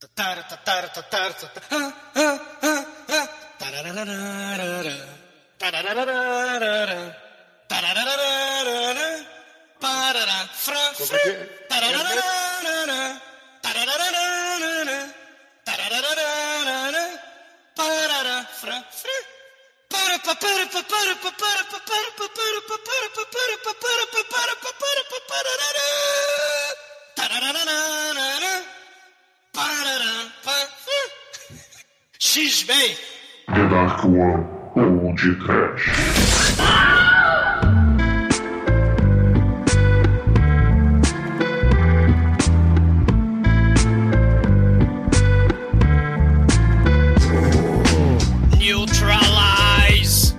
X-Men. The Dark One ou de Trash. Neutralize.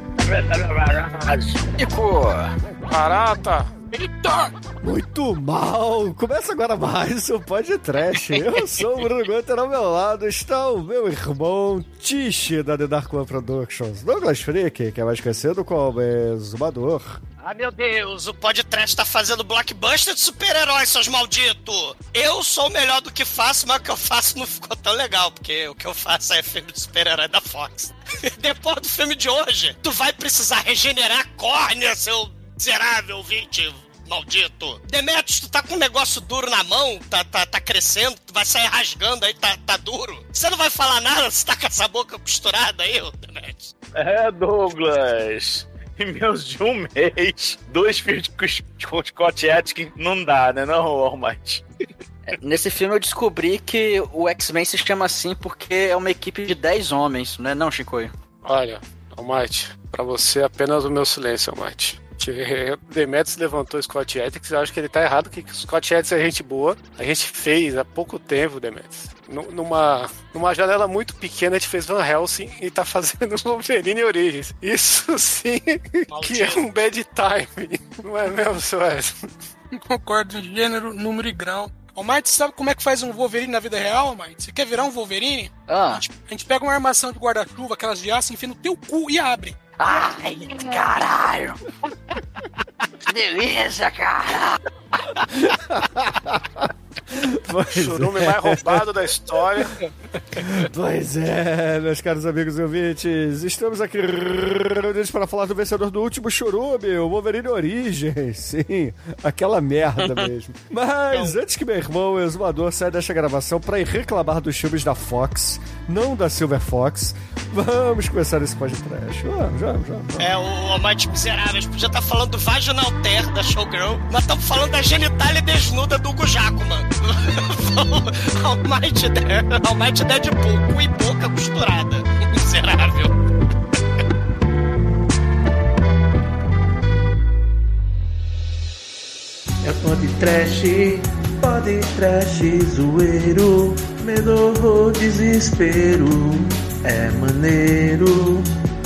Nico. Barata. Muito mal! Começa agora mais o podcast. Eu sou o Bruno Gunter, ao meu lado está o meu irmão Tishi da The Dark One Productions, Douglas Freak, que é mais conhecido como Exumador. Ah, meu Deus, o podcast tá fazendo blockbuster de super-heróis, seus malditos! Eu sou o melhor do que faço, mas o que eu faço não ficou tão legal, porque o que eu faço é filme de super-herói da Fox. Depois do filme de hoje, tu vai precisar regenerar a córnea, seu miserável ouvinte maldito. Demetrius, tu tá com um negócio duro na mão, tá crescendo, tu vai sair rasgando aí, tá duro. Você não vai falar nada, você tá com essa boca costurada aí, Demetrius? É, Douglas. Em menos de um mês, 2 filmes com Scott Adkins não dá, né, não, Almighty? Nesse filme eu descobri que o X-Men se chama assim porque é uma equipe de 10 homens, não é não, Chicoio? Olha, Almighty, pra você apenas o meu silêncio, Almighty. Demetrius levantou o Scott Adkins, eu acho que ele tá errado, que o Scott Adkins é gente boa. A gente fez há pouco tempo, Demetrius. Numa janela muito pequena, a gente fez Van Helsing e tá fazendo Wolverine Origins. Isso sim que é um bad time. Não é mesmo, seu Wesley? Concordo em gênero, número e grau. Almighty, sabe como é que faz um Wolverine na vida real, Almighty? Você quer virar um Wolverine? Ah. A gente pega uma armação de guarda-chuva, aquelas de aço, enfia no teu cu e abre. Ai, caralho! Que delícia, cara! O churume mais roubado da história. Pois é, meus caros amigos e ouvintes, estamos aqui reunidos para falar do vencedor do último churume, o Wolverine Origins. Sim, aquela merda mesmo. Mas antes que meu irmão, o Exumador, saia desta gravação para ir reclamar dos filmes da Fox, não da Silver Fox, vamos começar esse podcast. Vamos. É, o Almighty Miseráveis podia estar falando do Vaginal Ter da Showgirl, mas estamos falando da genitália desnuda do Hugo Jackman. Almighty Deadpool, cu e boca costurada. Miserável. É pode trash, zoeiro, medo, horror, desespero. É maneiro.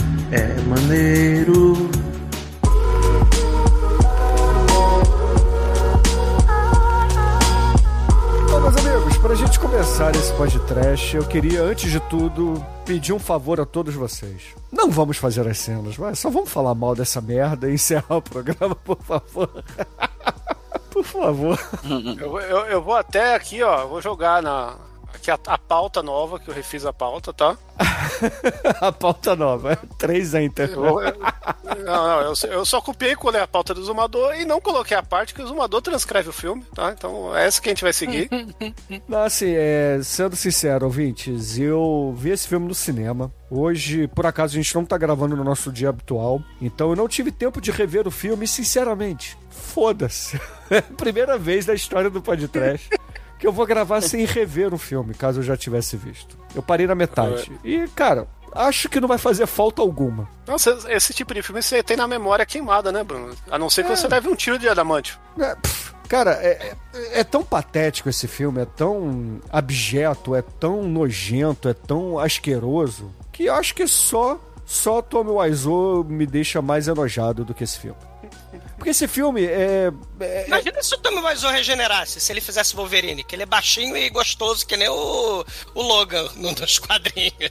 Bom, meus amigos, pra gente começar esse podcast, eu queria, antes de tudo, pedir um favor a todos vocês. Não vamos fazer as cenas, mas só vamos falar mal dessa merda e encerrar o programa, por favor. Por favor. Eu vou até aqui, ó, vou jogar aqui a pauta nova, que eu refiz a pauta, tá? A pauta nova, 3 enter. Eu só copiei e colei a pauta do Exumador e não coloquei a parte que o Exumador transcreve o filme, tá? Então é essa que a gente vai seguir. Não, assim, sendo sincero, ouvintes, eu vi esse filme no cinema. Hoje, por acaso, a gente não tá gravando no nosso dia habitual, então eu não tive tempo de rever o filme e, sinceramente, foda-se. É a primeira vez na história do podcast que eu vou gravar sem rever o filme, caso eu já tivesse visto. Eu parei na metade. E, cara, acho que não vai fazer falta alguma. Nossa, esse tipo de filme você tem na memória queimada, né, Bruno? A não ser que você leve um tiro de adamantio. Cara, é tão patético esse filme, é tão abjeto, é tão nojento, é tão asqueroso, que eu acho que só Tommy Wiseau me deixa mais enojado do que esse filme. Porque esse filme Imagina se o Tommy Wiseau regenerasse, se ele fizesse Wolverine, que ele é baixinho e gostoso, que nem o Logan nos quadrinhos.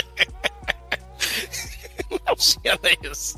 Imagina isso.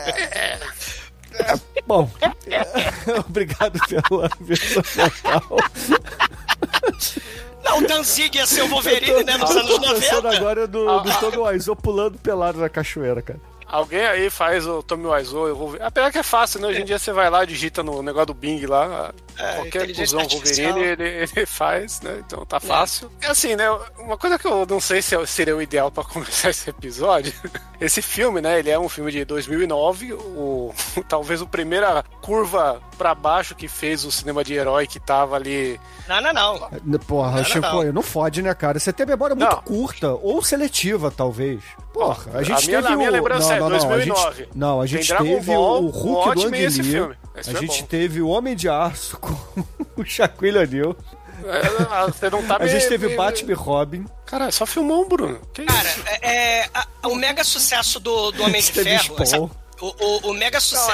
Bom, obrigado pela versão total. Não, o Danzig ia ser o Wolverine, né, nos anos Eu tô pensando 90. agora do Tommy Wiseau pulando pelado na cachoeira, cara. Alguém aí faz o Tommy Wiseau, eu vou ver. Apesar que é fácil, né? Hoje em dia você vai lá, digita no negócio do Bing lá, qualquer inteligência cuzão Wolverine, ele faz, né? Então tá fácil. É assim, né? Uma coisa que eu não sei se seria o ideal pra começar esse episódio. Esse filme, né? Ele é um filme de 2009, talvez a primeira curva pra baixo que fez o cinema de herói que tava ali. Não. Porra, Chico, não fode, né, cara? Você tem memória muito curta, ou seletiva, talvez. Porra, a gente teve a minha lembrança é 2009. A gente Tem Dragon teve Ball, o Hulk do Ang esse Lee. filme. A gente teve o Homem de Aço com o Shaquille O'Neal. Você não tá A gente teve Batman e Robin. Cara, só filmou um, Bruno. Que Cara, isso? o mega sucesso do Homem de Ferro... O mega sucesso...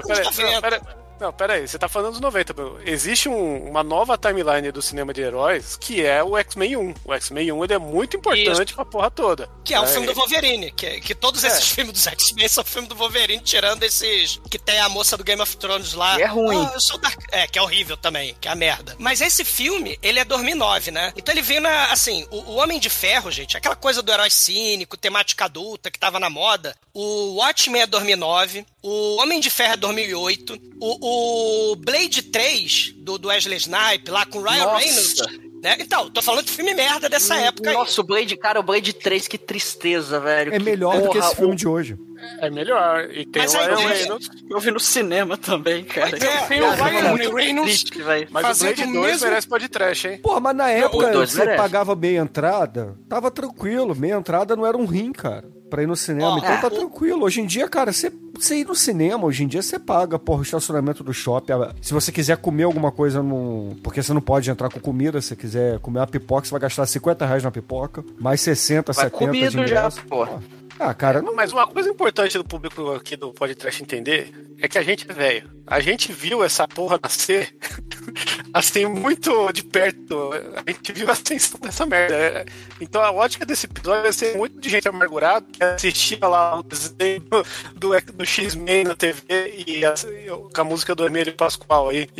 Não, pera aí, você tá falando dos 90, Bruno. Existe uma nova timeline do cinema de heróis, que é o X-Men 1. O X-Men 1 ele é muito importante pra porra toda. Que é o filme do Wolverine, que todos esses filmes dos X-Men são filmes do Wolverine, tirando esses que tem a moça do Game of Thrones lá. Que é ruim. Que é horrível também, que é a merda. Mas esse filme, ele é 2009, né? Então ele veio o Homem de Ferro, gente, aquela coisa do herói cínico, temática adulta, que tava na moda. O Watchmen é 2009, o Homem de Ferro é 2008, o Blade 3, do Wesley Snipes, lá com o Ryan Reynolds, né? Então, tô falando de filme merda dessa época. Nossa, o Blade 3, que tristeza, velho. É melhor do que esse filme de hoje. É melhor. E tem o Ryan Reynolds. Eu vi no cinema também, cara. Tem o Ryan Reynolds. Mas o Blade 2 merece podcast, hein? Porra, mas na época você pagava meia entrada, tava tranquilo. Meia entrada não era um rim, cara, pra ir no cinema. Então tá tranquilo. Hoje em dia, cara, você ir no cinema, hoje em dia você paga, porra, o estacionamento do shopping. Se você quiser comer alguma coisa, porque você não pode entrar com comida, se você quiser comer uma pipoca, você vai gastar R$50 na pipoca, mais 60, 70 de ingresso. Já, porra. Cara, mas uma coisa importante do público aqui do podcast entender é que a gente é velho. A gente viu essa porra nascer assim, muito de perto. A gente viu a ascensão dessa merda. Então a ótica desse episódio vai ser muito de gente amargurada que assistia lá o desenho do X-Men na TV com a música do Emílio Pascoal aí.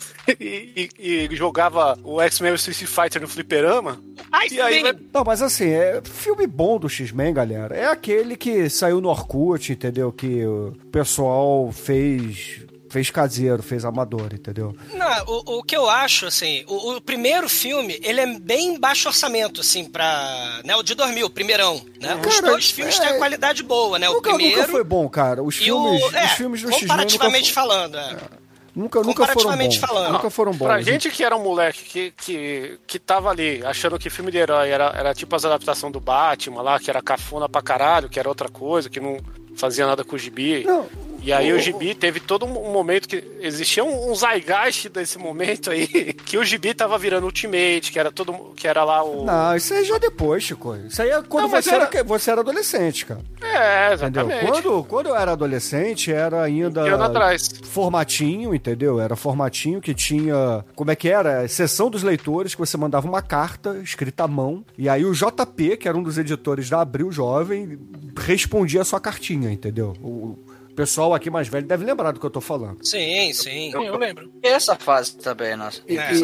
E jogava o X-Men e o Street Fighter no fliperama. Não, mas assim, filme bom do X-Men, galera, é aquele que saiu no Orkut, entendeu? Que o pessoal fez caseiro, fez amador, entendeu? Não, o que eu acho, assim, o primeiro filme, ele é bem baixo orçamento, assim, pra... Né, o de 2000, o primeirão, né? Os dois filmes têm a qualidade boa, né? Nunca foi bom, cara. Os filmes do X-Men... Comparativamente falando, Nunca foram bons. Pra gente que era um moleque que tava ali achando que filme de herói era tipo as adaptações do Batman lá, que era cafona pra caralho, que era outra coisa, que não fazia nada com o gibi. Não. E aí o gibi teve todo um momento que existia um zeitgeist desse momento aí, que o gibi tava virando Ultimate, que era lá o... Não, isso aí já depois, Chico. Isso aí é quando você era adolescente, cara. Exatamente. Entendeu? Quando eu era adolescente, era ainda formatinho, entendeu? Era formatinho que tinha... Como é que era? Sessão dos leitores, que você mandava uma carta escrita à mão, e aí o JP, que era um dos editores da Abril Jovem, respondia a sua cartinha, entendeu? O pessoal aqui mais velho deve lembrar do que eu tô falando. Sim. Eu lembro. E essa fase também, nossa.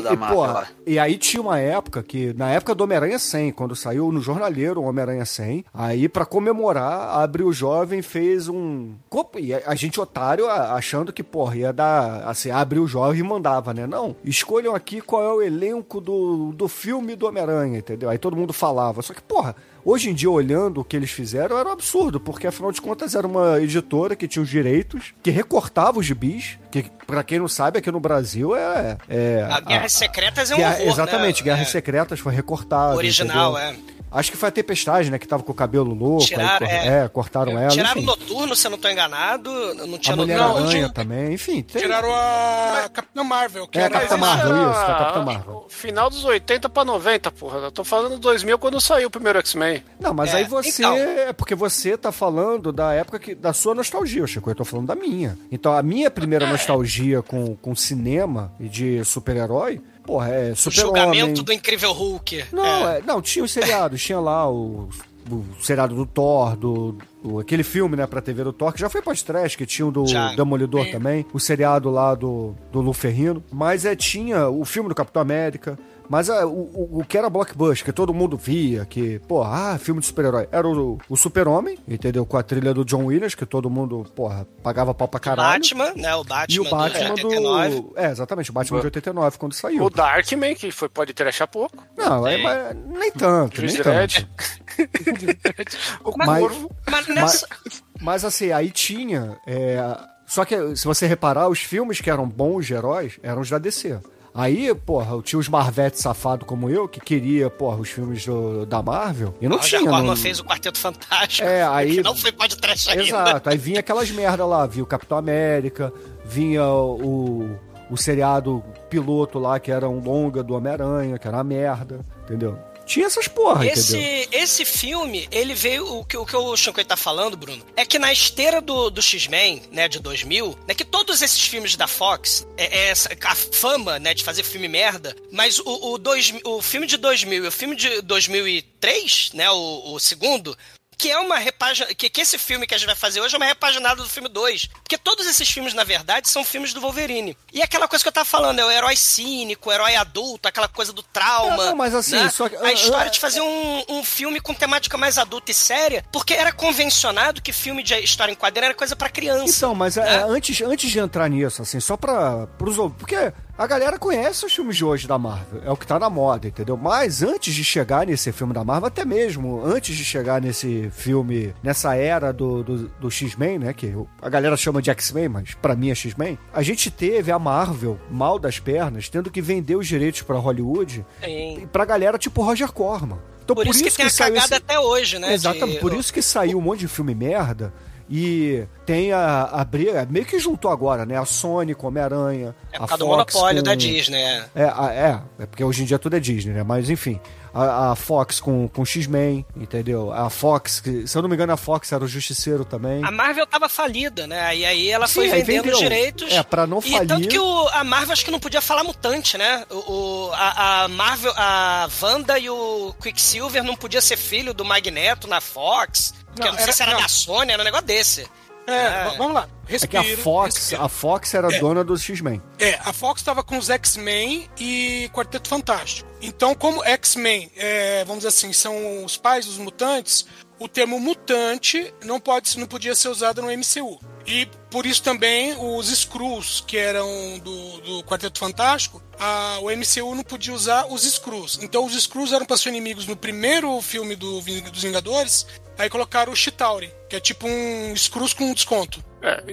E aí tinha uma época que, na época do Homem-Aranha 100, quando saiu no Jornaleiro o Homem-Aranha 100, aí pra comemorar, a Abril Jovem fez e a gente otário achando que, porra, ia dar, assim, a Abril Jovem mandava, né? Não, escolham aqui qual é o elenco do filme do Homem-Aranha, entendeu? Aí todo mundo falava. Só que, porra, hoje em dia, olhando o que eles fizeram, era um absurdo, porque afinal de contas era uma editora que tinha os direitos, que recortava os gibis, que pra quem não sabe, aqui no Brasil a Guerras Secretas é um horror, exatamente, né? Guerras Secretas foi recortado. Original, entendeu? Acho que foi a Tempestade, né? Que tava com o cabelo louco. Cortaram ela. Tiraram o Noturno, se eu não tô enganado. Não tinha a Mulher-Aranha também, enfim. Tiraram a Capitã Marvel. A Capitã Marvel, isso, a Capitã Marvel. Final dos 80 pra 90, porra. Eu tô falando 2000 quando saiu o primeiro X-Men. Não, mas aí você... Então... É porque você tá falando da época da sua nostalgia, Chico. Eu tô falando da minha. Então, a minha primeira nostalgia com cinema e de super-herói... Porra, é Super-Homem. O julgamento do Incrível Hulk. Não, tinha os seriados. Tinha lá o seriado do Thor, aquele filme, né, pra TV do Thor, que já foi podcast, que tinha o do Demolidor também. O seriado lá do Lu Ferrino. Mas tinha o filme do Capitão América. Mas o que era blockbuster, que todo mundo via, que, porra, filme de super-herói, era o Super-Homem, entendeu? Com a trilha do John Williams, que todo mundo, porra, pagava pau pra caralho. Batman, né? O Batman, e o Batman de 89. exatamente, o Batman de 89, quando saiu. O Darkman, que pode trashar pouco. Não, mas nem tanto, nem tanto. Mas assim, aí tinha... Só que, se você reparar, os filmes que eram bons de heróis eram os da DC. Aí, porra, tinha os Marvetes safados como eu, que queria, porra, os filmes da Marvel, e não tinha. O Corman fez o Quarteto Fantástico, aí, que não foi pode trash ainda. Exato, aí vinha aquelas merda lá, vinha o Capitão América, vinha o seriado piloto lá, que era um longa do Homem-Aranha, que era uma merda, entendeu? Tinha essas porra, entendeu? Esse filme, ele veio... O que o Shinkai tá falando, Bruno, é que na esteira do X-Men, né, de 2000, né, que todos esses filmes da Fox, a fama, né, de fazer filme merda, mas o filme de 2000 e o filme de 2003, né, o segundo... Que é uma repagina... Que esse filme que a gente vai fazer hoje é uma repaginada do filme 2. Porque todos esses filmes, na verdade, são filmes do Wolverine. E aquela coisa que eu tava falando, é o herói cínico, o herói adulto, aquela coisa do trauma. Não, mas assim... Né? Só que, a história de fazer um filme com temática mais adulta e séria, porque era convencionado que filme de história em quadrinho era coisa pra criança. Então, mas né? antes de entrar nisso, assim, só pros... Porque... A galera conhece os filmes de hoje da Marvel, é o que tá na moda, entendeu? Mas antes de chegar nesse filme da Marvel, até mesmo antes de chegar nesse filme, nessa era do X-Men, né? Que a galera chama de X-Men, mas pra mim é X-Men. A gente teve a Marvel, mal das pernas, tendo que vender os direitos pra Hollywood pra galera tipo Roger Corman. Então, por isso que tem a cagada até hoje, né? Exatamente, por isso que saiu um monte de filme merda. E tem a briga, meio que juntou agora, né? A Sony com Homem-Aranha. É por causa do monopólio da Disney, É porque hoje em dia tudo é Disney, né? Mas enfim, a Fox com X-Men, entendeu? A Fox, que, se eu não me engano, a Fox era o Justiceiro também. A Marvel tava falida, né? E aí ela foi vendendo os direitos. Pra não falir. E tanto que a Marvel acho que não podia falar mutante, né? A Marvel, a Wanda e o Quicksilver não podia ser filho do Magneto na Fox. Porque eu não sei se era da Sony, era um negócio desse. Vamos lá. Respira, que a Fox era dona dos X-Men. A Fox estava com os X-Men e Quarteto Fantástico. Então, como X-Men, vamos dizer assim, são os pais dos mutantes, o termo mutante não podia ser usado no MCU. E por isso também os Skrulls, que eram do Quarteto Fantástico, o MCU não podia usar os Skrulls. Então os Skrulls eram para ser inimigos no primeiro filme dos Vingadores, aí colocaram o Chitauri, que é tipo um Skrulls com desconto.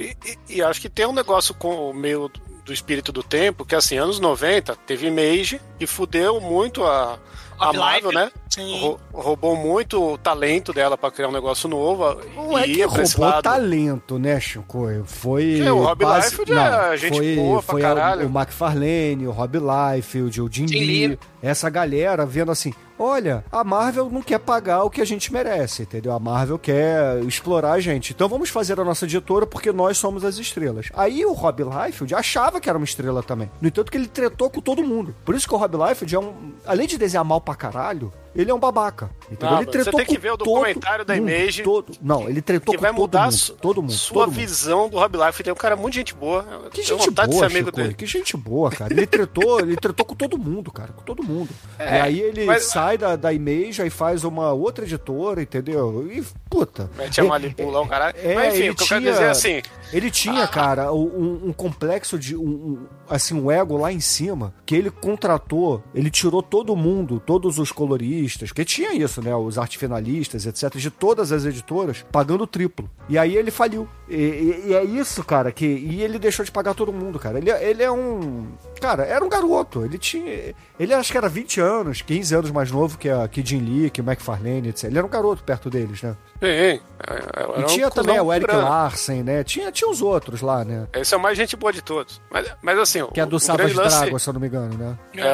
E acho que tem um negócio com o meio do espírito do tempo, que assim, anos 90, teve Mage, e fudeu muito a Marvel, né? Roubou muito o talento dela pra criar um negócio novo. Não é que roubou talento, né, Chico? Foi... o Rob Liefeld é gente boa pra caralho. O McFarlane, o Rob Liefeld, o Jim Lee. Essa galera vendo assim, olha, a Marvel não quer pagar o que a gente merece, entendeu? A Marvel quer explorar a gente. Então vamos fazer a nossa editora porque nós somos as estrelas. Aí o Rob Liefeld achava que era uma estrela também. No entanto que ele tretou com todo mundo. Por isso que o Rob Liefeld além de desenhar mal pra caralho, ele é um babaca. Entendeu? Ele tretou você tem que ver o documentário da Image. Ele tretou com todo mundo. Sua visão do Rob Liefeld. É um cara muito gente boa. Que gente boa, Chico, que gente boa, cara. Ele tretou com todo mundo, cara. Com todo mundo. E aí ele sai da Image, aí faz uma outra editora, entendeu? E, puta. Mete a manipulação, caralho. Mas enfim, o que eu quero dizer é assim... Ele tinha, cara, um complexo de... um ego lá em cima, que ele contratou, ele tirou todo mundo, todos os coloristas, porque tinha isso, né? Os arte finalistas, etc., de todas as editoras, pagando triplo. E aí ele faliu. E é isso, cara, e ele deixou de pagar todo mundo, cara. Ele é um... Cara, era um garoto. Ele acho que era 20 anos, 15 anos mais novo que Jim Lee, que McFarlane, etc. Ele era um garoto perto deles, né? Sim. E tinha também o Eric Larsen, né? Tinha os outros lá, né? Esse é o mais gente boa de todos. Mas assim... Que é do Savage Dragon, se eu não me engano, né?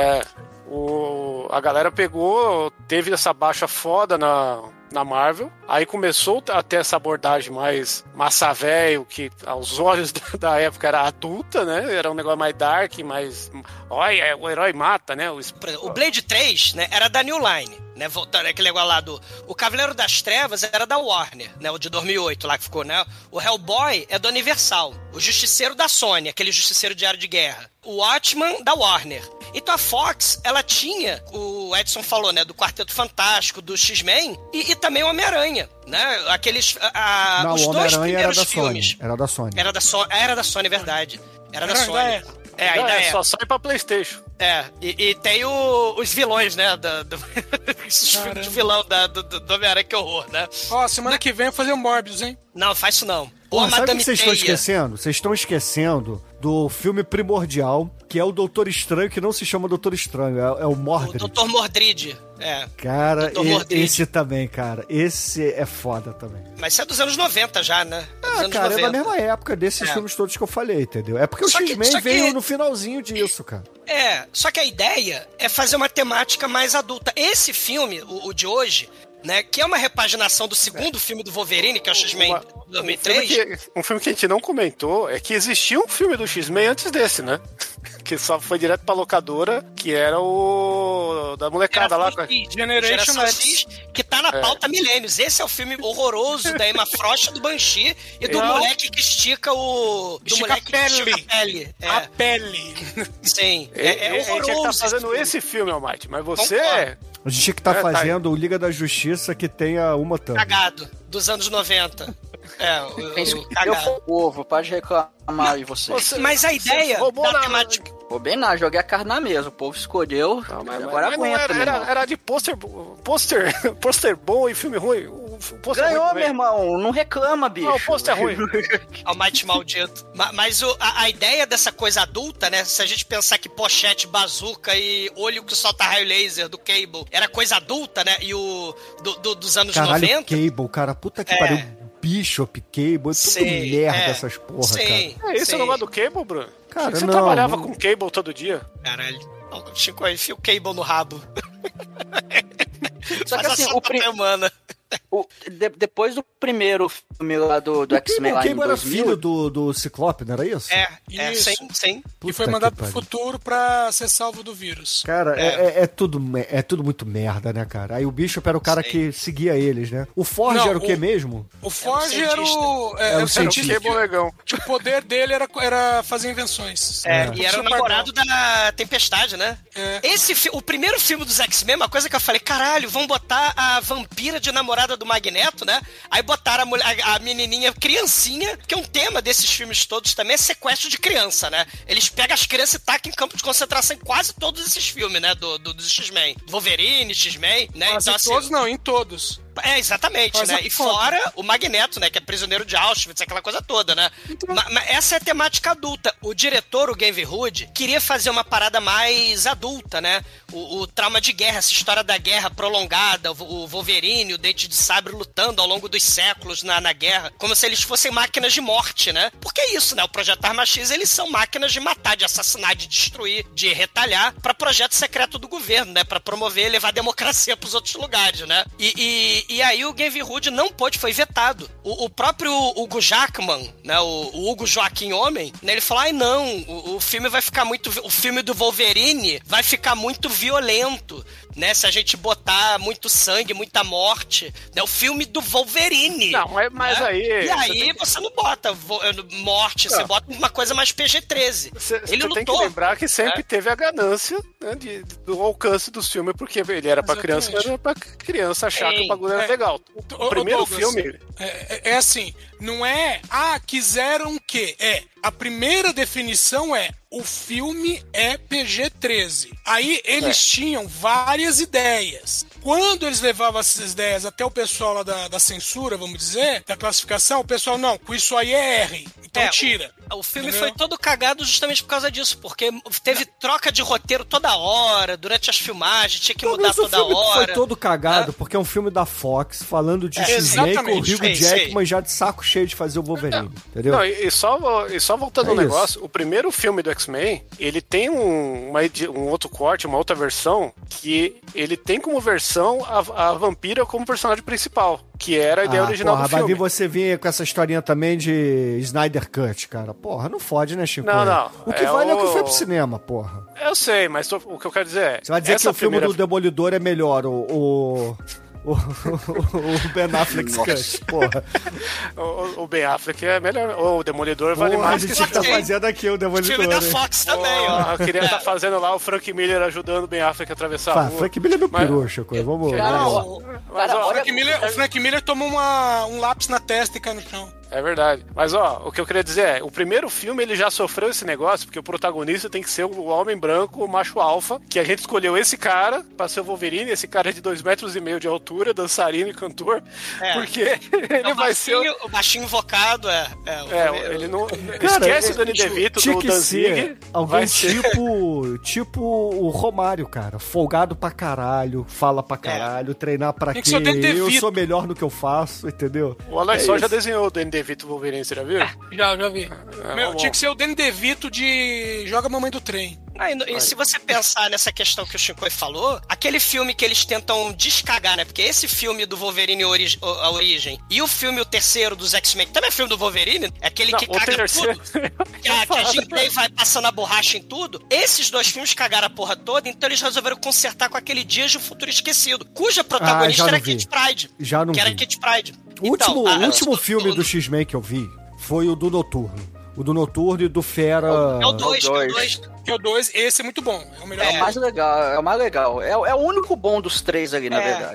A galera teve essa baixa foda na Marvel, aí começou a ter essa abordagem mais massa velho, que aos olhos da época era adulta, né? Era um negócio mais dark, mais... Olha, o herói mata, né? O Blade 3, né, era da New Line, né? Voltando aquele negócio lá o Cavaleiro das Trevas era da Warner, né? O de 2008 lá que ficou, né? O Hellboy é do Universal. O Justiceiro da Sony, aquele Justiceiro Diário de Guerra. O Watchman da Warner. Então a Fox, ela tinha, o Edson falou, né, do Quarteto Fantástico, do X-Men e também o Homem-Aranha, né? Aqueles Não, os o dois Homem-Aranha era primeiros da filmes. Sony. Era da Sony. Era da Sony, é verdade. Era da Ainda Sony. é. Ainda é. Só sai pra PlayStation. E tem os vilões, né? Esses filmes de vilão do Homem-Aranha, que horror, né? Ó, semana que vem eu vou fazer o Morbius, hein? Não, faz isso não. Porra, Ou a sabe o Madame que vocês estão Teia. esquecendo? Vocês estão esquecendo do filme primordial, que é o Doutor Estranho, que não se chama Doutor Estranho, é o O Mordred. Dr. Mordrid. Cara, Dr. Mordrid. esse também, cara. Esse é foda também. Mas isso é dos anos 90 já, né? É dos anos Cara, 90. é da mesma época desses filmes todos que eu falei, entendeu? É porque o Só que- X-Men só que- veio no finalzinho disso, cara. Só que a ideia é fazer uma temática mais adulta. Esse filme, o de hoje, né, que é uma repaginação do segundo filme do Wolverine, que é o X-Men 2003. Um filme que a gente não comentou é que existia um filme do X-Men antes desse, né? Que só foi direto pra locadora, que era o da molecada lá. Generation Geração X. X, que tá na pauta milênios. Esse é o filme horroroso da Emma Frost, do Banshee e do Não. moleque que estica o... Do Estica moleque a que estica a pele. A pele. Sim. A É gente tinha que horroroso. estar fazendo filme. esse filme, Almighty, mas você... Concordo. A gente tinha que estar Tá fazendo o Liga da Justiça que tenha uma tampa. Cagado, dos anos 90. Eu Cagado. fui ovo, pode reclamar de vocês. Mas a ideia roubou da na- temática... Vou bem nada, joguei a carne na mesa. O povo escolheu. Não, mas agora não aguenta, meu irmão. era de pôster bom e filme ruim. O pôster Ganhou, ruim meu irmão. Não reclama, bicho. Não, o pôster é ruim. Almighty maldito. Mas a ideia dessa coisa adulta, né? Se a gente pensar que pochete, bazuca e olho que solta raio laser do Cable era coisa adulta, né? E o dos anos Caralho, 90. Cable, cara. Puta que pariu. Bishop, Cable, é tudo Sim, merda é. essas porra, Sim, É isso, sim. o negócio do Cable, Bruno? Cara, Você não. trabalhava com Cable todo dia? Caralho. Não, Chico, enfia o Cable no rabo. Só que Faz assim, essa papel humana. depois do primeiro filme lá do X-Men O lá em Cable era 2000... filho do Ciclope, não era isso? Isso. Sim. E foi Puta mandado que pro pariu. futuro pra ser salvo do vírus. Cara, é tudo muito merda, né, cara? Aí o Bishop era o cara Sei. que seguia eles, né? O Forge Não, era o que mesmo? O Forge era cientista. o... Era o o cientista. Cable negão. Que o poder dele era fazer invenções. E era o namorado da Tempestade, né? É. O primeiro filme dos X-Men, uma coisa que eu falei, caralho, vão botar a vampira de namorada do Magneto, né? Aí botaram a menininha criancinha, que é um tema desses filmes todos também, é sequestro de criança, né? Eles pegam as crianças e tacam em campo de concentração em quase todos esses filmes, né? Dos X-Men. Wolverine, X-Men, né? Mas Então, em todos não, em todos. Exatamente, Faz né? a E conta. fora o Magneto, né? Que é prisioneiro de Auschwitz, aquela coisa toda, né? Mas essa é a temática adulta. O diretor, o Gavin Hood, queria fazer uma parada mais adulta, né? O trauma de guerra, essa história da guerra prolongada, o Wolverine, o Dente de Sabre lutando ao longo dos séculos na guerra, como se eles fossem máquinas de morte, né? Porque é isso, né? O Projeto Arma X, eles são máquinas de matar, de assassinar, de destruir, de retalhar para projeto secreto do governo, né? Para promover e levar a democracia pros outros lugares, né? E aí o Gavin Hood não pôde, foi vetado. O próprio Hugo Jackman, né? O Hugo Joaquim Homem, né? Ele falou, não, o filme vai ficar muito... O filme do Wolverine vai ficar muito violento, né? Se a gente botar muito sangue, muita morte, né? O filme do Wolverine. Não, mas né? aí... E aí você não bota morte, você bota uma coisa mais PG-13. Você Ele tem que lutou. lembrar que sempre teve a ganância, né, do alcance dos filmes, porque ele era pra criança, mas era pra criança achar que o bagulho era legal. O primeiro Douglas, filme... É assim, não é, quiseram que? A primeira definição é, o filme é PG-13. Aí eles tinham várias ideias. Quando eles levavam essas ideias até o pessoal lá da censura, vamos dizer, da classificação, o pessoal, não, com isso aí é R, então tira. O filme Entendeu? foi todo cagado justamente por causa disso, porque teve troca de roteiro toda hora, durante as filmagens, tinha que mudar Talvez o toda filme hora. foi todo cagado, porque é um filme da Fox, falando de X-Men com o exatamente. Hugh Sei, Jackman já de saco cheio de fazer o Wolverine, entendeu? Não, e só voltando É ao isso. negócio, o primeiro filme do X-Men, ele tem um outro corte, uma outra versão, que ele tem como versão a vampira como personagem principal, que era a ideia original porra, do vai filme. vir você vir com essa historinha também de Snyder Cut, cara. Porra, não fode, né, Chico? Não. O que vale é o que foi pro cinema, porra. Eu sei, mas o que eu quero dizer é... Você vai dizer que essa o filme primeira- do Demolidor é melhor, o o Ben Affleck's Cut, porra. O Ben Affleck é melhor. O Demolidor vale Porra, a mais gente que tá fazendo aqui o Filme Demolidor, da hein? Fox também, ó. Eu queria estar fazendo lá o Frank Miller ajudando o Ben Affleck a atravessar a rua. Frank Miller é meu Mas- peru, Chico. Vamos Cara, lá. ó, Mas, cara, ó, olha, O Frank Miller tomou um lápis na testa e caiu no chão. É verdade. Mas, ó, o que eu queria dizer é, o primeiro filme ele já sofreu esse negócio, porque o protagonista tem que ser o homem branco, o macho alfa, que a gente escolheu esse cara pra ser o Wolverine, esse cara é de 2,5 metros de altura, dançarino e cantor, porque ele vai ser... O baixinho invocado ele não... Cara, esquece o Danny DeVito tinha do que Danzig. ser alguém vai ser... tipo o Romário, cara. Folgado pra caralho, fala pra caralho, treinar pra Tem quê? que ser o Danny Eu DeVito. só melhor no que eu faço, entendeu? O Alex É só já isso. desenhou o Danny DeVito Wolverine, você já viu? Já vi. vamos Tinha lá. que ser o Danny DeVito de Joga Mamãe do Trem. E se você pensar nessa questão que o Shinkoi falou, aquele filme que eles tentam descagar, né? Porque esse filme do Wolverine A Origem e o filme, o terceiro dos X-Men, que também é filme do Wolverine, é aquele Não, que o caga terceiro. tudo. Que a Jean Grey vai passando a borracha em tudo. Esses dois filmes cagaram a porra toda, então eles resolveram consertar com aquele Dias de um Futuro Esquecido, cuja protagonista já não era vi. Kit Pride. Já não que era vi. Kit Pride. O último o filme do X-Men que eu vi foi o do Noturno. O do Noturno e do Fera... É o 2, é o 2. Que é o 2, esse é muito bom. É o melhor. é o mais legal, é o mais legal. É o único bom dos três ali, na verdade.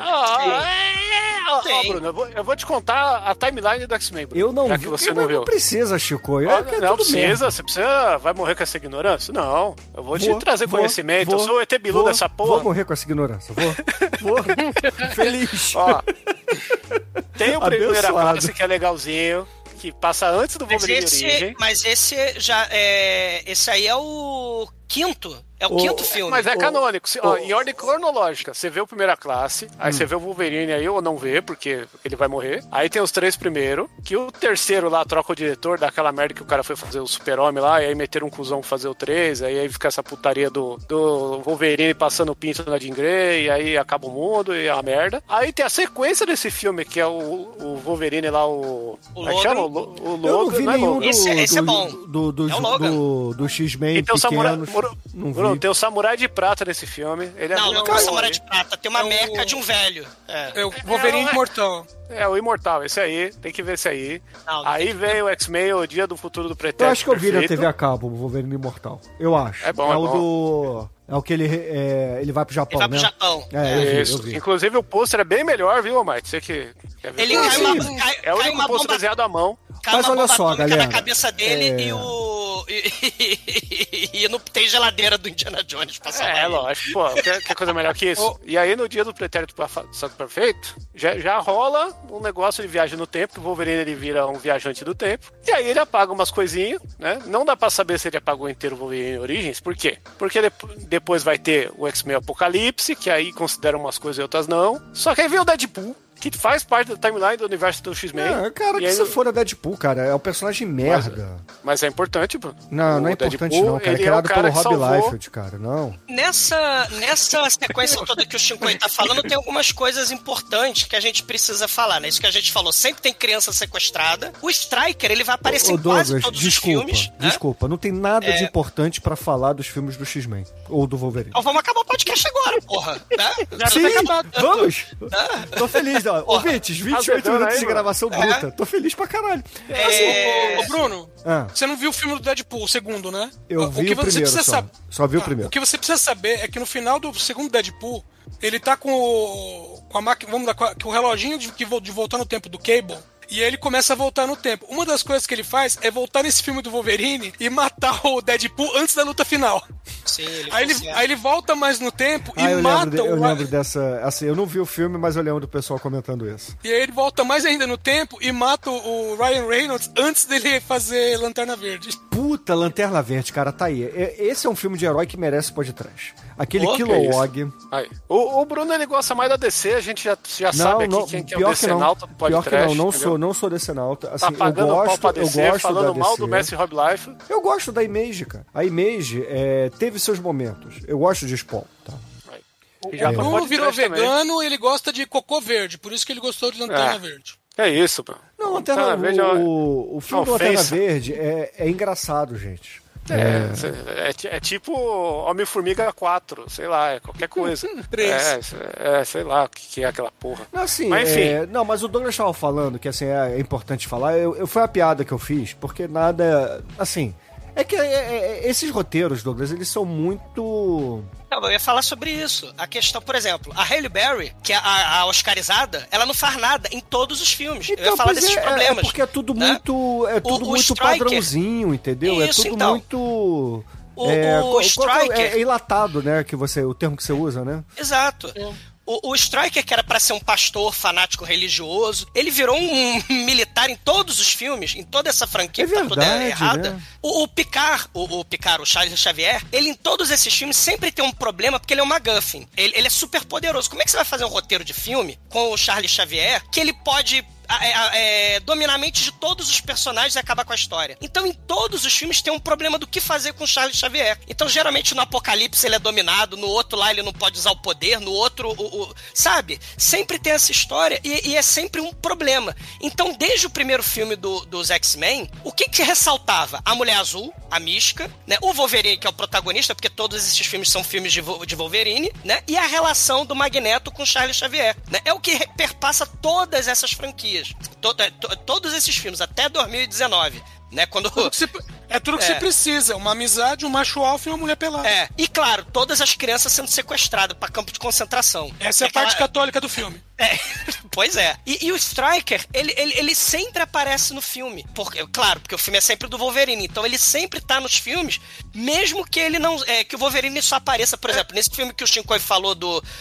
Bruno, eu vou te contar a timeline do X-Men, Bruno, Eu não já vi. que você Mas não viu. não precisa, Chico. Não precisa, você precisa. Vai morrer com essa ignorância? Não. Eu vou te trazer conhecimento. Eu sou o ET Bilu dessa porra. Vou morrer com essa ignorância. Vou. Feliz. Ó, tem o primeiro Abençoado. classe que é legalzinho, que passa antes do Wolverine Origem. Mas esse já é. Esse aí é o quinto. É o quinto filme. Mas é canônico. Em ordem cronológica, você vê o primeira classe, aí você vê o Wolverine aí, ou não vê, porque ele vai morrer. Aí tem os três primeiro, que o terceiro lá troca o diretor, daquela merda que o cara foi fazer o Super-Homem lá, e aí meteram um cuzão pra fazer o 3, aí fica essa putaria do Wolverine passando o pinto na Jean Grey, e aí acaba o mundo, e é uma merda. Aí tem a sequência desse filme, que é o Wolverine lá, como é que chama? O Eu não Logan, vi não é nenhum Logan. Esse é bom. do É o Logan. do X-Men E tem o Samurai, pequenos. Não vi. Tem o Samurai de Prata nesse filme. Ele Não, é não muito tem uma bom Samurai aí. de Prata. Tem uma É o- meca de um velho. É o Wolverine Imortal. É, o Imortal, esse aí, tem que ver esse aí. Não, Aí tem que vem o X-Men, o Dia do Futuro do Eu Pretérito. acho que eu vi na Perfeito. TV a cabo, o Wolverine Imortal. Eu acho. É bom, é o bom. do... É o que ele vai pro Japão, Ele vai pro né? Japão. Eu vi. Inclusive o pôster é bem melhor, viu, Mike? Você que quer ver. Ele Ah, cai sim. uma, É o cai único uma pôster bomba, desenhado à mão. cai Mas uma olha bomba só, atômica galera. na cabeça dele e não tem geladeira do Indiana Jones pra salvar É, ele. lógico, pô, quer coisa melhor que isso? E aí no Dia do Pretérito Perfeito, já rola um negócio de viagem no tempo, que o Wolverine ele vira um viajante do tempo, e aí ele apaga umas coisinhas, né? Não dá pra saber se ele apagou inteiro o Wolverine Origins, por quê? Porque depois vai ter o X-Men Apocalipse, que aí considera umas coisas e outras não. Só que aí vem o Deadpool, que faz parte da timeline do universo do X-Men. Cara, E que aí se for a Deadpool, cara, é um personagem merda. Mas é importante, pô. Não O é importante Deadpool, não, cara. É ele criado o cara pelo que Rob salvou- Liefeld, cara, não. Nessa sequência toda que o Shinkoi tá falando, tem algumas coisas importantes que a gente precisa falar, né? Isso que a gente falou, sempre tem criança sequestrada. O Striker, ele vai aparecer Ô, em quase Douglas, todos desculpa, os filmes. Né? desculpa. Não tem nada de importante pra falar dos filmes do X-Men. Ou do Wolverine. Então vamos acabar o podcast agora, porra. Né? Já Sim, tá acabado. vamos! Tô feliz, ó. Ouvintes, 28 Azedando minutos aí, de mano. gravação bruta. Tô feliz pra caralho. Ô, Bruno, Ah, você não viu o filme do Deadpool, o segundo, né? eu vi que o primeiro precisa só. saber. Só vi o primeiro. O que você precisa saber é que no final do segundo Deadpool, ele tá com a máquina, vamos lá, com o reloginho de voltar no tempo do Cable. E ele começa a voltar no tempo. Uma das coisas que ele faz é voltar nesse filme do Wolverine e matar o Deadpool antes da luta final. Sim, ele Aí ele volta mais no tempo e eu mata eu o... lembro dessa. Assim, eu não vi o filme, mas eu lembro do pessoal comentando isso. E aí ele volta mais ainda no tempo e mata o Ryan Reynolds antes dele fazer Lanterna Verde. Puta, Lanterna Verde, cara, tá aí. Esse é um filme de herói que merece podcast. Aquele Pô, que Kilowog. Aí. O Bruno ele gosta mais da DC, a gente já sabe aqui quem que é o pior que não. decenalta do Pior que podcast. não sou decenalta. Assim, Tá pagando pau pra DC, eu gosto falando da mal DC. do Messi Rob Life. Eu gosto da Image, cara. A Image teve seus momentos. Eu gosto de Spawn, tá? E já O pra Bruno podcast virou também. vegano e ele gosta de cocô verde, por isso que ele gostou de Lanterna Verde. É isso, pô. Não, Lanterna Verde é o filme do Lanterna ofensa. Verde é engraçado, gente. É tipo Homem-Formiga 4, sei lá, é qualquer coisa. 3. Sei lá o que é aquela porra. Não, assim, mas enfim. Não, mas o Douglas estava falando que assim, é importante falar, foi a piada que eu fiz, porque nada, assim, é que esses roteiros, Douglas, eles são muito... Não, eu ia falar sobre isso. A questão, por exemplo, a Halle Berry, que é a oscarizada, ela não faz nada em todos os filmes. Então, eu ia falar desses problemas. É porque é tudo muito, muito Striker, padrãozinho, entendeu? Isso, é tudo então. muito... O Striker... É enlatado, né? O termo que você usa, né? Exato. O Striker, que era pra ser um pastor fanático religioso, ele virou um militar em todos os filmes, em toda essa franquia que tá toda errada. Né? O Picard, o Charles Xavier, ele em todos esses filmes sempre tem um problema porque ele é um MacGuffin. Ele é super poderoso. Como é que você vai fazer um roteiro de filme com o Charles Xavier que ele pode... dominar a mente de todos os personagens e acabar com a história. Então, em todos os filmes tem um problema do que fazer com o Charles Xavier. Então, geralmente, no Apocalipse ele é dominado, no outro lá ele não pode usar o poder, no outro, sabe? Sempre tem essa história e é sempre um problema. Então, desde o primeiro filme dos X-Men, o que ressaltava? A Mulher Azul, a Mística, né? O Wolverine, que é o protagonista, porque todos esses filmes são filmes de Wolverine, né? E a relação do Magneto com Charles Xavier, né? É o que perpassa todas essas franquias. Todos esses filmes, até 2019, né? Quando... tudo que você precisa, uma amizade, um macho alfa e uma mulher pelada. E claro, todas as crianças sendo sequestradas para campo de concentração. Essa é a parte católica do filme. Pois é. E o Striker, ele sempre aparece no filme. Porque o filme é sempre do Wolverine. Então ele sempre tá nos filmes, mesmo que ele não. Que o Wolverine só apareça, por exemplo, nesse filme que o Shinkoi falou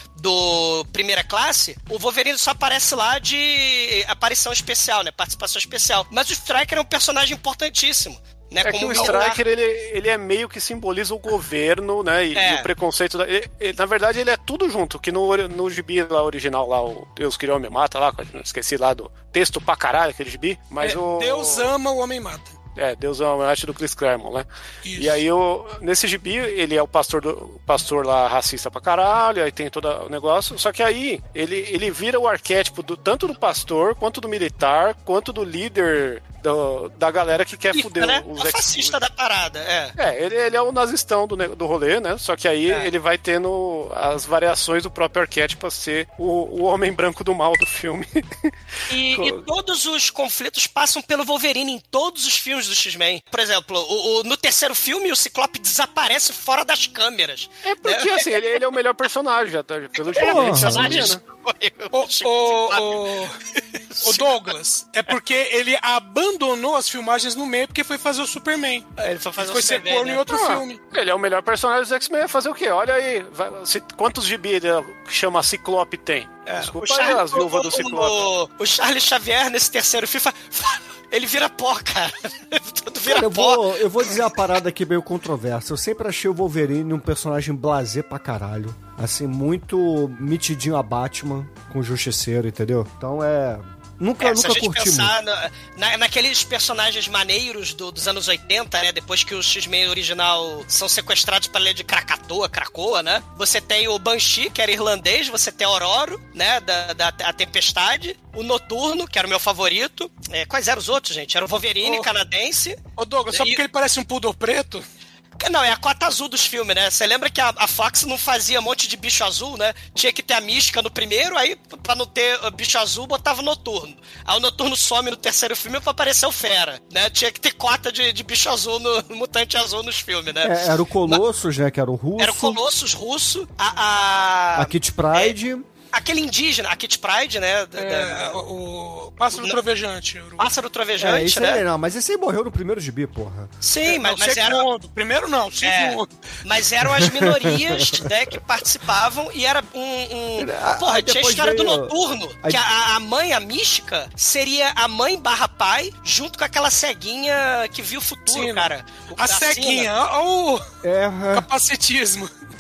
do Primeira Classe, o Wolverine só aparece lá de aparição especial, né? Participação especial. Mas o Striker é um personagem importantíssimo. Né, que o Striker, ele é meio que simboliza o governo, né, e o preconceito. Na verdade, ele é tudo junto, que no gibi lá original, lá, o Deus criou o Homem Mata, lá, esqueci lá do texto pra caralho, aquele gibi, mas Deus ama o Homem Mata. Deus ama a arte do Chris Claremont, né? Isso. E aí, nesse gibi, ele é o pastor lá racista pra caralho, aí tem todo o negócio, só que aí ele vira o arquétipo tanto do pastor, quanto do militar, quanto do líder da galera que quer fuder os X-Men. Fascista da parada, ele é o nazistão do rolê, né? Só que aí ele vai tendo as variações do próprio arquétipo a ser o homem branco do mal do filme. E todos os conflitos passam pelo Wolverine em todos os filmes do X-Men. Por exemplo, no terceiro filme, o Ciclope desaparece fora das câmeras. É porque, assim, ele é o melhor personagem, já, pelo jeito. Já sabia, né? O Douglas, é porque ele abandonou as filmagens no meio porque foi fazer o Superman. Ele foi ser corno em outro filme. Ele é o melhor personagem dos X-Men. Fazer o quê? Olha aí, quantos gibi ele chama Ciclope tem? Desculpa aí as viúvas do Ciclope. O Charles Xavier, nesse terceiro filme, ele vira pó, cara. Tudo vira pó. Eu vou dizer a parada aqui meio controversa. Eu sempre achei o Wolverine um personagem blasé pra caralho. Assim, muito mitidinho a Batman com o Justiceiro, entendeu? Então Nunca curti pensar naqueles personagens maneiros dos anos 80, né? Depois que o X-Men original são sequestrados para ler de Krakoa, né? Você tem o Banshee, que era irlandês, você tem a Ororo, né? Da Tempestade, o Noturno, que era o meu favorito. Quais eram os outros, gente? Era o Wolverine, canadense. Ô Douglas, só porque ele parece um poodle preto? Não, é a cota azul dos filmes, né? Você lembra que a Fox não fazia um monte de bicho azul, né? Tinha que ter a Mística no primeiro, aí pra não ter bicho azul, botava o Noturno. Aí o Noturno some no terceiro filme pra aparecer o Fera, né? Tinha que ter cota de bicho azul, no Mutante Azul nos filmes, né? Era o Colossus, né? Que era o russo. Era o Colossus russo. A Kitty Pryde. Aquele indígena, a Kitty Pryde, né? O Pássaro Trovejante. Pássaro Trovejante, né? Mas esse aí morreu no primeiro gibi, porra. Sim, mas era... Primeiro não, segundo. Mas eram as minorias, né, que participavam e era Porra, tinha a história do Noturno, que a mãe, a Mística, seria a mãe / pai, junto com aquela ceguinha que viu o futuro, cara. A ceguinha, olha o capacitismo.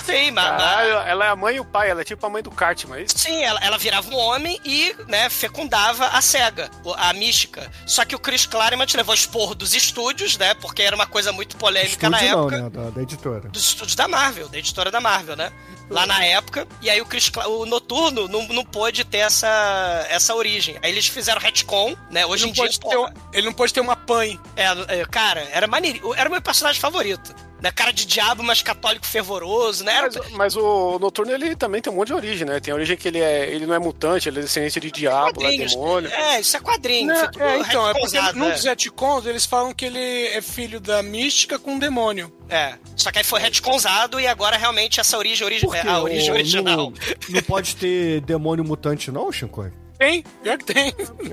Sim, Caralho, ela é a mãe e o pai, ela é tipo a mãe do Cartman, é isso? Sim, ela virava um homem e, né, fecundava a SEGA, a Mística. Só que o Chris Claremont levou esporro dos estúdios, né, porque era uma coisa muito polêmica na época. Não, né, da editora. Dos estúdios da Marvel, da editora da Marvel, né? Lá na época, e aí o Noturno não pôde ter essa origem. Aí eles fizeram retcon, né? Hoje em dia... Ele não pode ter uma PAN. Cara, era maneirinho. Era o meu personagem favorito. Né? Cara de diabo, mas católico fervoroso, né? Mas o Noturno, ele também tem um monte de origem, né? Tem a origem que ele não é mutante, ele é descendente de diabo, é demônio. Isso é quadrinho. Não, então, é porque nos retcons eles falam que ele é filho da Mística com um demônio. Só que aí foi retconzado e agora realmente essa origem é a origem original. Não pode ter demônio mutante não, Shinkoi? Tem, pior que tem.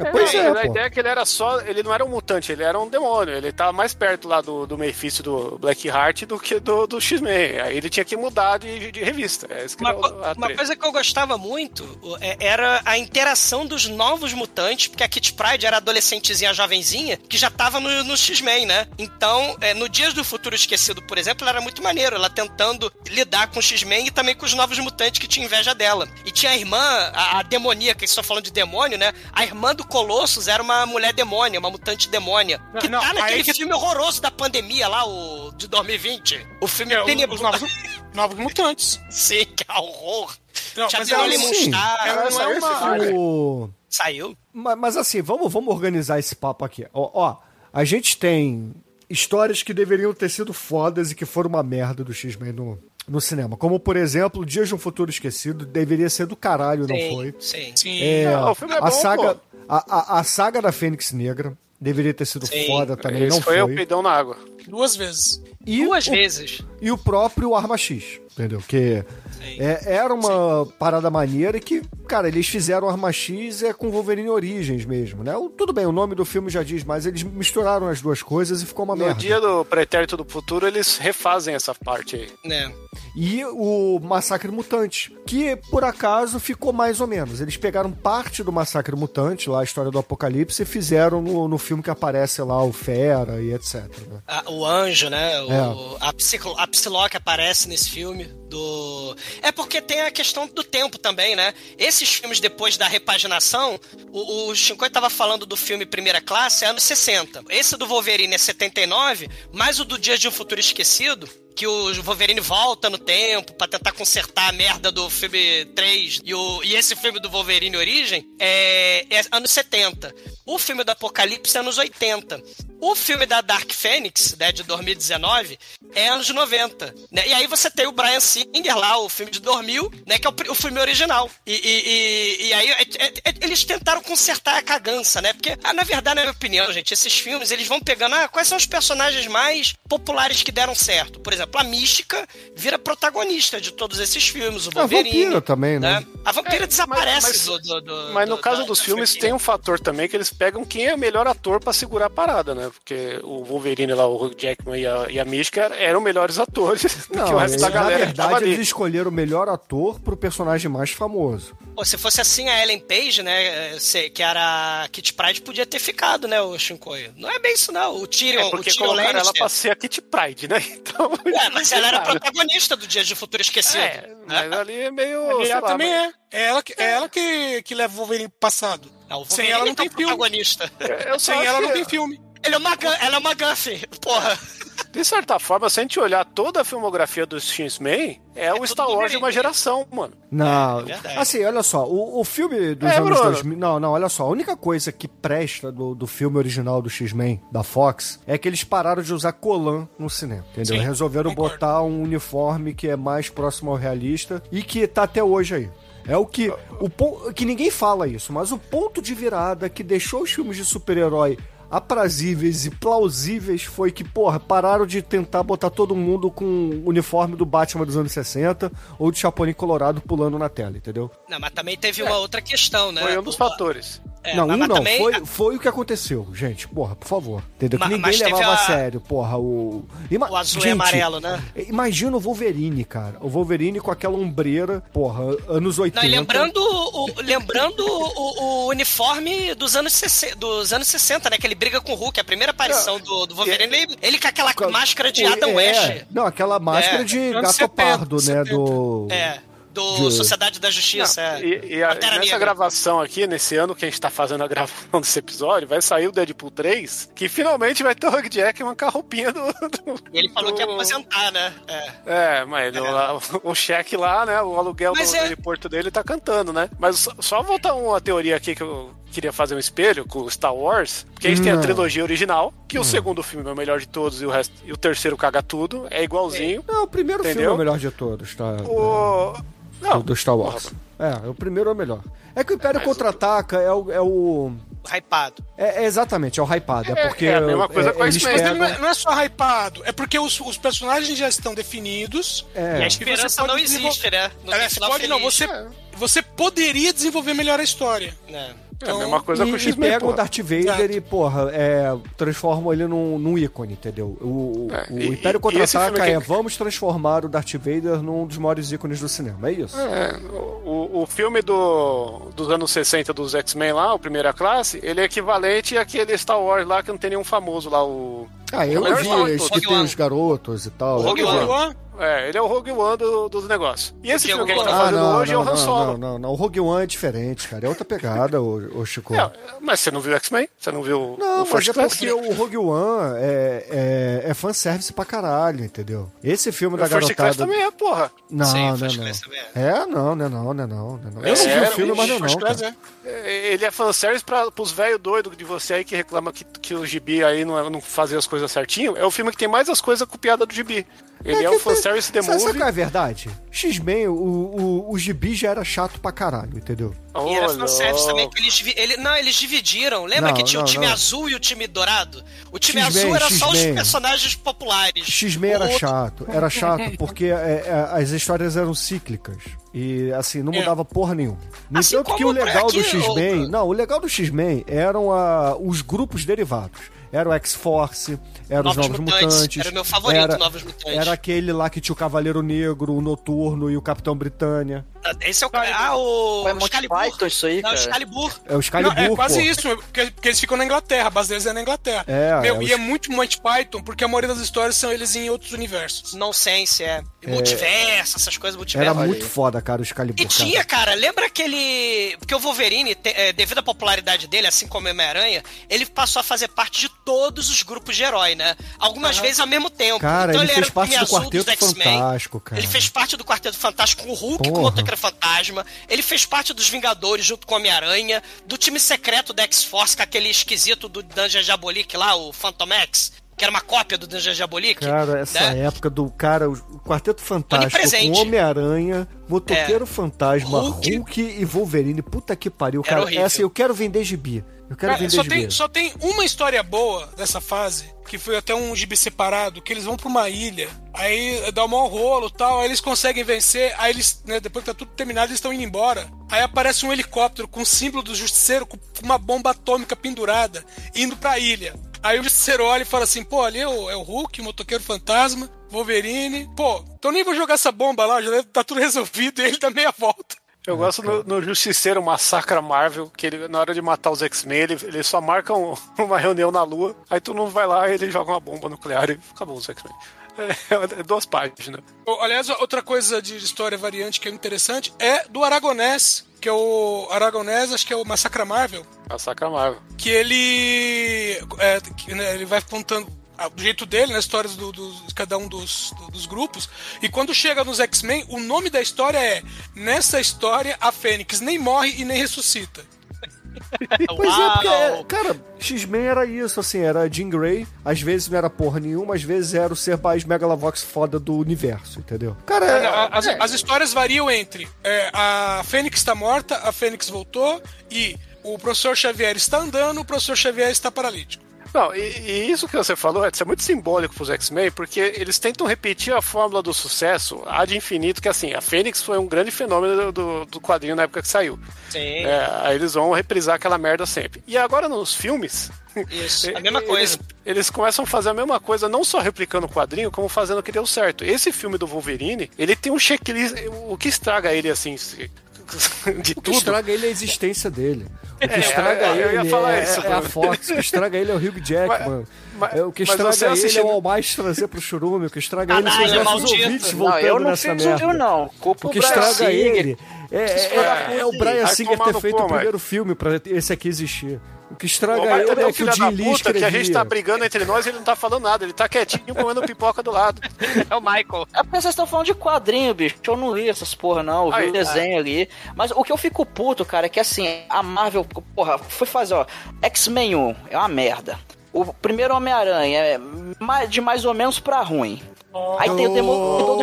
A ideia é que ele não era um mutante, ele era um demônio. Ele tava mais perto lá do Mephisto, do Blackheart, do que do X-Men. Aí ele tinha que mudar de revista. Uma coisa que eu gostava muito era a interação dos novos mutantes, porque a Kitty Pryde era adolescentezinha, jovenzinha, que já tava no X-Men, né? Então, no Dias do Futuro Esquecido, por exemplo, ela era muito maneiro, ela tentando lidar com o X-Men e também com os novos mutantes que tinham inveja dela. E tinha a irmã, a demoníaca, que estou falando de demônio, né? A irmã do Colossus era uma mulher demônia, uma mutante demônia. Que tá naquele filme horroroso da pandemia lá, o de 2020. O filme tenebroso. Novos Mutantes. Sim, que é horror. Não, mas ela não é uma... Saiu? Mas assim, vamos organizar esse papo aqui. Ó, a gente tem histórias que deveriam ter sido fodas e que foram uma merda do X-Men no cinema. Como, por exemplo, Dias de um Futuro Esquecido deveria ser do caralho, não foi? Sim. O filme é bom, a saga da Fênix Negra deveria ter sido foda também, não foi? Foi o peidão na água. 2 vezes. Duas vezes. E o próprio Arma X, entendeu? Que era uma parada maneira e que, cara, eles fizeram Arma X com Wolverine Origins mesmo, né? Tudo bem, o nome do filme já diz, mas eles misturaram as duas coisas e ficou uma merda. No Dia do Pretérito do Futuro, eles refazem essa parte aí. E o Massacre Mutante, que por acaso ficou mais ou menos. Eles pegaram parte do Massacre Mutante, lá a história do Apocalipse, e fizeram no filme que aparece lá o Fera e etc. Né? O Anjo, né? A Psylocke aparece nesse filme. É porque tem a questão do tempo também, né? Esses filmes depois da repaginação, o Shinkoi tava falando do filme Primeira Classe, é anos 60. Esse do Wolverine é 79, mas o do Dias de um Futuro Esquecido, que o Wolverine volta no tempo pra tentar consertar a merda do filme 3 e esse filme do Wolverine Origem é anos 70. O filme do Apocalipse é anos 80. O filme da Dark Phoenix, né, de 2019, é anos 90. Né? E aí você tem o Bryan Singer lá, o filme de 2000, né, que é o filme original. E aí eles tentaram consertar a cagança, né? Porque, na verdade, na minha opinião, gente, esses filmes, eles vão pegando, quais são os personagens mais populares que deram certo? Por exemplo, a Mística vira protagonista de todos esses filmes, o Wolverine. A Vampira também, né? A Vampira desaparece mas no caso dos filmes tem um fator também que eles pegam quem é o melhor ator pra segurar a parada, né? Porque o Wolverine lá, o Hugh Jackman e a Mística eram melhores atores do que o resto da galera. Na verdade, eles escolheram o melhor ator pro personagem mais famoso. Pô, se fosse assim, a Ellen Page, né, que era a Kitty Pryde, podia ter ficado, né, o Shinkoi. Não é bem isso, não. O Tyrion, porque colocaram ela pra ser a Kitty Pryde, né? Então, mas ela era protagonista do Dia de Futuro Esquecido. Mas ali é meio... Ela também é. É ela que leva o Wolverine pro passado. Sem ela não tem filme. Protagonista. Sem ela não tem filme. Ela é uma Guffy, porra. De certa forma, se a gente olhar toda a filmografia dos X-Men, é o Star Wars de uma geração, mano. Não, assim, olha só, o filme dos anos 2000... Não, olha só, a única coisa que presta do filme original do X-Men, da Fox, é que eles pararam de usar colã no cinema, entendeu? Sim, resolveram botar um uniforme que é mais próximo ao realista e que tá até hoje aí. É que ninguém fala isso, mas o ponto de virada que deixou os filmes de super-herói aprazíveis e plausíveis foi que, porra, pararam de tentar botar todo mundo com o uniforme do Batman dos anos 60 ou de Chapolin Colorado pulando na tela, entendeu? Não, mas também teve uma outra questão, né? Foi um dos fatores. Não, mas também... Foi o que aconteceu, gente. Porra, por favor. Entendeu? Que ninguém mas teve levava a sério, porra. O azul e amarelo, né? Imagina o Wolverine, cara. O Wolverine com aquela ombreira, porra, anos 80. Não, lembrando o uniforme dos anos 60, né? Que ele briga com o Hulk. A primeira aparição do Wolverine, ele com aquela máscara de Adam West. Não, aquela máscara de gato pardo, né? Do Sociedade da Justiça. Nessa gravação aqui, nesse ano que a gente tá fazendo a gravação desse episódio, vai sair o Deadpool 3, que finalmente vai ter o Hugh Jackman com a roupinha do... Ele falou que ia aposentar, né? Mas o cheque lá, né? O aluguel do aeroporto dele tá cantando, né? Mas só voltar uma teoria aqui que eu queria fazer um espelho com o Star Wars, porque a gente tem a trilogia original, que o segundo filme é o melhor de todos e o terceiro caga tudo, é igualzinho. Não, o primeiro filme é o melhor de todos, tá? Do Star Wars. O primeiro é o melhor. É que o Império Contra-Ataca é o... Hypado. Exatamente, é o hypado. É porque... a mesma coisa com a X-Men. Não é só hypado, é porque os personagens já estão definidos. E a esperança não existe, né? Você poderia desenvolver melhor a história. Então, a mesma coisa com o X-Men. E pega o Darth Vader e, porra, transforma ele num ícone, entendeu? O Império Contra-Ataca vamos transformar o Darth Vader num dos maiores ícones do cinema, é isso? O filme dos anos 60 dos X-Men lá, o Primeira Classe, ele é equivalente àquele Star Wars lá que não tem nenhum famoso lá, eu vi esse que tem os garotos e tal. Rogue One. Ele é o Rogue One dos negócios. E esse filme que a gente tá fazendo hoje é o Han Solo. Não, o Rogue One é diferente, cara. É outra pegada, o Chico. Mas você não viu X-Men? Você não viu o First Class? Porque o Rogue One é fanservice pra caralho, entendeu? Esse filme da garotada... O First Class também é, porra. Não. Eu não vi o filme, mas não. Ele é fanservice pros velhos doidos de você aí que reclama que o gibi aí não fazia as coisas certinho. É o filme que tem mais as coisas copiadas do gibi. Ele é o fanservice The Movie. Sabe qual é a verdade? X-Men, o gibi já era chato pra caralho, entendeu? E era fanservice também, que eles dividiram. Lembra que tinha o time azul e o time dourado? O time azul era só os personagens populares. X-Men era chato porque as histórias eram cíclicas. E assim, não mudava porra nenhuma. No entanto que o legal do X-Men... Não, o legal do X-Men eram os grupos derivados. Era o X-Force, era os Novos Mutantes. Era o meu favorito, Novos Mutantes. Era aquele lá que tinha o Cavaleiro Negro, o Noturno e o Capitão Britânia. Esse é o Excalibur. Isso aí, cara. O Excalibur. É o Excalibur, é quase isso, porque eles ficam na Inglaterra, a base deles é na Inglaterra. E é muito Monty Python, porque a maioria das histórias são eles em outros universos. Nonsense, multiverso, essas coisas, multiverso. Era muito foda, cara, o Excalibur. E tinha, cara, lembra aquele... Porque o Wolverine, devido à popularidade dele, assim como o Homem-Aranha, ele passou a fazer parte de todos os grupos de herói, né? Algumas vezes ao mesmo tempo. Cara, então ele fez parte do Quarteto Fantástico, cara. Ele fez parte do Quarteto Fantástico com o Hulk, com o Motoqueiro Fantasma. Ele fez parte dos Vingadores junto com o Homem-Aranha, do time secreto da X-Force, com aquele esquisito do Dungeon Diabolique lá, o Phantom X, que era uma cópia do Dungeon Diabolique. Cara, essa época do cara, o Quarteto Fantástico com Homem-Aranha, Motoqueiro Fantasma, Hulk e Wolverine. Puta que pariu, cara. Essa eu quero vender gibi. Só tem uma história boa dessa fase, que foi até um gibi separado, que eles vão pra uma ilha, aí dá um mau rolo e tal, aí eles conseguem vencer, aí eles, né, depois que tá tudo terminado, eles estão indo embora. Aí aparece um helicóptero com o símbolo do Justiceiro, com uma bomba atômica pendurada, indo pra ilha. Aí o Justiceiro olha e fala assim, pô, ali é o Hulk, o Motoqueiro Fantasma, Wolverine, pô, então nem vou jogar essa bomba lá, já tá tudo resolvido, e ele dá meia volta. Eu gosto no Justiceiro Massacra Marvel, que ele, na hora de matar os X-Men, ele só marca uma reunião na Lua, aí todo mundo vai lá e ele joga uma bomba nuclear e acabou os X-Men. É 2 páginas. Aliás, outra coisa de história variante que é interessante é do Aragonés, que é o Aragonés, acho que é o Massacra Marvel. Massacra Marvel. Que ele vai contando do jeito dele, nas histórias de cada um dos grupos, e quando chega nos X-Men, o nome da história é Nessa História, a Fênix nem morre e nem ressuscita. Pois porque, cara, X-Men era isso, assim, era Jean Grey, às vezes não era porra nenhuma, às vezes era o ser mais Megalovox foda do universo, entendeu? Cara, as histórias variam entre a Fênix está morta, a Fênix voltou, e o Professor Xavier está andando, o Professor Xavier está paralítico. Não, e isso que você falou, Edson, é muito simbólico pros X-Men, porque eles tentam repetir a fórmula do sucesso ad infinito, que assim, a Fênix foi um grande fenômeno do quadrinho na época que saiu. Sim. Aí eles vão reprisar aquela merda sempre. E agora nos filmes... Isso, a mesma coisa. Eles começam a fazer a mesma coisa, não só replicando o quadrinho, como fazendo o que deu certo. Esse filme do Wolverine, ele tem um checklist, o que estraga ele, assim, de tudo. O que estraga ele é a existência dele. O que estraga eu ia ele falar isso, é a Fox. O que estraga ele é o Hugh Jackman. O que estraga ele é o Almighty trazer pro Churume. O que estraga ele são os nossos ouvintes voltando nessa merda. Não, o que estraga ele é o Bryan Singer ter feito o primeiro filme pra esse aqui existir. O que estraga ele é que o Jim Lee escrevia. Que a gente tá brigando entre nós e ele não tá falando nada. Ele tá quietinho comendo pipoca do lado. É o Michael. É porque vocês estão falando de quadrinho, bicho. Eu não li essas porra, não. Eu vi o desenho ali. Mas o que eu fico puto, cara, é que assim, a Marvel, porra, foi fazer, ó, X-Men 1 é uma merda. O primeiro Homem-Aranha é de mais ou menos pra ruim. Aí tem o Demolidor do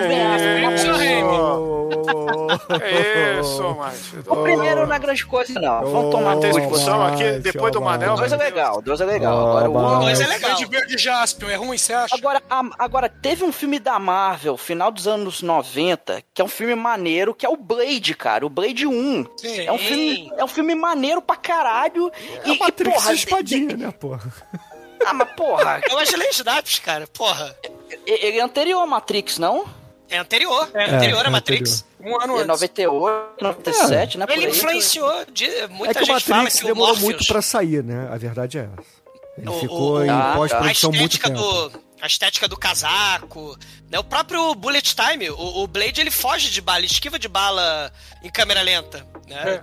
Isso, macho. O primeiro não é grande coisa, não. Vamos tomar uma discussão aqui, depois do Manel. 2 é legal, 2 é legal. Agora o 2 é legal. De Verde Jaspion é ruim, você acha? Agora, teve um filme da Marvel, final dos anos 90, que é um filme maneiro, que é o Blade, cara. O Blade 1. Sim. É um filme maneiro pra caralho. É uma Matrix espadinha, né, porra? Ah, mas porra. É o Wesley Snipes, cara, porra. Ele é anterior a Matrix, não? É anterior. Anterior a Matrix. Um ano antes. 98, 97, né? Ele influenciou. Muita gente fala que demorou Morpheus muito pra sair, né? A verdade é essa. Ele ficou em pós-produção muito tempo. A estética do casaco, né? O próprio Bullet Time, o Blade, ele foge de bala, esquiva de bala em câmera lenta, né?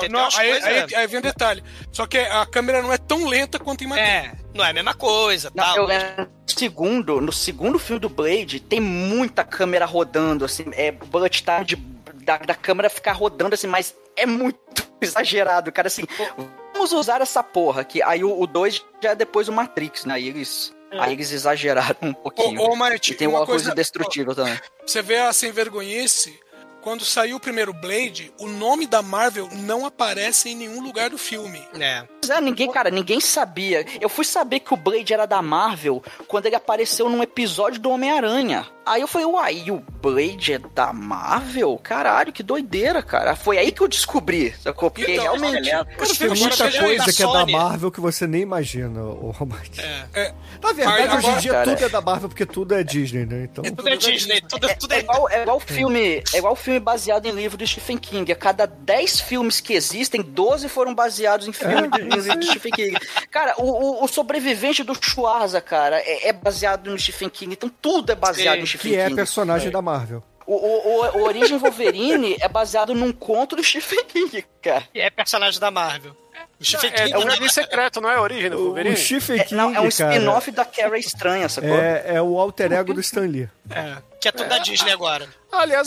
Aí vem um detalhe. Só que a câmera não é tão lenta quanto em Matrix. Não é a mesma coisa. Não, tal. No segundo filme do Blade, tem muita câmera rodando, assim, Bullet Time da câmera ficar rodando, assim, mas é muito exagerado, cara, assim, vamos usar essa porra aqui. Aí o 2 já é depois do Matrix, né? Aí eles exageraram um pouquinho. E tem uma coisa indestrutível também. Você vê a sem vergonhice, quando saiu o primeiro Blade, o nome da Marvel não aparece em nenhum lugar do filme. Ninguém sabia. Eu fui saber que o Blade era da Marvel quando ele apareceu num episódio do Homem-Aranha. Aí eu falei, uai, o Blade é da Marvel? Caralho, que doideira, cara. Foi aí que eu descobri, sacou? Porque então, realmente... Cara, tem muita coisa que é da Marvel que você nem imagina, ô Romate. Na verdade, hoje em dia tudo é da Marvel porque tudo é Disney, né? Então, tudo é Disney, tudo é igual filme baseado em livro do Stephen King. A cada 10 filmes que existem, 12 foram baseados em filme do Stephen King. Cara, o Sobrevivente do Schwarza, cara, é baseado no Stephen King. Então tudo é baseado no Stephen King. Que é personagem da Marvel. O Origem Wolverine é baseado num conto do Stephen King, cara. Que é personagem da Marvel. O Stephen King é o Origem Secreto, não é a Origem do Wolverine? O Stephen King, é um spin-off da Carrie Estranha, sacou? É o alter ego do Stan Lee. Que é tudo da Disney agora. Aliás,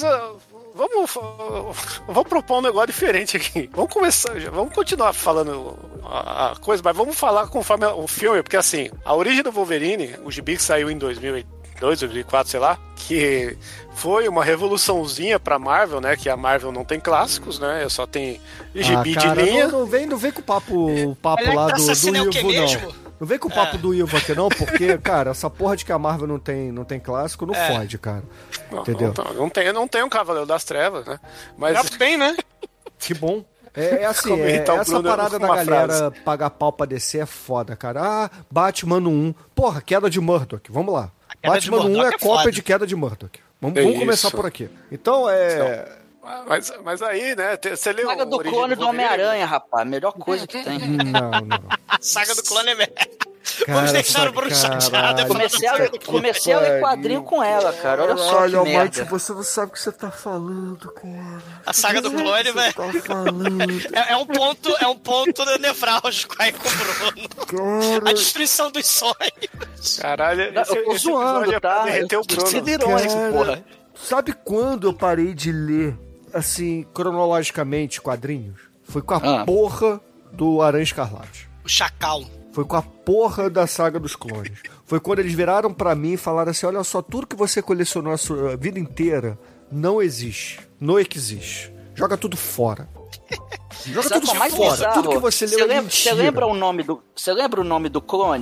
vamos propor um negócio diferente aqui. Vamos continuar falando a coisa, mas vamos falar conforme o filme, porque assim, a origem do Wolverine, o gibi que saiu em 2002, 2004, sei lá, que foi uma revoluçãozinha pra Marvel, né, que a Marvel não tem clássicos, né, só tem gibi de linha. Não vem com o papo lá do Ivo, não. Não vem com o papo do Ivo aqui, não, porque, cara, essa porra de que a Marvel não tem clássico, não fode, cara. Entendeu? Não tem um Cavaleiro das Trevas, né? Mas já tem, né? Que bom. Assim, essa parada da galera pagar pau pra descer é foda, cara. Batman 1. Porra, queda de Murdoch. Vamos lá. Batman 1 é cópia de queda de Murdoch. Vamos começar por aqui. Então, Mas aí, né, você leu... Saga do clone do Homem-Aranha, rapaz. Melhor coisa que tem. Não. A saga do clone é merda. Vamos deixar o Bruno chateado. Comecei a ler quadrinho com ela, cara. Olha só que merda. Mike, você não sabe o que você tá falando, cara. A saga do clone, velho. É um ponto nevrálgico aí com o Bruno. Cara. A destruição dos sonhos. Caralho, eu tô zoando, tá? Derreteu o Bruno. Irônico, porra. Sabe quando eu parei de ler, assim, cronologicamente, quadrinhos? Foi com a porra do Aranha Escarlate. O Chacal. Foi com a porra da saga dos clones. Foi quando eles viraram pra mim e falaram assim, olha só, tudo que você colecionou a sua vida inteira não existe. Não existe. Joga tudo fora. Joga tudo fora. Bizarro? Tudo que você leu é mentira. Você lembra o nome do clone?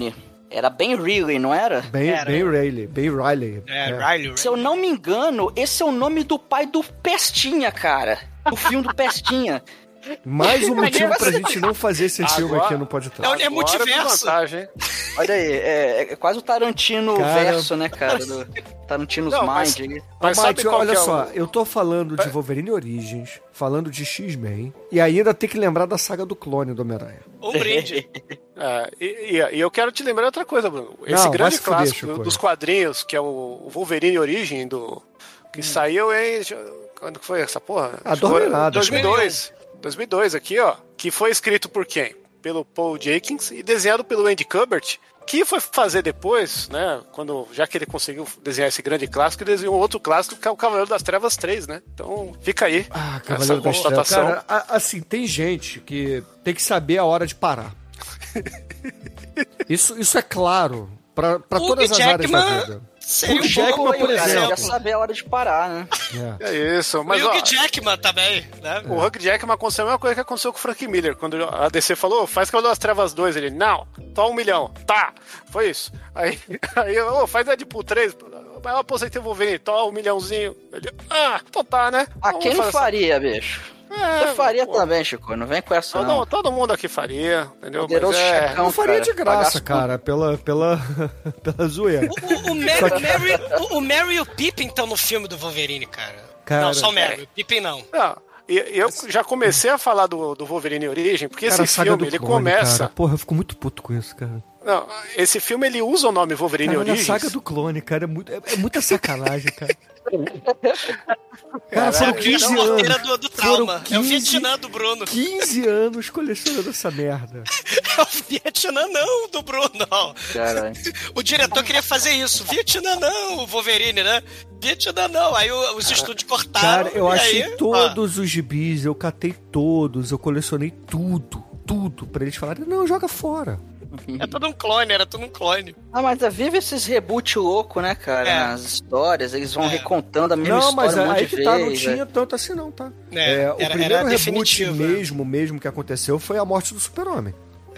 Era Ben Reilly, não era? Ben Riley. Riley. Se eu não me engano, esse é o nome do pai do Pestinha, cara. O filme do Pestinha. Mais um motivo pra gente não fazer esse filme aqui no podcast. É multiverso. Olha aí, é quase o Tarantino verso, né, cara? Do Tarantino's Mind. Mas Mike, olha só, eu tô falando de Wolverine Origins, falando de X-Men, e ainda tem que lembrar da saga do clone do Homem-Aranha. Um brinde. E eu quero te lembrar outra coisa, Bruno. Esse grande clássico dos quadrinhos, que é o Wolverine Origem, que saiu em... Quando que foi essa porra? Adorado. 2002 aqui, ó. Que foi escrito por quem? Pelo Paul Jenkins e desenhado pelo Andy Kubert, que foi fazer depois, né? Já que ele conseguiu desenhar esse grande clássico, ele desenhou outro clássico que é o Cavaleiro das Trevas 3, né? Então, fica aí. Cavaleiro das Trevas. Cara, assim, tem gente que tem que saber a hora de parar. Isso é claro pra todas as áreas da vida. Seria o Jackman, por exemplo. Já saber a hora de parar, né? É isso. Mas, o Hugh Jackman também, né? O Hugh Jackman aconteceu a mesma coisa que aconteceu com o Frank Miller. Quando a DC falou, faz Cavaleiro das Trevas 2. Ele, não, só 1 milhão. Tá, foi isso. Aí faz Deadpool 3. Mas eu aposentei o Wolverine, tó, 1 milhãozinho. Ele, então tá, né? Quem não faria, bicho? Eu faria também, Chico. Não vem com essa, não. Todo mundo aqui faria, entendeu? Eu faria de graça, cara, pela zoeira. O Mary e o Pippin estão no filme do Wolverine, cara. Não, só o Mary. O Pippin não. Eu já comecei a falar do Wolverine Origem, porque esse filme, ele começa... Cara. Porra, eu fico muito puto com isso, cara. Não, esse filme, ele usa o nome Wolverine Origins. A saga do clone, cara, é muita sacanagem, cara. Cara, foram 15 anos. Do trauma. É o Vietnã do Bruno. 15 anos colecionando essa merda. É o Vietnã não do Bruno. Caralho. O diretor queria fazer isso. Vietnã não, o Wolverine, né? Vietnã não. Aí os estúdios cortaram. Cara, eu achei todos os gibis, eu catei todos, eu colecionei tudo pra eles falarem, não, joga fora. Era tudo um clone. Mas vive esses reboot louco, né, cara? Nas histórias, eles vão recontando a mesma história um monte de vezes. Não tinha tanto assim não, tá? O primeiro reboot mesmo que aconteceu foi a morte do Super-Homem.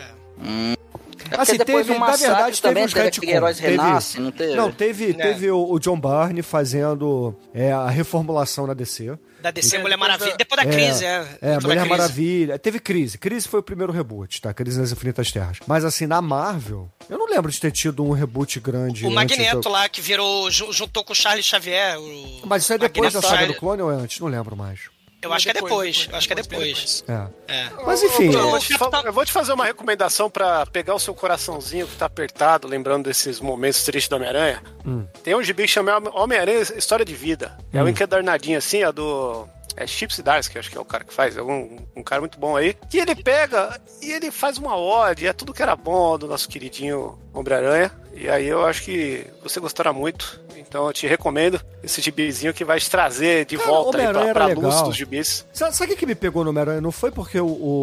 Assim, teve, na verdade, também teve aquele Heróis Renasce, não teve? Não, teve o John Byrne fazendo a reformulação na DC. Da DC, Mulher Maravilha. Depois da crise, Mulher Maravilha. Teve Crise. Crise foi o primeiro reboot, tá? Crise nas Infinitas Terras. Mas assim, na Marvel, eu não lembro de ter tido um reboot grande. O Magneto lá, que juntou com o Charles Xavier. Mas isso é depois da saga do clone ou é antes? Não lembro mais. Eu acho que é depois. Acho que é depois. Mas enfim. Eu vou te fazer uma recomendação pra pegar o seu coraçãozinho que tá apertado, lembrando desses momentos tristes do Homem-Aranha. Tem um gibi que chama Homem-Aranha História de Vida. É um encadernadinho assim, Chip Zdarsky, acho que é o cara que faz, é um cara muito bom aí, que ele pega e ele faz uma ode, tudo que era bom do nosso queridinho Homem-Aranha, e aí eu acho que você gostará muito, então eu te recomendo esse gibizinho que vai te trazer de volta aí pra luz dos gibis. Sabe o que me pegou no Homem-Aranha? Não foi porque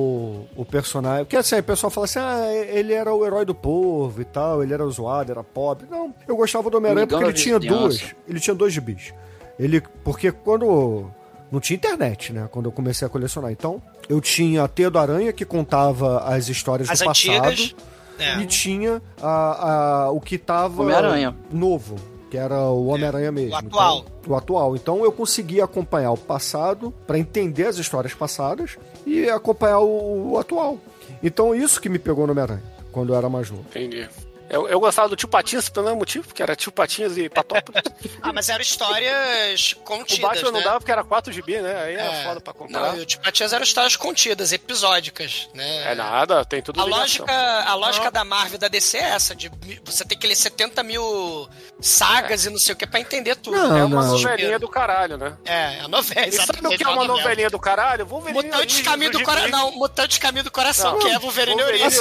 o personagem... Porque assim, o pessoal fala assim, ele era o herói do povo e tal, ele era zoado, era pobre. Não, eu gostava do Homem-Aranha porque ele tinha dois gibis. Porque quando... Não tinha internet, né? Quando eu comecei a colecionar. Então, eu tinha a Teia do Aranha, que contava as histórias do passado. E tinha o que tava novo, que era o Homem-Aranha mesmo. O atual. Então, o atual. Então, eu conseguia acompanhar o passado para entender as histórias passadas e acompanhar o atual. Então, isso que me pegou no Homem-Aranha, quando eu era mais novo. Entendi. Eu gostava do Tio Patinhas pelo mesmo motivo, porque era Tio Patinhas e Patópolis. Mas eram histórias contidas, o Batman não dava porque era 4 GB, né? Aí era foda pra comprar. Não, o Tio Patinhas eram histórias contidas, episódicas, né? É nada, tem tudo ligação. A lógica da Marvel e da DC é essa, de você tem que ler 70 mil sagas e não sei o que pra entender tudo. É uma novelinha do caralho, né? A novela, exatamente. E sabe o que é uma novelinha do caralho? Mutantes Caminho do Coração. Não, Mutantes Caminho do Coração, que é Wolverine Origins.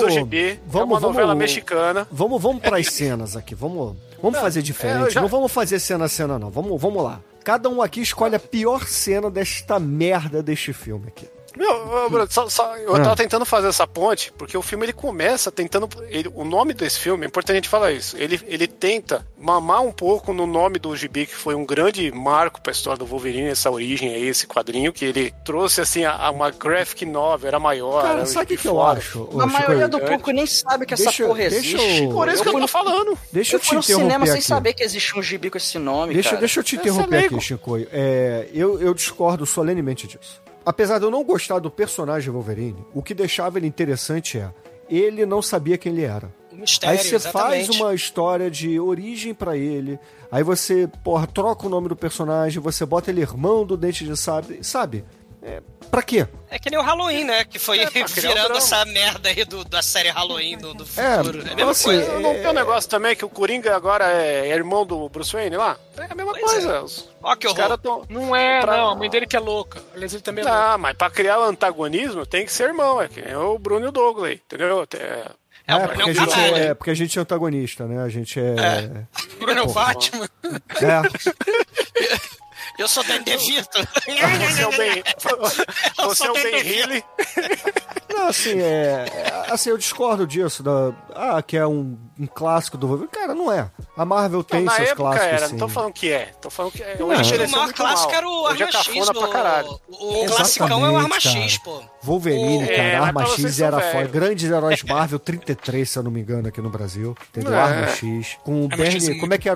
É uma novela mexicana. Vamos pras cenas aqui. Vamos fazer diferente. Não vamos fazer cena a cena, não. Vamos lá. Cada um aqui escolhe a pior cena desta merda deste filme aqui. Meu, Bruno, eu tava tentando fazer essa ponte, porque o filme ele começa tentando. O nome desse filme, é importante a gente falar isso. Ele tenta mamar um pouco no nome do gibi, que foi um grande marco pra história do Wolverine, essa origem aí, esse quadrinho, que ele trouxe assim uma graphic novel, era maior. Cara, sabe o que eu acho? A maioria do público nem sabe que essa porra existe. Por isso que eu tô falando. Deixa eu te interromper no cinema aqui. sem saber que existe um gibi com esse nome, Deixa eu te interromper aqui, Chico. Eu discordo solenemente disso. Apesar de eu não gostar do personagem Wolverine, o que deixava ele interessante ele não sabia quem ele era. O mistério, aí você exatamente. faz uma história de origem pra ele, aí você, troca o nome do personagem, você bota ele irmão do Dente de Sabre, sabe? Pra quê? É que nem o Halloween, né? Que foi virando essa merda aí da série Halloween do futuro. É a mesma coisa. Não tem um negócio também que o Coringa agora é irmão do Bruce Wayne lá? É a mesma coisa. Ó, que horror. Não é, não. A mãe dele que é louca. Aliás, ele também é louco. Mas pra criar o antagonismo tem que ser irmão. É que nem o Bruno e o Douglas, entendeu? Porque a gente é antagonista, né? A gente Bruno é o Batman. Eu sou Dan DeVito. Você é o Ben Healy. Não, assim, eu discordo disso. Que é um clássico do Wolverine. Cara, não é. A Marvel tem seus clássicos. Era, sim. Não tô falando que é. Tô falando que é. O maior clássico era o Arma X. O classicão é o Arma X, pô. Wolverine, cara, Arma X era foda. Grandes heróis Marvel 33, se eu não me engano, aqui no Brasil. Entendeu? Arma X. Com o Bernie. Como é que era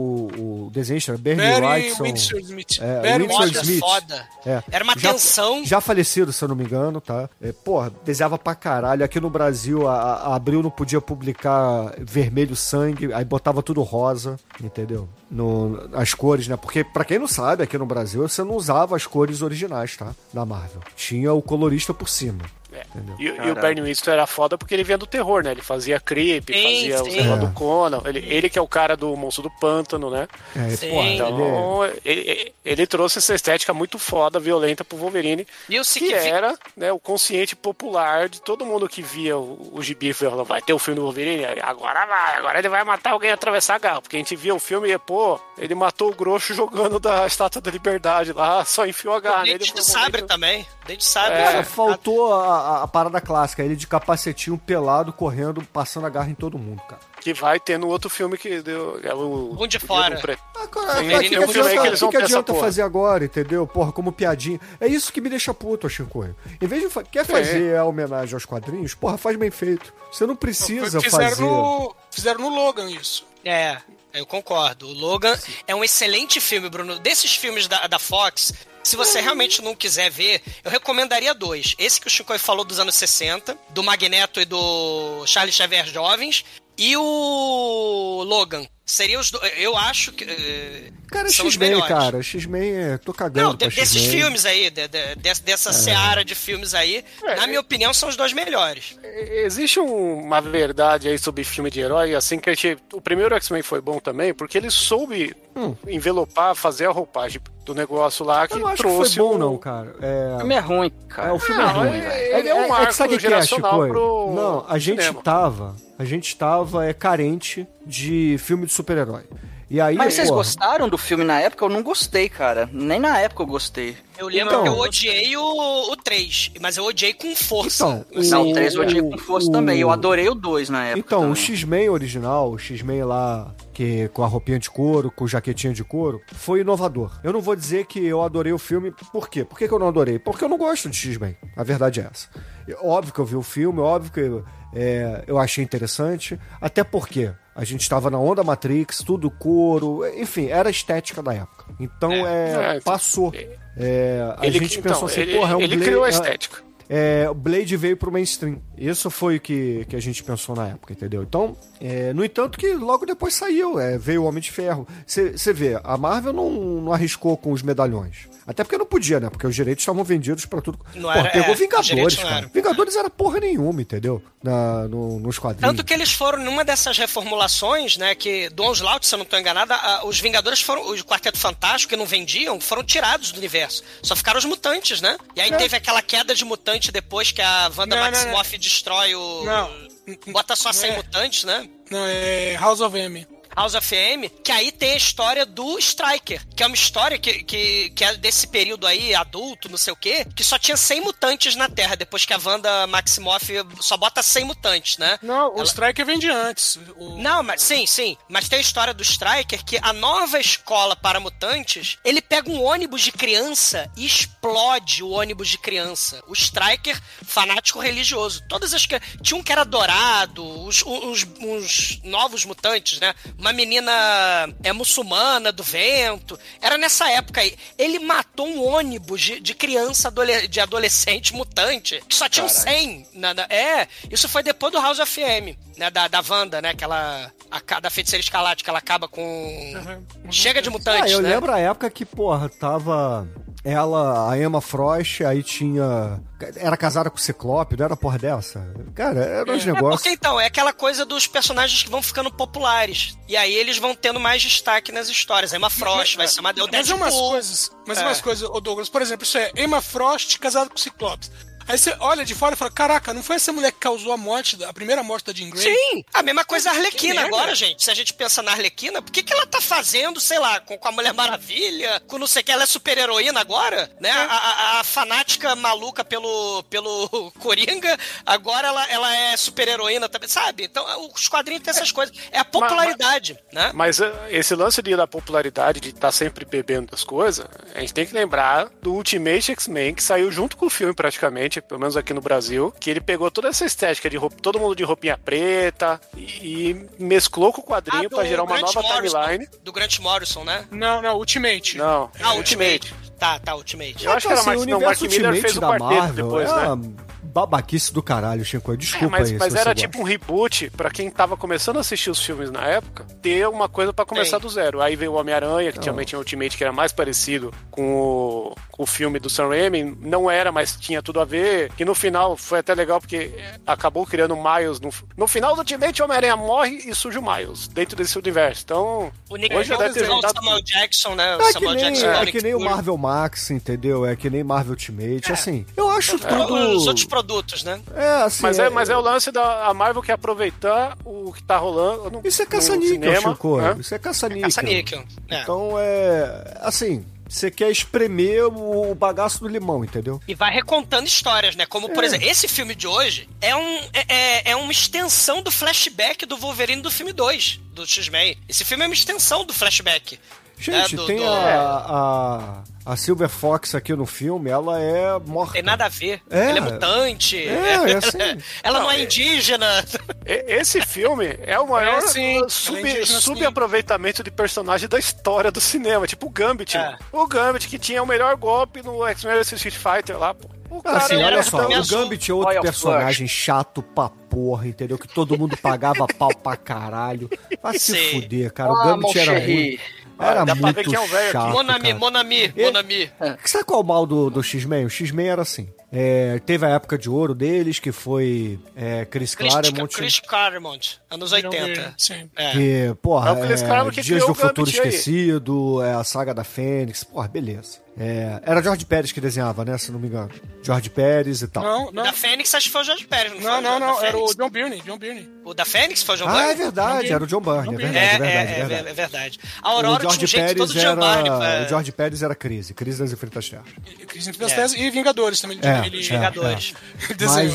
o desenhista? Bernie Wrightson. Windsor Smith. Foda. Era uma tensão. Já falecido, se eu não me engano, tá? Desenhava pra caralho. Aqui no Brasil, a Abril não podia publicar vermelho sangue, aí botava tudo rosa, entendeu? As cores, né? Porque, pra quem não sabe, aqui no Brasil, você não usava as cores originais, tá? Da Marvel. Tinha o colorista por cima. E o Bernie Wrightson era foda porque ele vinha do terror, né? Ele fazia Creep, fazia os negócios do Conan. Ele que é o cara do Monstro do Pântano, né? Então, ele trouxe essa estética muito foda, violenta pro Wolverine. Que era, né, o consciente popular de todo mundo que via o gibi e falava, vai ter o filme do Wolverine? Agora ele vai matar alguém e atravessar a garra. Porque a gente via o filme e, ele matou o Groxo jogando da Estátua da Liberdade lá, só enfiou a garra nele. Dente de Sabre também. Dente de Sabre. Cara, faltou a parada clássica, ele de capacetinho pelado, correndo, passando a garra em todo mundo, cara. Que vai ter no outro filme que deu. Um de fora. O que adianta fazer agora, entendeu? Como piadinha. É isso que me deixa puto, Chico. Em vez de quer fazer a homenagem aos quadrinhos, faz bem feito. Você não precisa fazer. Fizeram no Logan isso. Eu concordo. O Logan é um excelente filme, Bruno. Desses filmes da Fox, se você realmente não quiser ver, eu recomendaria 2. Esse que o Chico falou dos anos 60, do Magneto e do Charles Xavier jovens, e o Logan. Seriam os dois. Eu acho que. Cara, são X-Men, os melhores. X-Men, tô cagando. Não, desses filmes aí, dessa seara de filmes aí, na minha opinião, são os dois melhores. Existe uma verdade aí sobre filme de herói, assim, que o primeiro X-Men foi bom também, porque ele soube envelopar, fazer a roupagem do negócio lá que não acho trouxe. Que foi bom, não, cara. O filme é ruim, cara. O filme é ruim. Ele é um marco geracional pro. Não, a gente estava carente de filme de super-herói. E aí, mas vocês gostaram do filme na época? Eu não gostei, cara. Nem na época eu gostei. Eu lembro que eu odiei o 3, mas eu odiei com força. Então, o 3 eu odiei com força também. Eu adorei o 2 na época. Então, também. O X-Men original, o X-Men lá, que com a roupinha de couro, com jaquetinha de couro, foi inovador. Eu não vou dizer que eu adorei o filme. Por quê? Por que eu não adorei? Porque eu não gosto de X-Men. A verdade é essa. Óbvio que eu vi o filme, óbvio que eu achei interessante, até porque a gente estava na onda Matrix, tudo couro, enfim, era a estética da época. Então, passou. A gente pensou assim, porra, é um Blade. Ele criou a estética. O Blade veio pro mainstream. Isso foi o que a gente pensou na época, entendeu? Então, no entanto que logo depois saiu, veio o Homem de Ferro. Você vê, a Marvel não arriscou com os medalhões. Até porque não podia, né? Porque os direitos estavam vendidos pra tudo. Pegou Vingadores, cara. Vingadores era porra nenhuma, entendeu? Nos quadrinhos. Tanto que eles foram numa dessas reformulações, né? Que do Onslaught, se eu não tô enganado, os Vingadores foram, o Quarteto Fantástico, que não vendiam, foram tirados do universo. Só ficaram os mutantes, né? E aí teve aquela queda de mutante depois que a Wanda Maximoff destrói o... Bota só 100 mutantes, né? Não, é House of M. House of M, que aí tem a história do Striker, que é uma história que é desse período aí, adulto, não sei o quê, que só tinha 100 mutantes na Terra, depois que a Wanda Maximoff só bota 100 mutantes, né? Não, o Striker vem de antes. Não, mas sim. Mas tem a história do Striker, que a nova escola para mutantes, ele pega um ônibus de criança e explode o ônibus de criança. O Striker, fanático religioso. Todas as que... Tinha um que era dourado, uns novos mutantes, né? Uma menina muçulmana do vento. Era nessa época aí. Ele matou um ônibus de criança, de adolescente mutante, que só tinham 100. Isso foi depois do House of M, né? Da Wanda, né? Da Feiticeira Escarlate, que ela acaba com... Chega de mutantes, eu né? lembro a época que, porra, tava... Ela, a Emma Frost, aí tinha... Era casada com o Ciclope, não era porra dessa? Cara, era uns negócios... Porque então, é aquela coisa dos personagens que vão ficando populares. E aí eles vão tendo mais destaque nas histórias. A Emma Frost vai ser uma... Mas umas coisas, Douglas, por exemplo, isso é Emma Frost casada com o Ciclope. Aí você olha de fora e fala, caraca, não foi essa mulher que causou a primeira morte da Jean Grey? Sim, a mesma coisa a Arlequina agora, gente. Se a gente pensa na Arlequina, por que ela tá fazendo, sei lá, com a Mulher Maravilha, com não sei o que, ela é super-heroína agora, né? A fanática maluca pelo Coringa, agora ela é super-heroína também, sabe? Então, os quadrinhos têm essas coisas. É a popularidade, né? Mas esse lance da popularidade, de estar sempre bebendo das coisas, a gente tem que lembrar do Ultimate X-Men, que saiu junto com o filme, praticamente, pelo menos aqui no Brasil, que ele pegou toda essa estética de todo mundo de roupinha preta e mesclou com o quadrinho pra gerar uma nova timeline. Do Grant Morrison, né? Não, Ultimate. Não, Ultimate. Tá, Ultimate. Eu acho que era mais... Não, o Mark Miller fez o quarteto Marvel, depois, né? Babaquice do caralho, Chico. Desculpa aí. Mas era tipo um reboot pra quem tava começando a assistir os filmes na época, ter uma coisa pra começar do zero. Aí veio o Homem-Aranha, que também tinha o Ultimate, que era mais parecido com o filme do Sam Raimi. Não era, mas tinha tudo a ver. Que no final foi até legal, porque acabou criando o Miles. No final do Ultimate, o Homem-Aranha morre e surge o Miles dentro desse universo. Então, hoje já deve ter juntado... O Samuel Jackson, né? É que nem o Marvel Max, entendeu? É que nem Marvel Ultimate. Assim, eu acho tudo... Os outros produtos, né? Assim, mas é o lance da Marvel que aproveitar o que tá rolando. Isso é caça-níquel, Chico. Isso é caça-níquel. Então assim, você quer espremer o bagaço do limão, entendeu? E vai recontando histórias, né? Como, por exemplo, esse filme de hoje é uma extensão do flashback do Wolverine do filme 2, do X-Men. Esse filme é uma extensão do flashback. Gente, tem a Silver Fox aqui no filme, ela é morta. Tem nada a ver. Ela é mutante. Assim. Ela não é indígena. Esse filme é o maior subaproveitamento de personagem da história do cinema. Tipo o Gambit. O Gambit, que tinha o melhor golpe no X-Men vs Street Fighter lá, pô. Olha só, o Gambit é outro personagem chato pra porra, entendeu? Que todo mundo pagava pau pra caralho. Vai se fuder, cara. O Gambit era ruim. Era muito chato, Monami. Sabe qual é o mal do X-Men? O X-Men era assim. Teve a época de ouro deles, que foi Chris Claremont, anos 80. Sim. Que, porra, que Dias do Futuro Esquecido, a Saga da Fênix, porra, beleza. Era George Pérez que desenhava, né? Se não me engano. George Pérez e tal. Não. Da Fênix acho que foi o George Pérez, não. Era o John Byrne. O da Fênix foi o John Byrne? É verdade, era o John Byrne. É verdade. A Aurora o George tinha um jeito todo de John Byrne. O George Pérez era Crise das Infinitas Terras. Crise Infinitas Terras e Vingadores também. Vingadores. Mas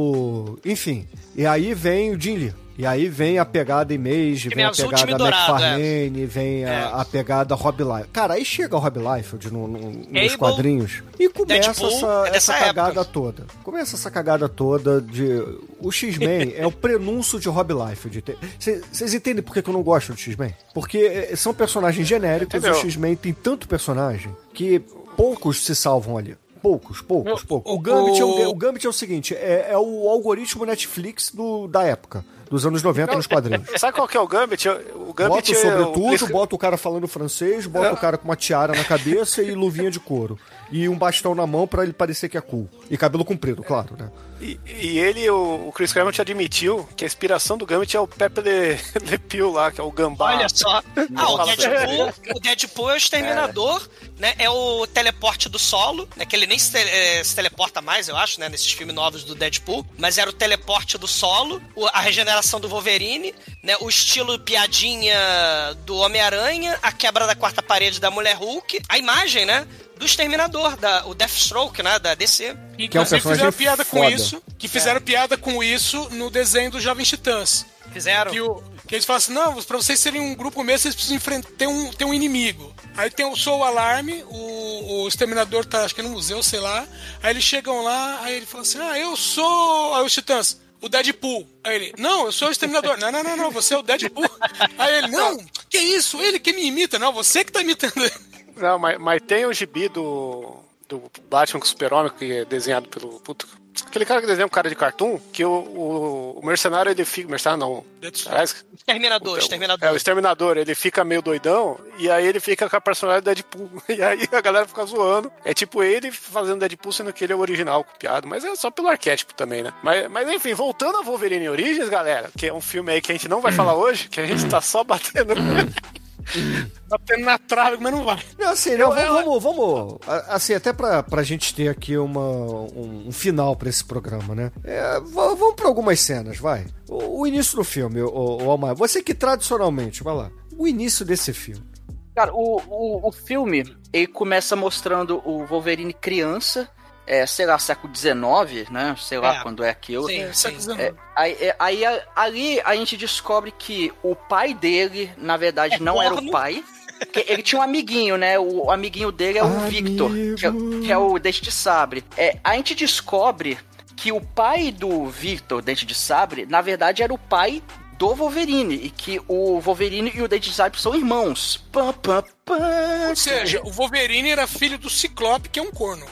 enfim, e aí vem o Jim Lee. E aí vem a pegada Image, vem a pegada McFarlane, vem a pegada Rob Liefeld. Cara, aí chega o Rob Liefeld nos quadrinhos e começa essa cagada toda. Começa essa cagada toda de... O X-Men é o prenúncio de Rob Liefeld. Vocês entendem por que eu não gosto do X-Men? Porque são personagens genéricos. Entendeu? O X-Men tem tanto personagem que poucos se salvam ali. Poucos. O Gambit é o seguinte, é o algoritmo Netflix da época, dos anos 90 nos quadrinhos. Sabe qual que é o Gambit? Bota o sobretudo, bota o cara falando francês, bota o cara com uma tiara na cabeça e luvinha de couro. E um bastão na mão pra ele parecer que é cool. E cabelo comprido, claro, né? E ele, o Chris Claremont admitiu que a inspiração do Gambit é o Pepe Le Pew lá, que é o gambá. Olha só. O Deadpool é o Exterminador, né? É o teleporte do solo, né? Que ele nem se teleporta mais, eu acho, né? Nesses filmes novos do Deadpool. Mas era o teleporte do Solo, a regeneração do Wolverine, né? O estilo piadinha do Homem-Aranha, a quebra da quarta parede da Mulher Hulk, a imagem, né? Do Exterminador, o Deathstroke, né? Da DC. E que é um fizeram piada com isso. Que fizeram piada com isso no desenho do Jovens Titãs. Fizeram? Que eles falam assim, não, pra vocês serem um grupo mesmo, vocês precisam ter um inimigo. Aí tem o Soul Alarme, o Exterminador tá, acho que no museu, sei lá. Aí eles chegam lá, aí ele fala assim, eu sou... Aí os Titãs, o Deadpool. Aí ele, não, eu sou o Exterminador. Não, você é o Deadpool. Aí ele, não, que isso? Ele que me imita. Não, você que tá imitando ele. Não, mas tem o gibi do Batman com o Super-Homem, que é desenhado pelo... aquele cara que desenha um cara de cartoon, que o mercenário, ele fica... Mercenário não. Exterminador. O Exterminador, ele fica meio doidão, e aí ele fica com a personalidade do Deadpool. E aí a galera fica zoando. É tipo ele fazendo Deadpool, sendo que ele é o original, copiado. Mas é só pelo arquétipo também, né? Mas enfim, voltando a Wolverine Origins, galera, que é um filme aí que a gente não vai falar hoje, que a gente tá só batendo... batendo na trave, mas não vai. Não, assim, vamos assim, até pra gente ter aqui um final pra esse programa, né? Vamos pra algumas cenas, vai. O início do filme, o Almar, você que tradicionalmente, vai lá, o início desse filme. Cara, o filme, ele começa mostrando o Wolverine criança, sei lá, século XIX, né? Sei lá quando é aquilo. Sim. Aí ali a gente descobre que o pai dele, na verdade, não era o pai. Ele tinha um amiguinho, né? O amiguinho dele é o Victor, que é o Dente de Sabre. A gente descobre que o pai do Victor, Dente de Sabre, na verdade era o pai do Wolverine, e que o Wolverine e o Dente de Sabre são irmãos. Ou seja, o Wolverine era filho do Ciclope, que é um corno.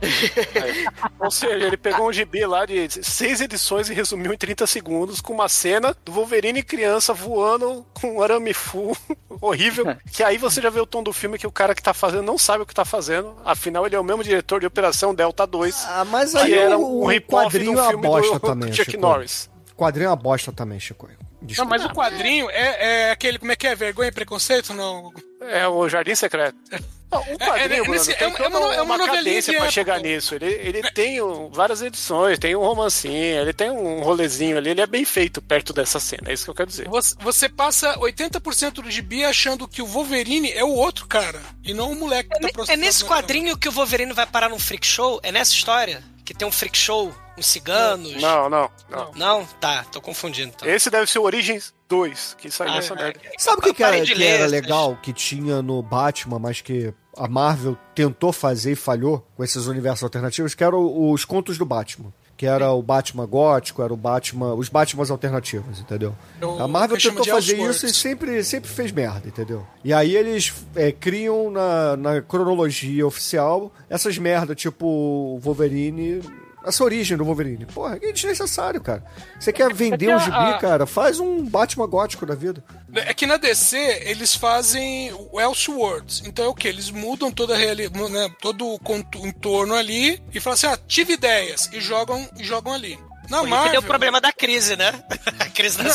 Ou seja, ele pegou um gibi lá de 6 edições e resumiu em 30 segundos com uma cena do Wolverine criança voando com um arame full horrível, que aí você já vê o tom do filme que o cara que tá fazendo não sabe o que tá fazendo, afinal ele é o mesmo diretor de Operação Delta 2. Mas aí era o quadrinho é uma bosta também, Chuck Norris. O quadrinho é uma bosta também, Chico. Não, mas o quadrinho é aquele, como é que é? Vergonha e preconceito? Não. É o Jardim Secreto. Não, o quadrinho, Bruno, tem toda uma cadência pra chegar nisso. Ele tem várias edições, tem um romancinho, ele tem um rolezinho ali, ele é bem feito perto dessa cena, é isso que eu quero dizer. Você passa 80% do gibi achando que o Wolverine é o outro cara, e não o moleque que tá aproximando. É nesse quadrinho que o Wolverine vai parar num freak show? É nessa história? Que tem um freak show, uns ciganos? Não? Tá, tô confundindo. Então. Esse deve ser o Origins 2, que saiu nessa merda. Sabe o que era legal, que tinha no Batman, mas que a Marvel tentou fazer e falhou com esses universos alternativos, que eram os contos do Batman. Que era o Batman gótico, era os Batmans alternativos, entendeu? A Marvel tentou fazer isso e sempre fez merda, entendeu? E aí eles criam na cronologia oficial essas merdas, tipo o Wolverine... Essa origem do Wolverine. Porra, é desnecessário, cara. Você quer vender um gibi, cara? Faz um Batman gótico da vida. É que na DC, eles fazem o Elseworlds. Então é o quê? Eles mudam toda a realidade, né, todo o entorno ali e falam assim, tive ideias. E jogam ali. Na Marvel... Deu o problema da crise, né? A crise das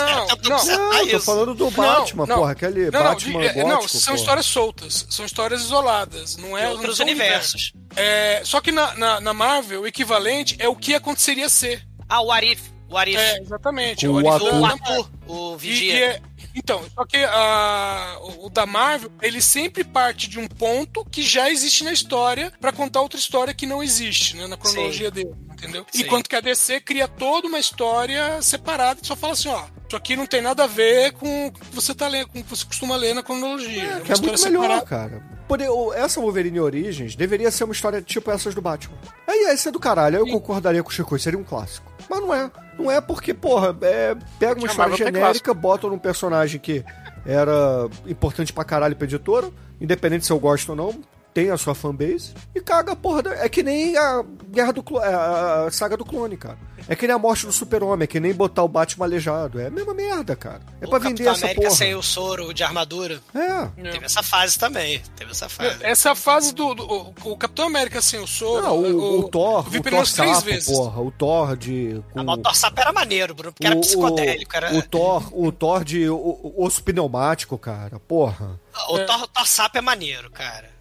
Não, tô falando do Batman, porra. Aquele Batman gótico. Não, são histórias soltas. São histórias isoladas. Não é outros universos. Só que na Marvel, o equivalente é o que aconteceria ser. O Arif. Exatamente. O Arthur, o Vigia. Então, só que o da Marvel, ele sempre parte de um ponto que já existe na história pra contar outra história que não existe, né, na cronologia dele, entendeu? Sim. Enquanto que a DC cria toda uma história separada que só fala assim, isso aqui não tem nada a ver com o que você tá lendo, com o que você costuma ler na cronologia. Que é muito melhor, cara. Essa Wolverine Origins deveria ser uma história tipo essas do Batman. Aí ia ser do caralho, eu concordaria com o Chico, seria um clássico. Mas não é. Não é porque, porra, pega uma história genérica, bota num personagem que era importante pra caralho pra editora, independente se eu gosto ou não, tem a sua fanbase, e caga a porra. É que nem a Guerra do a saga do clone, cara. É que nem a morte do Super-Homem, é que nem botar o Batman aleijado. É a mesma merda, cara. É pra vender essa América porra. Sem o soro de armadura. Teve essa fase também. Essa fase do o Capitão América sem o soro... Não, o Thor, eu vi pelo menos 3 vezes. Porra, o Thor de... O Thor Sapo era maneiro, Bruno, porque era psicodélico. O Thor de osso pneumático, cara. Porra. O Thor Sapo é maneiro, cara.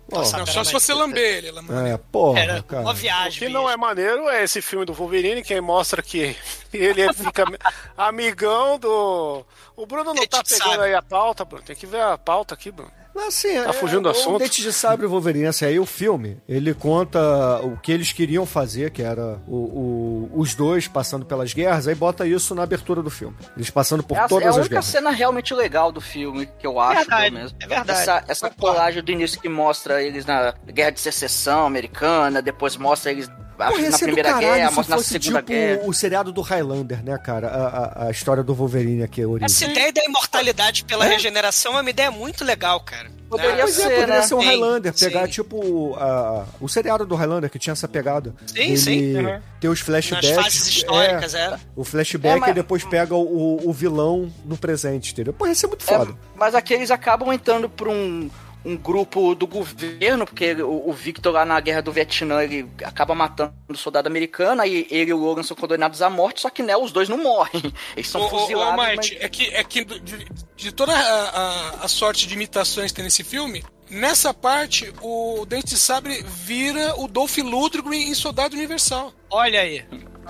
Não, só se você lamber ele. Porra, cara. Uma viagem. O que não é maneiro é esse filme do Wolverine, que mostra que ele fica amigão do... O Bruno não tá pegando aí a pauta, Bruno. Tem que ver a pauta aqui, Bruno. Assim, tá fugindo do assunto. O Dente de Sabre e Wolverine, assim, aí o filme, ele conta o que eles queriam fazer, que era os dois passando pelas guerras, aí bota isso na abertura do filme. Eles passando por todas as guerras. É a única cena realmente legal do filme, que eu acho, pelo menos. É verdade. Essa colagem do início que mostra eles na Guerra de Secessão Americana, depois mostra eles na Primeira Guerra, mostra na Segunda Guerra. O seriado do Highlander, né, cara? A história do Wolverine aqui, a origem. Essa ideia da imortalidade pela regeneração é uma ideia muito legal, cara. Poderia ser um Highlander, pegar tipo o seriado do Highlander que tinha essa pegada. Sim. Ter os flashbacks. Nas fases históricas, o flashback e depois pega o vilão no presente, entendeu? Pô, isso é muito foda. Mas aqui eles acabam entrando por um grupo do governo, porque o Victor lá na Guerra do Vietnã, ele acaba matando o soldado americano, aí ele e o Logan são condenados à morte, só que os dois não morrem. Eles são fuzilados. Mas... É que de toda a sorte de imitações que tem nesse filme, nessa parte, o Dente de Sabre vira o Dolph Lundgren em Soldado Universal. Olha aí.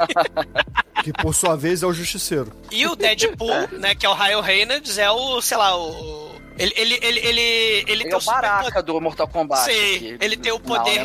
Que por sua vez é o Justiceiro. E o Deadpool, né, que é o Ryan Reynolds, é o, sei lá, Ele tem é o Baraka do Mortal Kombat. Sim, ele tem o poder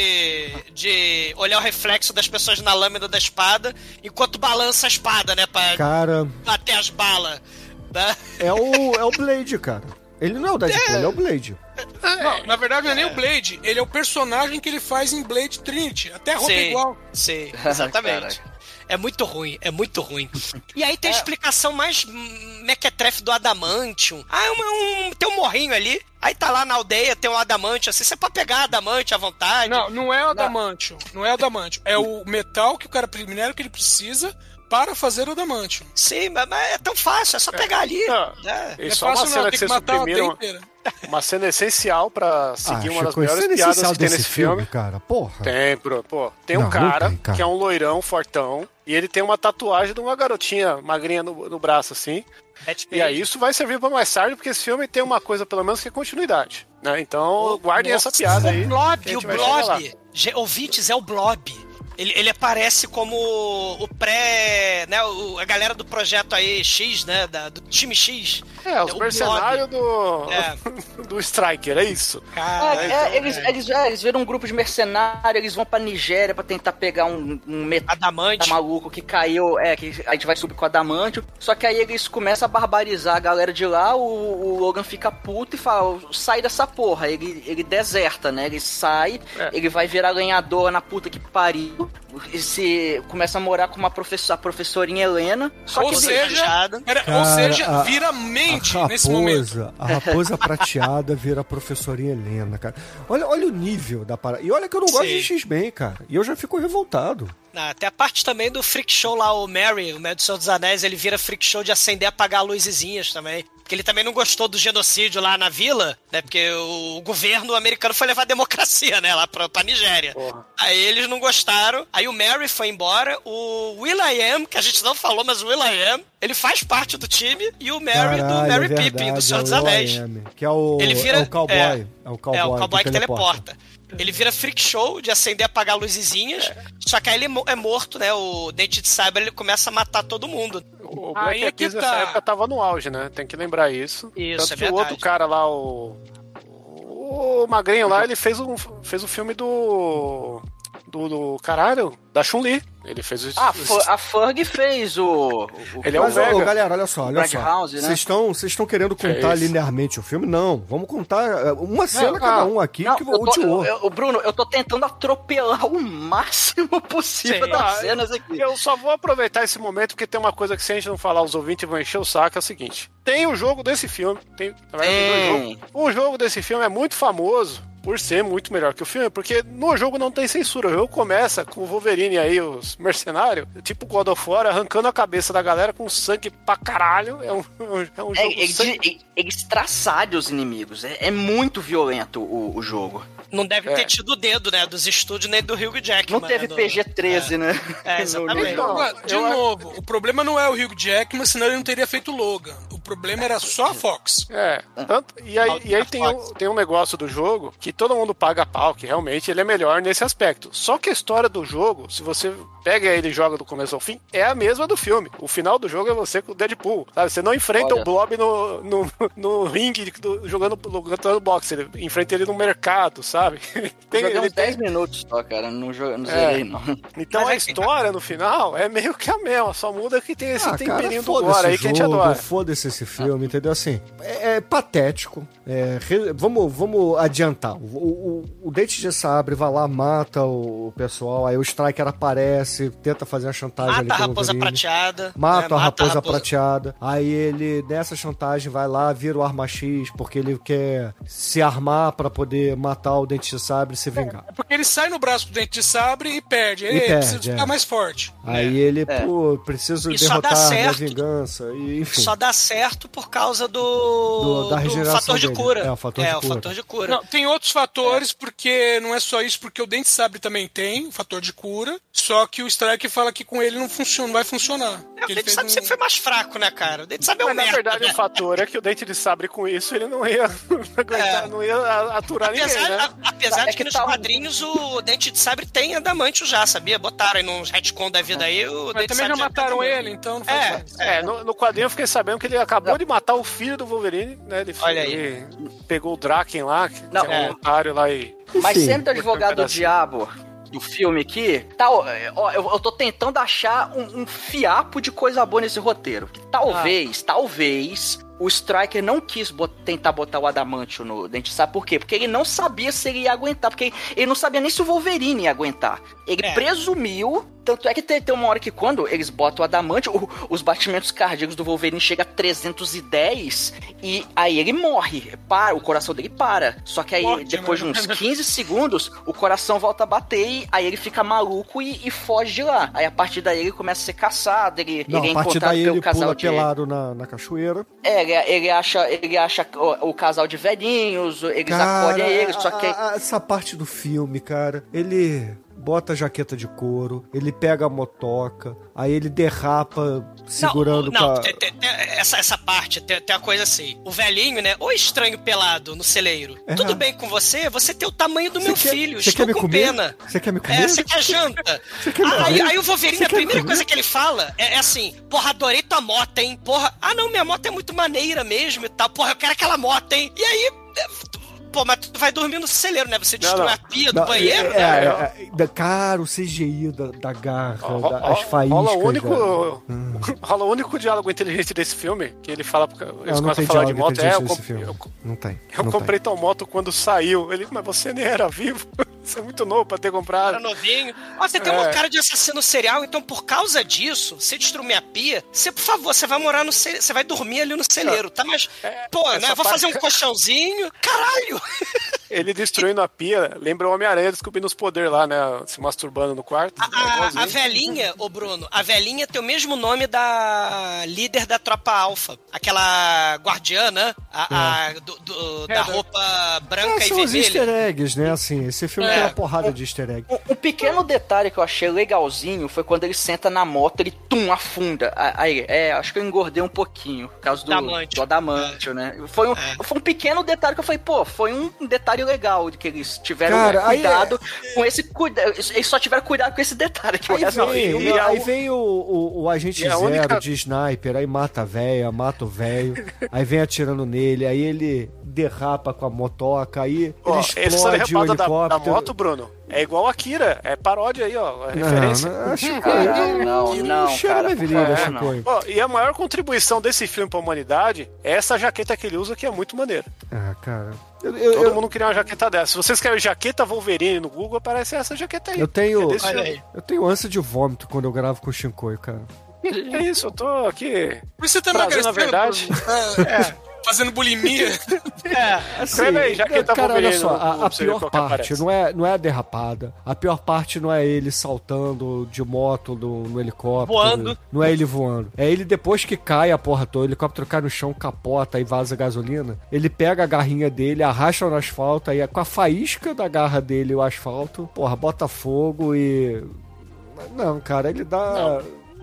de olhar o reflexo das pessoas na lâmina da espada enquanto balança a espada, né? Pra bater as balas. Né? É o Blade, cara. Ele não é o Deadpool, ele é o Blade. Não, na verdade não é nem o Blade, ele é o personagem que ele faz em Blade Trinity. Até a roupa é igual. Sim, exatamente. É muito ruim. E aí tem a explicação mais mequetrefe do Adamantium. Tem um morrinho ali. Aí tá lá na aldeia, tem um Adamantium, assim, você pode pegar Adamantium à vontade. Não é o Adamantium. Não é o Adamantium. É o metal que o cara minério que ele precisa para fazer o Adamantium. Sim, mas é tão fácil, é só pegar ali. É só uma cena que vocês suprimiram. Uma cena essencial pra seguir uma das melhores piadas que tem nesse filme. Cara, porra. Tem, pô. Tem um cara que é um loirão, fortão, e ele tem uma tatuagem de uma garotinha magrinha no braço, assim. E aí isso vai servir pra mais tarde, porque esse filme tem uma coisa, pelo menos, que é continuidade. Né? Então, guardem essa piada aí. O Blob. Ouvintes, é o Blob. Ele aparece como o pré... Né, a galera do projeto aí X, né? Do time X. Os mercenários do Striker, é isso. Eles viram um grupo de mercenários, eles vão pra Nigéria pra tentar pegar um adamante maluco que caiu, que a gente vai subir com o adamante. Só que aí eles começam a barbarizar a galera de lá, o Logan fica puto e fala, sai dessa porra. Ele deserta, né? Ele sai, ele vai virar lenhador na puta que pariu. Se começa a morar com a professorinha Helena. Ou seja, vira mente nesse momento. A raposa prateada vira a professorinha Helena, cara. Olha o nível da parada. E olha que eu não gosto de X-Men, cara. E eu já fico revoltado. Até a parte também do freak show lá, o Merry do Senhor dos Anéis, ele vira freak show de acender e apagar luzezinhas também. Porque ele também não gostou do genocídio lá na vila, né? Porque o governo americano foi levar a democracia, né? Lá pra Nigéria. Porra. Aí eles não gostaram. Aí o Merry foi embora. O will.i.am, que a gente não falou, mas o will.i.am, ele faz parte do time. E o Merry do Merry Pippin, do Senhor dos Anéis. Que é o cowboy. É o cowboy que teleporta. Ele vira freak show de acender e apagar luzezinhas. Só que aí ele é morto, né? O Dente de Sabre, ele começa a matar todo mundo. O Black Keys nessa época tava no auge, né? Tem que lembrar isso. Isso, tanto que o outro cara lá, o magrinho lá, ele fez um filme do caralho, da Chun-Li. Ele fez a Ferg fez o ele é o Vega. Galera, olha só. House, né? Vocês estão querendo contar linearmente o filme? Não. Vamos contar uma cena cada um aqui que o Bruno, eu tô tentando atropelar o máximo possível das cenas aqui. Eu só vou aproveitar esse momento porque tem uma coisa que se a gente não falar, os ouvintes vão encher o saco, é o seguinte. Tem o jogo desse filme. O jogo desse filme é muito famoso por ser muito melhor que o filme, porque no jogo não tem censura. O jogo começa com o Wolverine aí, os mercenários, tipo God of War, arrancando a cabeça da galera com sangue pra caralho. É um jogo eles traçaram os inimigos. É muito violento o jogo. Não deve ter tido o dedo, né, dos estúdios nem do Hugh Jackman. Não teve PG-13, né? Exatamente. De novo, o problema não é o Hugh Jackman, senão ele não teria feito Logan. O problema era só a Fox. E aí tem um negócio do jogo que todo mundo paga pau, que realmente ele é melhor nesse aspecto. Só que a história do jogo, se você pega ele e joga do começo ao fim, é a mesma do filme. O final do jogo é você com o Deadpool, sabe? Você não enfrenta o Blob no ringue jogando boxe, ele enfrenta ele no mercado, sabe? Joguei uns 10 minutos só, cara, não zerei não. Então a história no final é meio que a mesma, só muda que tem esse temperinho do gore aí que a gente adora. Foda-se esse filme, entendeu? Assim, é patético. Vamos adiantar. O Dente de Sabre vai lá, mata o pessoal, aí o Striker aparece, tenta fazer a chantagem ali. Mata a raposa prateada. Mata a raposa prateada. Aí ele, nessa chantagem, vai lá, vira o Arma X, porque ele quer se armar pra poder matar o Dente de Sabre e se vingar. Porque ele sai no braço do Dente de Sabre e perde. Ele precisa ficar mais forte. Aí ele, preciso derrotar a vingança. E, enfim. Só dá certo por causa da do regeneração fator de dele. cura. O fator de cura. Não, tem outros fatores, porque não é só isso, porque o Dente de Sabre também tem o fator de cura, só que o Strike fala que com ele não vai funcionar. O Dente de Sabre sempre foi mais fraco, né, cara? O Dente de Sabre é um merda. Na verdade, o fator é que o Dente de Sabre com isso, ele não ia aguentar, não ia aturar ninguém, né? Apesar de que nos quadrinhos o Dente de Sabre tem adamantio já, sabia? Botaram aí nos retcon da vida aí o Mas Dente de também Sabre já mataram ele, então não faz no quadrinho eu fiquei sabendo que ele acabou de matar o filho do Wolverine, né? Ele pegou o Draken lá, que é um otário lá e... Mas sendo advogado do diabo do filme aqui, eu tô tentando achar um fiapo de coisa boa nesse roteiro. Talvez o Striker não quis tentar botar o adamantio no Dente, sabe por quê? Porque ele não sabia se ele ia aguentar, porque ele não sabia nem se o Wolverine ia aguentar. Ele presumiu, tanto é que tem uma hora que quando eles botam o adamantio, os batimentos cardíacos do Wolverine chegam a 310 e aí ele morre, o coração dele para. Só que aí, depois de uns 15 segundos, o coração volta a bater e aí ele fica maluco e foge de lá. Aí a partir daí ele começa a ser caçado, ele é encontrado pelo casal de... pelado na cachoeira. Ele acha o casal de velhinhos, eles acolhem ele, só que... Essa parte do filme, cara, ele bota a jaqueta de couro, ele pega a motoca, aí ele derrapa segurando... Essa parte, tem uma coisa assim, o velhinho, né, ou estranho pelado no celeiro, tudo bem com você tem o tamanho do meu filho, estou com pena. Você quer me comer? Você quer janta? Aí o Wolverine, a primeira coisa que ele fala é assim, porra, adorei tua moto, hein, porra, não, minha moto é muito maneira mesmo e tal, porra, eu quero aquela moto, hein, e aí... Pô, mas tu vai dormir no celeiro, né? Você destrói a pia do banheiro, né? Cara, o CGI da garra, as faíscas. Rola o único diálogo inteligente desse filme, que ele fala, eles começam a falar de moto. Não tem. Eu comprei tua moto quando saiu. Ele, mas você nem era vivo. Você é muito novo pra ter comprado. Era novinho. Você tem uma cara de assassino serial, então por causa disso, você destruiu minha pia, por favor, você vai morar no celeiro, você vai dormir ali no celeiro, tá? Mas, né? Vou fazer um colchãozinho. Caralho! Ele destruindo a pia, lembra o Homem-Aranha descobrindo os poderes lá, né? Se masturbando no quarto. A velhinha, Bruno, a velhinha tem o mesmo nome da líder da tropa Alpha. Aquela guardiana, da roupa branca e são vermelha. Os easter eggs, né? Assim, esse filme tem uma porrada de easter egg. Um pequeno detalhe que eu achei legalzinho foi quando ele senta na moto, ele afunda. Aí, acho que eu engordei um pouquinho, por causa do adamantio, né? Foi um pequeno detalhe que eu falei, foi um detalhe legal de que eles tiveram cuidado com esse cuidado. Eles só tiveram cuidado com esse detalhe. Que aí vem o agente zero de sniper, aí mata a véia, mata o velho, aí vem atirando nele, aí ele derrapa com a motoca, aí ele explode o helicóptero. Da moto, Bruno, é igual a Akira, é paródia aí, ó, é referência. Não, cara, e a maior contribuição desse filme pra humanidade é essa jaqueta que ele usa, que é muito maneiro. Cara... Todo mundo queria uma jaqueta dessa. Se vocês querem jaqueta Wolverine no Google, aparece essa jaqueta aí. Eu tenho ânsia de vômito quando eu gravo com o Shinkoi, cara. É isso, eu tô aqui. Por isso você tá emagrecendo, na verdade. Fazendo bulimia. Escreve aí, jaqueta cara, Wolverine. Olha só, a pior parte não é a derrapada. A pior parte não é ele saltando de moto no helicóptero. Voando. Não é ele voando. É ele depois que cai a porra toda, o helicóptero cai no chão, capota e vaza gasolina. Ele pega a garrinha dele, arrasta no asfalto, aí com a faísca da garra dele o asfalto, porra, bota fogo e... Não, cara, ele dá...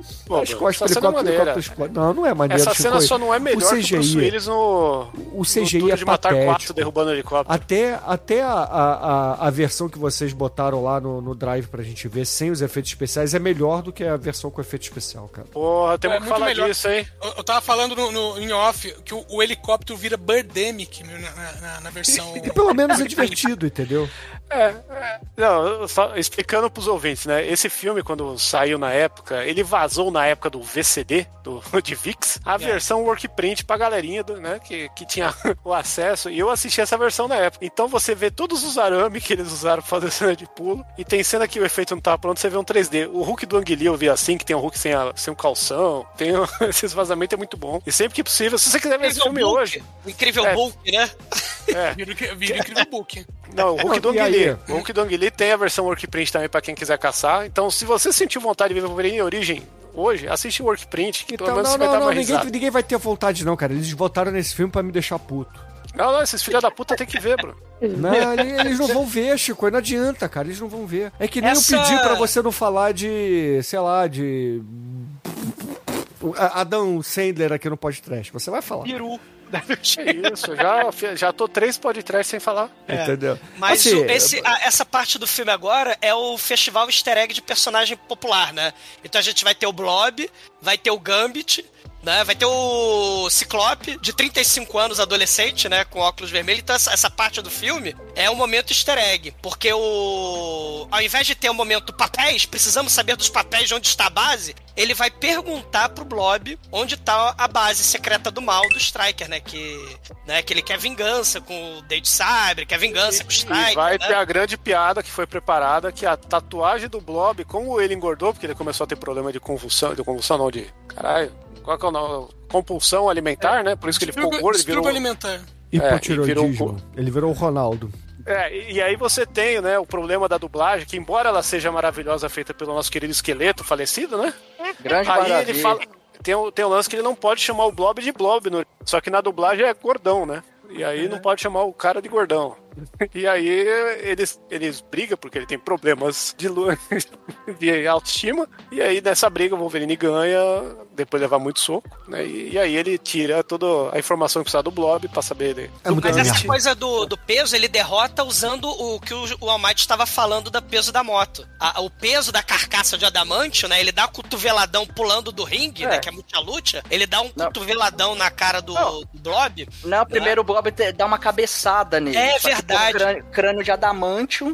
As costas do helicóptero explode. Não é maneiro. Essa cena só não é melhor que o Bruce Willis o CGI é de matar patético. 4 derrubando o helicóptero. Até a versão que vocês botaram lá no Drive pra gente ver, sem os efeitos especiais, é melhor do que a versão com efeito especial, cara. Porra, temos que falar disso, hein? Eu tava falando em off que o helicóptero vira Birdemic na versão... E pelo menos é divertido, entendeu? Não, só explicando pros ouvintes, né? Esse filme, quando saiu na época, ele vazou na época do VCD, de VIX, a versão workprint pra galerinha, né? Que tinha o acesso, e eu assisti essa versão na época. Então você vê todos os arames que eles usaram pra fazer cena de pulo, e tem cena que o efeito não tava pronto, você vê um 3D. O Hulk do Ang Lee eu vi assim, que tem um Hulk sem um calção, esses vazamentos é muito bom. E sempre que possível, se você quiser ver esse filme hoje... O Incrível Hulk, né? Vira o Incrível Hulk. Não, o Hulk do Ang Lee. O Hulk do Ang Lee tem a versão workprint também pra quem quiser caçar. Então, se você sentiu vontade de ver Wolverine em origem hoje, assiste o workprint, que pelo menos você vai dar uma risada. Ninguém vai ter vontade não, cara. Eles votaram nesse filme pra me deixar puto. Não, esses filha da puta tem que ver, Bruno. Não, eles não vão ver, Chico. Não adianta, cara. Eles não vão ver. É que nem eu pedi pra você não falar de, sei lá, de... Adam Sandler aqui no podcast. Você vai falar. Peru. É isso, já tô 3 podcasts sem falar. Entendeu? Mas assim, essa parte do filme agora é o festival easter egg de personagem popular, né? Então a gente vai ter o Blob, vai ter o Gambit, né? Vai ter o Ciclope, de 35 anos, adolescente, né? Com óculos vermelhos. Então essa parte do filme é um momento easter egg. Porque ao invés de ter um momento papéis, precisamos saber dos papéis de onde está a base, ele vai perguntar pro Blob onde tá a base secreta do mal do Stryker, né? Que ele quer vingança com o Dade Sabre, quer vingança com o Stryker. E vai ter a grande piada que foi preparada, que a tatuagem do Blob, como ele engordou, porque ele começou a ter problema de convulsão não, de... Caralho, qual que é o nome? Compulsão alimentar, né? Por isso que ele ficou gordo, ele virou... alimentar. Hipotiroidismo. Ele virou o Ronaldo. E aí você tem, né, o problema da dublagem, que embora ela seja maravilhosa, feita pelo nosso querido Esqueleto, falecido, né? Grande aí maravilha. ele fala... Tem o lance que ele não pode chamar o Blob de Blob, só que na dublagem é gordão, né? E aí não pode chamar o cara de gordão. E aí eles brigam porque ele tem problemas de autoestima. E aí nessa briga o Wolverine ganha, depois de levar muito soco, né? E aí ele tira toda a informação que precisa do Blob pra saber dele. Mas essa coisa do peso, ele derrota usando o que o Almighty estava falando do peso da moto. O peso da carcaça de adamantio, né? Ele dá um cotoveladão pulando do ringue, né? Que é muita luta. Ele dá um cotoveladão na cara do Blob. Não, primeiro o Blob dá uma cabeçada nele. É verdade. Crânio de adamantio.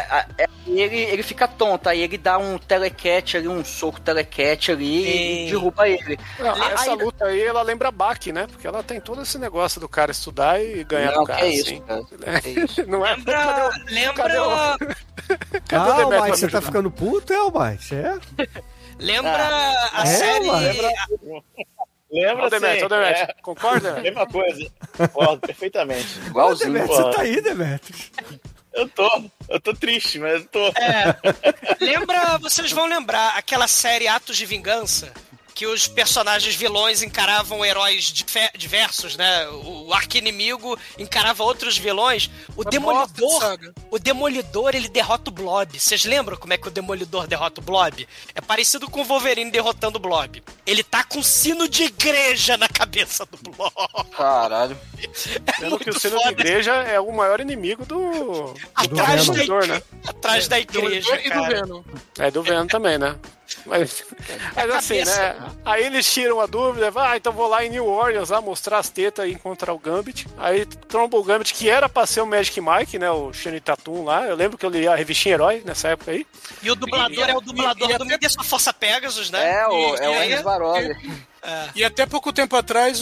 Ele fica tonto. Aí ele dá um telecat ali, um soco telecat ali e derruba ele. Essa luta aí, ela lembra Bach, né? Porque ela tem todo esse negócio do cara estudar e ganhar do cara. Isso, cara. Não é? Lembra... Cadê o Almighty? Você tá ficando puto, Almighty? Lembra a série... Lembra, Demetrio, concorda? Mesma coisa. Concordo perfeitamente. Igualzinho. Demetrio, você tá aí, Demetrio? Eu tô triste, mas eu tô. Vocês vão lembrar aquela série Atos de Vingança, que os personagens vilões encaravam heróis diversos, né? O arqui-inimigo encarava outros vilões. O Demolidor, ele derrota o Blob. Vocês lembram como é que o Demolidor derrota o Blob? É parecido com o Wolverine derrotando o Blob. Ele tá com sino de igreja na cabeça do Blob. Caralho. Sendo que o sino de igreja é o maior inimigo do Demolidor, né? Atrás da igreja, e do Venom. Do Venom também, né? Mas assim, né? Aí eles tiram a dúvida, então vou lá em New Orleans lá mostrar as tetas e encontrar o Gambit. Aí tromba o Gambit, que era pra ser o Magic Mike, né? O Shane Tatum lá. Eu lembro que eu li a revistinha Herói nessa época aí. E o dublador é o dublador do Mídia Sua Força Pegasus, né? É o Ennis Varoli. E até pouco tempo atrás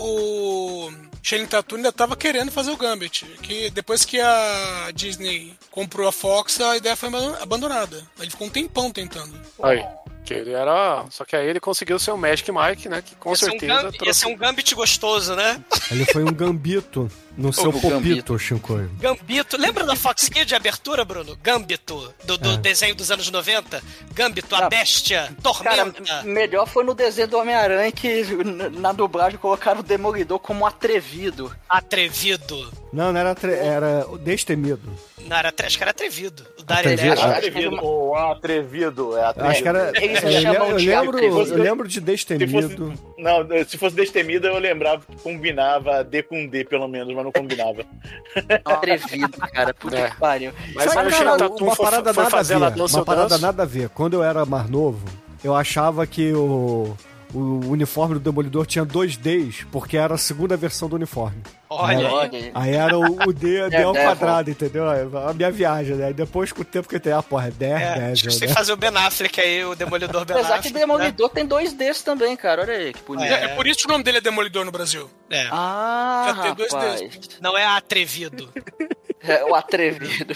o Shane Tatum ainda tava querendo fazer o Gambit. Que depois que a Disney comprou a Fox, a ideia foi abandonada. Ele ficou um tempão tentando. Aí. Que ele era. Só que aí ele conseguiu ser o Magic Mike, né? Que com certeza. Ia ser um Gambit gostoso, né? Ele foi um Gambito no seu popito, Chico. Gambito. Lembra da Fox Kids de abertura, Bruno? Gambito, do desenho dos anos 90? Gambito, a bestia, tormenta. Cara, melhor foi no desenho do Homem-Aranha que na dublagem colocaram o Demolidor como atrevido. Atrevido. Não era era destemido. Não, acho que era atrevido. Atrevido. O atrevido. Acho que era. Eu lembro de Destemido. Se fosse Destemido, eu lembrava que combinava D com D, pelo menos, mas não combinava. Atrevido, cara. Puta que pariu. Mas uma parada nada a ver. Quando eu era mais novo, eu achava que o uniforme do Demolidor tinha 2 Ds, porque era a segunda versão do uniforme. Olha. Aí era o D ao quadrado, entendeu? A minha viagem, né? Depois, com o tempo que eu tenho, é 10. Acho que você tem que fazer o Ben Affleck aí, o Demolidor Ben Affleck. Apesar que o Demolidor tem 2 Ds também, cara. Olha aí, que bonito. É por isso que o nome dele é Demolidor no Brasil. Ah, já tem 2 Ds. Não é atrevido. É o atrevido.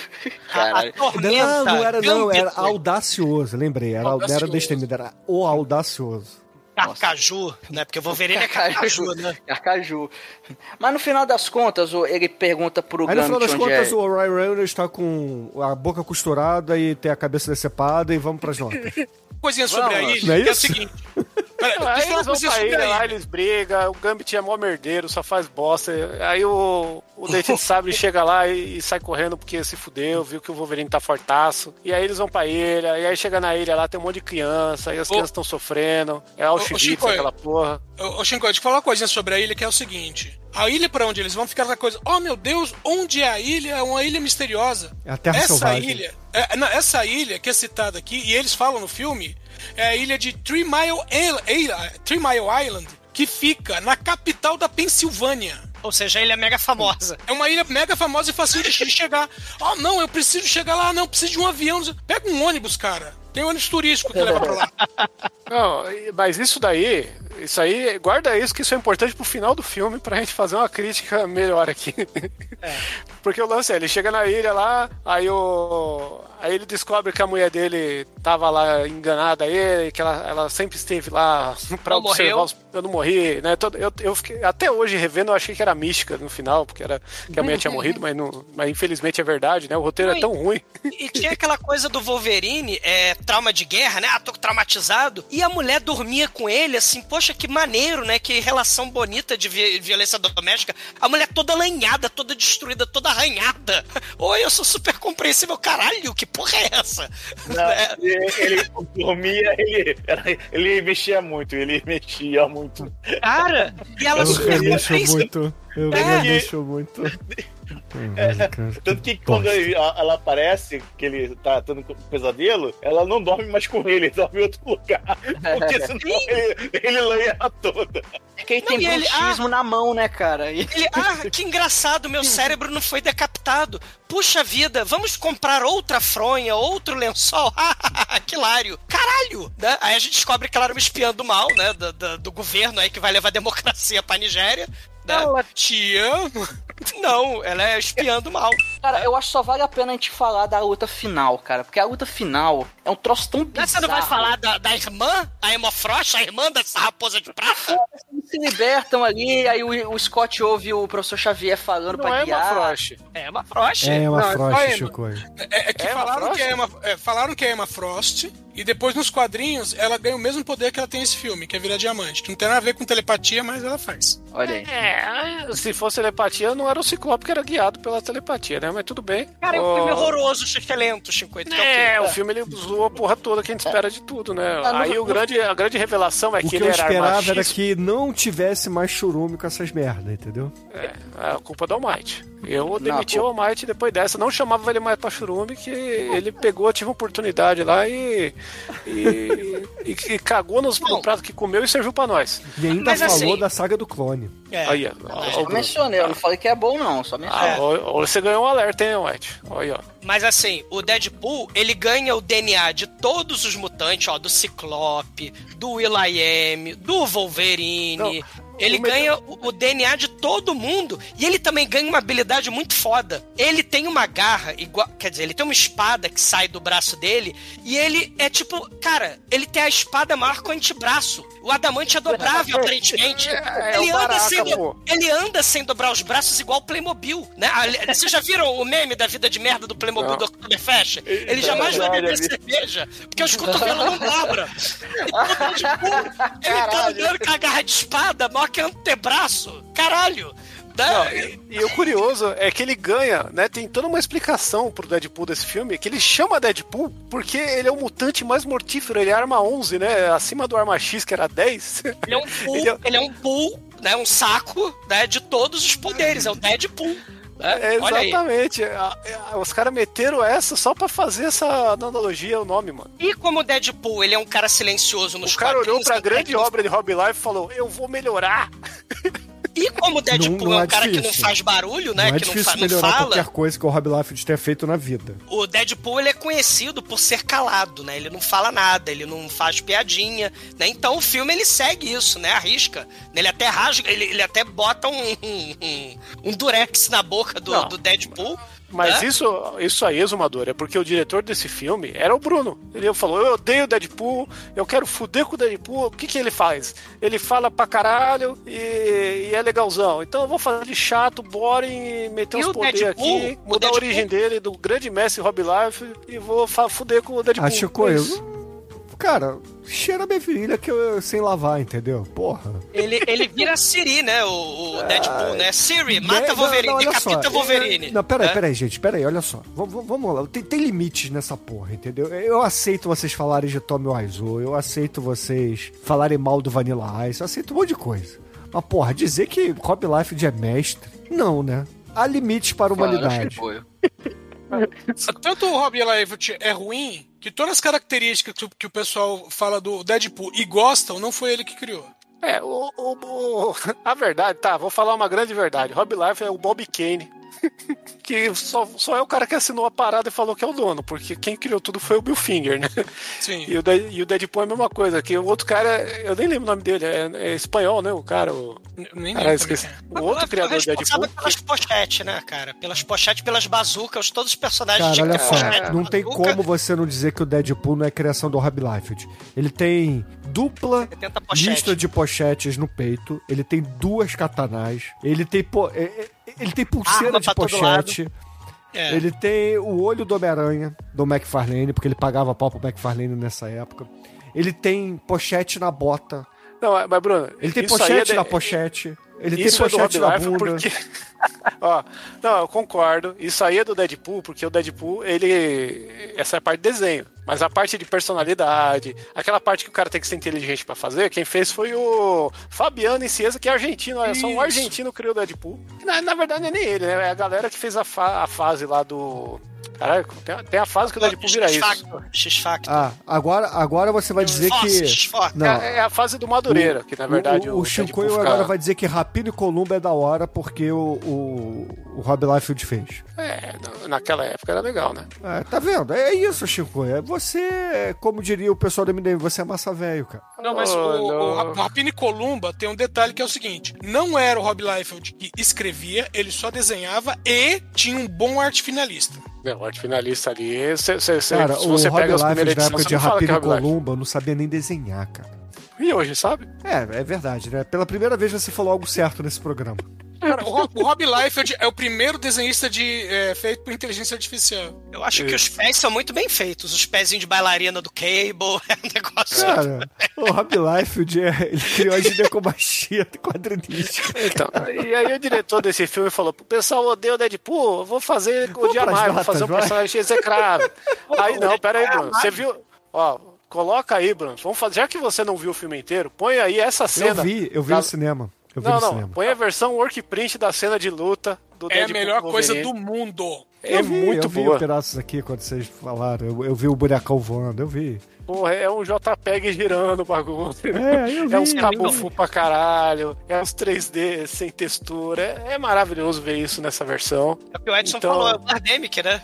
Não, era audacioso, lembrei. Não era Destemido, era o audacioso. Carcaju, né? Porque o Wolverine é Carcaju, né? Carcaju. Mas no final das contas, ele pergunta pro Gambit. Aí no final das contas, o Ryan Reynolds está com a boca costurada e tem a cabeça decepada e vamos pras notas. Coisinha sobre a ilha, que é o seguinte. Aí eles vão pra ilha, lá eles brigam, o Gambit é mó merdeiro, só faz bosta. Aí o Dente de Sabre chega lá e sai correndo porque se fudeu, viu que o Wolverine tá fortaço. E aí eles vão pra ilha, e aí chega na ilha lá, tem um monte de criança, aí as crianças estão sofrendo, é Auschwitz, aquela porra. Ô, Shinko, deixa eu falar uma coisinha sobre a ilha, que é o seguinte. A ilha pra onde eles vão ficar aquela coisa, oh meu Deus, onde é a ilha? É uma ilha misteriosa. É a Terra Selvagem. Essa ilha que é citada aqui, e eles falam no filme, é a ilha de 3 Mile Island, que fica na capital da Pensilvânia. Ou seja, a ilha é mega famosa. É uma ilha mega famosa e fácil de chegar. Oh, não, eu preciso chegar lá. Não, preciso de um avião. Pega um ônibus, cara. Tem ônibus turístico que leva pra lá. Não, mas isso aí, guarda isso, que isso é importante pro final do filme, pra gente fazer uma crítica melhor aqui. Porque o lance é, ele chega na ilha lá, aí ele descobre que a mulher dele tava lá enganada a ele, que ela sempre esteve lá pra observar eu não morri, né? Eu fiquei, até hoje revendo, eu achei que era mística no final, porque era que a mulher tinha morrido, mas infelizmente é verdade, né? O roteiro é tão ruim. E tinha aquela coisa do Wolverine, trauma de guerra, né? Tô traumatizado. E a mulher dormia com ele, assim, poxa, que maneiro, né? Que relação bonita de violência doméstica. A mulher toda lanhada, toda destruída, toda arranhada. Oi, eu sou super compreensível. Caralho, que porra é essa? Não, ele dormia, ele mexia muito, Cara, e ela super muito. Mexeu muito. Tanto que quando ela aparece, que ele tá tendo um pesadelo, ela não dorme mais com ele dorme em outro lugar. Porque senão ele lanha toda. É que ele tem bruxismo na mão, né, cara? Que engraçado, meu cérebro não foi decapitado. Puxa vida, vamos comprar outra fronha, outro lençol? Que hilário. Caralho! Né? Aí a gente descobre que ela era uma espiã do mal, né? Do governo aí que vai levar a democracia pra Nigéria. Né? Ela te ama? Não, ela é espiã do mal. Cara, eu acho que só vale a pena a gente falar da luta final, cara. Porque a luta final é um troço tão bizarro. Você não vai falar da irmã? A Emma Frost? A irmã dessa raposa de prata? Eles se libertam ali, aí o Scott ouve o professor Xavier falando pra guiar. É Emma Frost. É Emma Frost, Chico. Falaram que é Emma Frost, e depois nos quadrinhos ela ganha o mesmo poder que ela tem nesse filme, que é virar diamante. Que não tem nada a ver com telepatia, mas ela faz. Olha aí. Se fosse telepatia, não era o Ciclope que era guiado pela telepatia, né? Mas tudo bem. Cara, é um filme horroroso, excelente, 50. O filme ele zoou a porra toda que a gente espera de tudo, né? Aí a grande revelação é que ele era O que eu esperava era que não tivesse mais churume com essas merdas, entendeu? É a culpa do Almighty. Eu demiti o Almighty depois dessa, não chamava ele mais pra churume, que ele pegou, tive uma oportunidade lá e cagou no prato que comeu e serviu pra nós. E ainda falou da saga do clone. Aí, eu mencionei, eu não falei que é bom não, só mencionei. Você ganhou um alerta, hein, White? Olha, ó. Mas assim, o Deadpool, ele ganha o DNA de todos os mutantes, ó, do Ciclope, do Will.i.am, do Wolverine. Ele ganha o DNA de todo mundo. E ele também ganha uma habilidade muito foda. Ele tem uma garra igual... Quer dizer, ele tem uma espada que sai do braço dele. E ele é tipo... Cara, ele tem a espada maior que o antebraço. O adamante é dobrável, aparentemente. Ele anda sem dobrar os braços igual o Playmobil, né? Vocês já viram o meme da vida de merda do Playmobil do Oktoberfest? Ele jamais vai beber cerveja, porque os cotovelos não dobram. Então, tipo, ele tá andando com a garra de espada maior que antebraço. Caralho! E o curioso é que ele ganha, né? Tem toda uma explicação pro Deadpool desse filme, que ele chama Deadpool porque ele é o mutante mais mortífero, ele é arma 11, né? Acima do arma X, que era 10. Ele é um pool, ele é um pool, né? Um saco, né? De todos os poderes, é o Deadpool. Exatamente. Os caras meteram essa só pra fazer essa analogia, o nome, mano. E como o Deadpool, ele é um cara silencioso nos quadrinhos. O cara olhou pra grande obra de Rob Liefeld e falou, eu vou melhorar. E como o Deadpool é um cara que não faz barulho, né? Que não fala. Qualquer coisa que o Rob Liefeld tenha feito na vida. O Deadpool, ele é conhecido por ser calado, né? Ele não fala nada, ele não faz piadinha, né? Então o filme, ele segue isso, né? Arrisca. Ele até rasga, ele até bota um durex na boca do Deadpool. Mas isso aí, Exumador, é porque o diretor desse filme era o Bruno. Ele falou, eu odeio o Deadpool, eu quero fuder com o Deadpool. O que ele faz? Ele fala pra caralho e é legalzão. Então eu vou fazer de chato, boring, meter uns poderes aqui, mudar a origem dele, do grande mestre Rob Liefeld, e vou fuder com o Deadpool. Acho que cara, cheira minha virilha que eu sem lavar, entendeu? Porra. Ele vira Siri, né? O Deadpool, né? Siri, mata Wolverine, decapita Wolverine. Não, peraí, gente, olha só. Vamos lá. Tem limites nessa porra, entendeu? Eu aceito vocês falarem de Tommy Wiseau, eu aceito vocês falarem mal do Vanilla Ice, eu aceito um monte de coisa. Mas, porra, dizer que Rob Liefeld é mestre, não, né? Há limites para a humanidade. Tanto o Rob Liefeld é ruim, que todas as características que o pessoal fala do Deadpool e gostam, não foi ele que criou. A verdade, vou falar uma grande verdade. Rob Liefeld é o Bob Kane, que só é o cara que assinou a parada e falou que é o dono, porque quem criou tudo foi o Bill Finger, né? Sim. E o Deadpool é a mesma coisa, que o outro cara, eu nem lembro o nome dele, é espanhol, né? O cara, nem lembro. O outro criador do Deadpool. Pelas pochetes, né, cara? Pelas pochetes, pelas bazucas, todos os personagens cara, olha só, não tem como você não dizer que o Deadpool não é criação do Rob Liefeld. Ele tem dupla lista de pochetes no peito, ele tem 2 katanás, ele tem pulseira de pochete. Ele tem o olho do Homem-Aranha, do McFarlane, porque ele pagava pau pro McFarlane nessa época. Ele tem pochete na bota. Não, mas Bruno... Ele tem pochete na pochete. Ele tem pochete na bunda. Porque... não, eu concordo. Isso aí é do Deadpool, porque o Deadpool, essa é a parte de desenho. Mas a parte de personalidade, aquela parte que o cara tem que ser inteligente pra fazer, quem fez foi o Fabiano Incieza, que é argentino. Olha só, um argentino criou o Deadpool. Na verdade, não é nem ele, né? É a galera que fez a fase lá do... Caralho, tem a fase que o Deadpool vira isso. X-Factor. Agora você vai dizer que... Não. É a fase do Madureira, que na verdade o Shinkoio agora vai dizer que Rapina e Columba é da hora porque o Rob Liefeld fez. Naquela época era legal, né? Tá vendo? É isso, Shinkoio. Você, como diria o pessoal do MDM, você é massa velho, cara. Não, mas o Rapina e Columba tem um detalhe que é o seguinte: não era o Rob Liefeld que escrevia, ele só desenhava e tinha um bom arte finalista. O arte finalista ali, cara, se você pega as primeiras edições, na época de Rapina e Columba, eu não sabia nem desenhar, cara. E hoje, sabe? É verdade, né? Pela primeira vez você falou algo certo nesse programa. Cara, o Rob Liefeld é o primeiro desenhista feito por inteligência artificial. Eu acho que os pés são muito bem feitos. Os pezinhos de bailarina do Cable, é um negócio... Cara, o Rob Liefeld, ele criou a ginecomastia quadrinística. Então, e aí o diretor desse filme falou, o pessoal odeia o Deadpool, eu vou fazer o Diamar, vou fazer um personagem execrável. Aí não, pera aí, Bruno, você viu... Coloca aí, Bruno, vamos fazer, já que você não viu o filme inteiro, põe aí essa cena... Eu vi no cinema. Põe a versão workprint da cena de luta do Deadpool. É a melhor coisa do mundo. Muito boa. Eu vi pedaços aqui quando vocês falaram. Eu vi o buracão voando, eu vi. Porra, é um JPEG girando o bagulho. É uns cabufu pra caralho. É uns 3D sem textura. É maravilhoso ver isso nessa versão. É o que o Edson falou, é o Birdemic, né?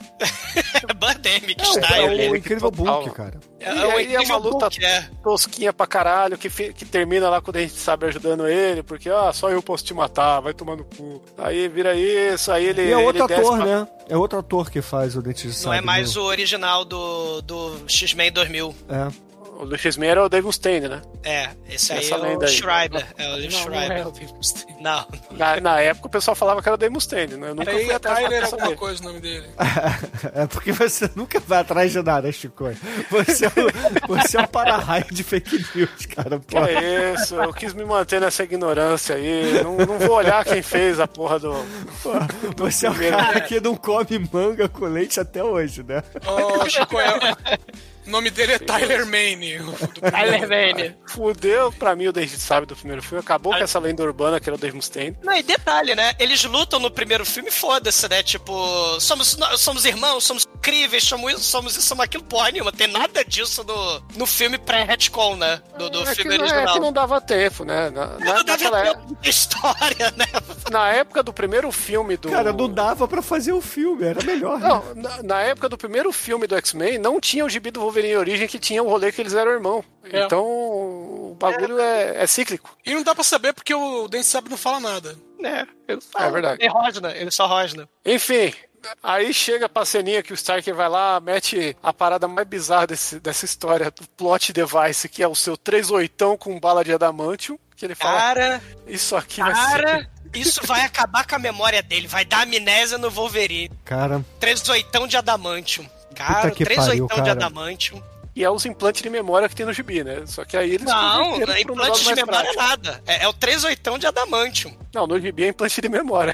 Birdemic style. É o incrível Hulk, cara. É uma luta tosquinha pra caralho, que termina lá quando a gente sabe ajudando ele, porque só eu posso te matar, vai tomar no cu. Aí vira isso, aí ele... E é outro ator, né? É outro ator que faz o Dente de Sabre. Não é mais o original do X-Men 2000. O do X-Men era o Dave Mustaine, né? Esse aí é o Schreiber. É o Liv Schreiber. Não. Na época o pessoal falava que era o Dave Mustaine, né? Eu nunca fui atrás de Tyler alguma coisa o nome dele. É porque você nunca vai atrás de nada, Chico. Você é um para-raio de fake news, cara. Que é isso, eu quis me manter nessa ignorância aí. Não vou olhar quem fez a porra do... Você é o cara que não come manga com leite até hoje, né? Chico, o nome dele é Tyler Mane. Tyler Mane. Fudeu pra mim o Dave sabe do primeiro filme. Acabou com essa lenda urbana que era o Dave Mustaine. Não, e detalhe, né? Eles lutam no primeiro filme, foda-se, né? Tipo, somos irmãos, somos incríveis, somos isso, somos aquilo, porra nenhuma. Tem nada disso no filme pré-retcon, né? Do filme original. É que não dava tempo, né? Não dava tempo de história, né? Na época do primeiro filme do... Cara, não dava pra fazer o filme, era melhor. Não, na época do primeiro filme do X-Men, não tinha o gibi do Wolverine em origem que tinha o rolê que eles eram irmão. Então, o bagulho é cíclico. E não dá pra saber porque o Dente Sabe não fala nada. É verdade. Ele só rosna. Enfim, aí chega pra ceninha que o Stark vai lá, mete a parada mais bizarra dessa história do plot device, que é o seu 38 com bala de adamantium, que ele fala... Cara, isso aqui vai ser... Isso vai acabar com a memória dele, vai dar amnésia no Wolverine. Cara... 38 de adamantium. Cara, 38 de adamantium. E é os implantes de memória que tem no gibi, né? Só que aí eles... Não, implante de memória é nada. É o 38 de adamantium. Não, no gibi é implante de memória.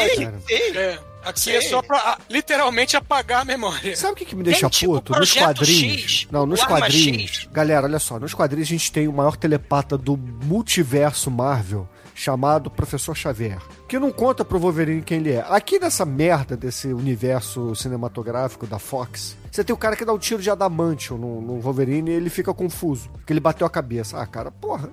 Sim. Aqui é só pra literalmente apagar a memória. Sabe o que me deixa puto? Nos quadrinhos. Nos quadrinhos. Galera, olha só. Nos quadrinhos a gente tem o maior telepata do multiverso Marvel, chamado Professor Xavier, que não conta pro Wolverine quem ele é. Aqui nessa merda desse universo cinematográfico da Fox, você tem o cara que dá um tiro de adamantium no Wolverine e ele fica confuso, porque ele bateu a cabeça. Ah, cara, porra.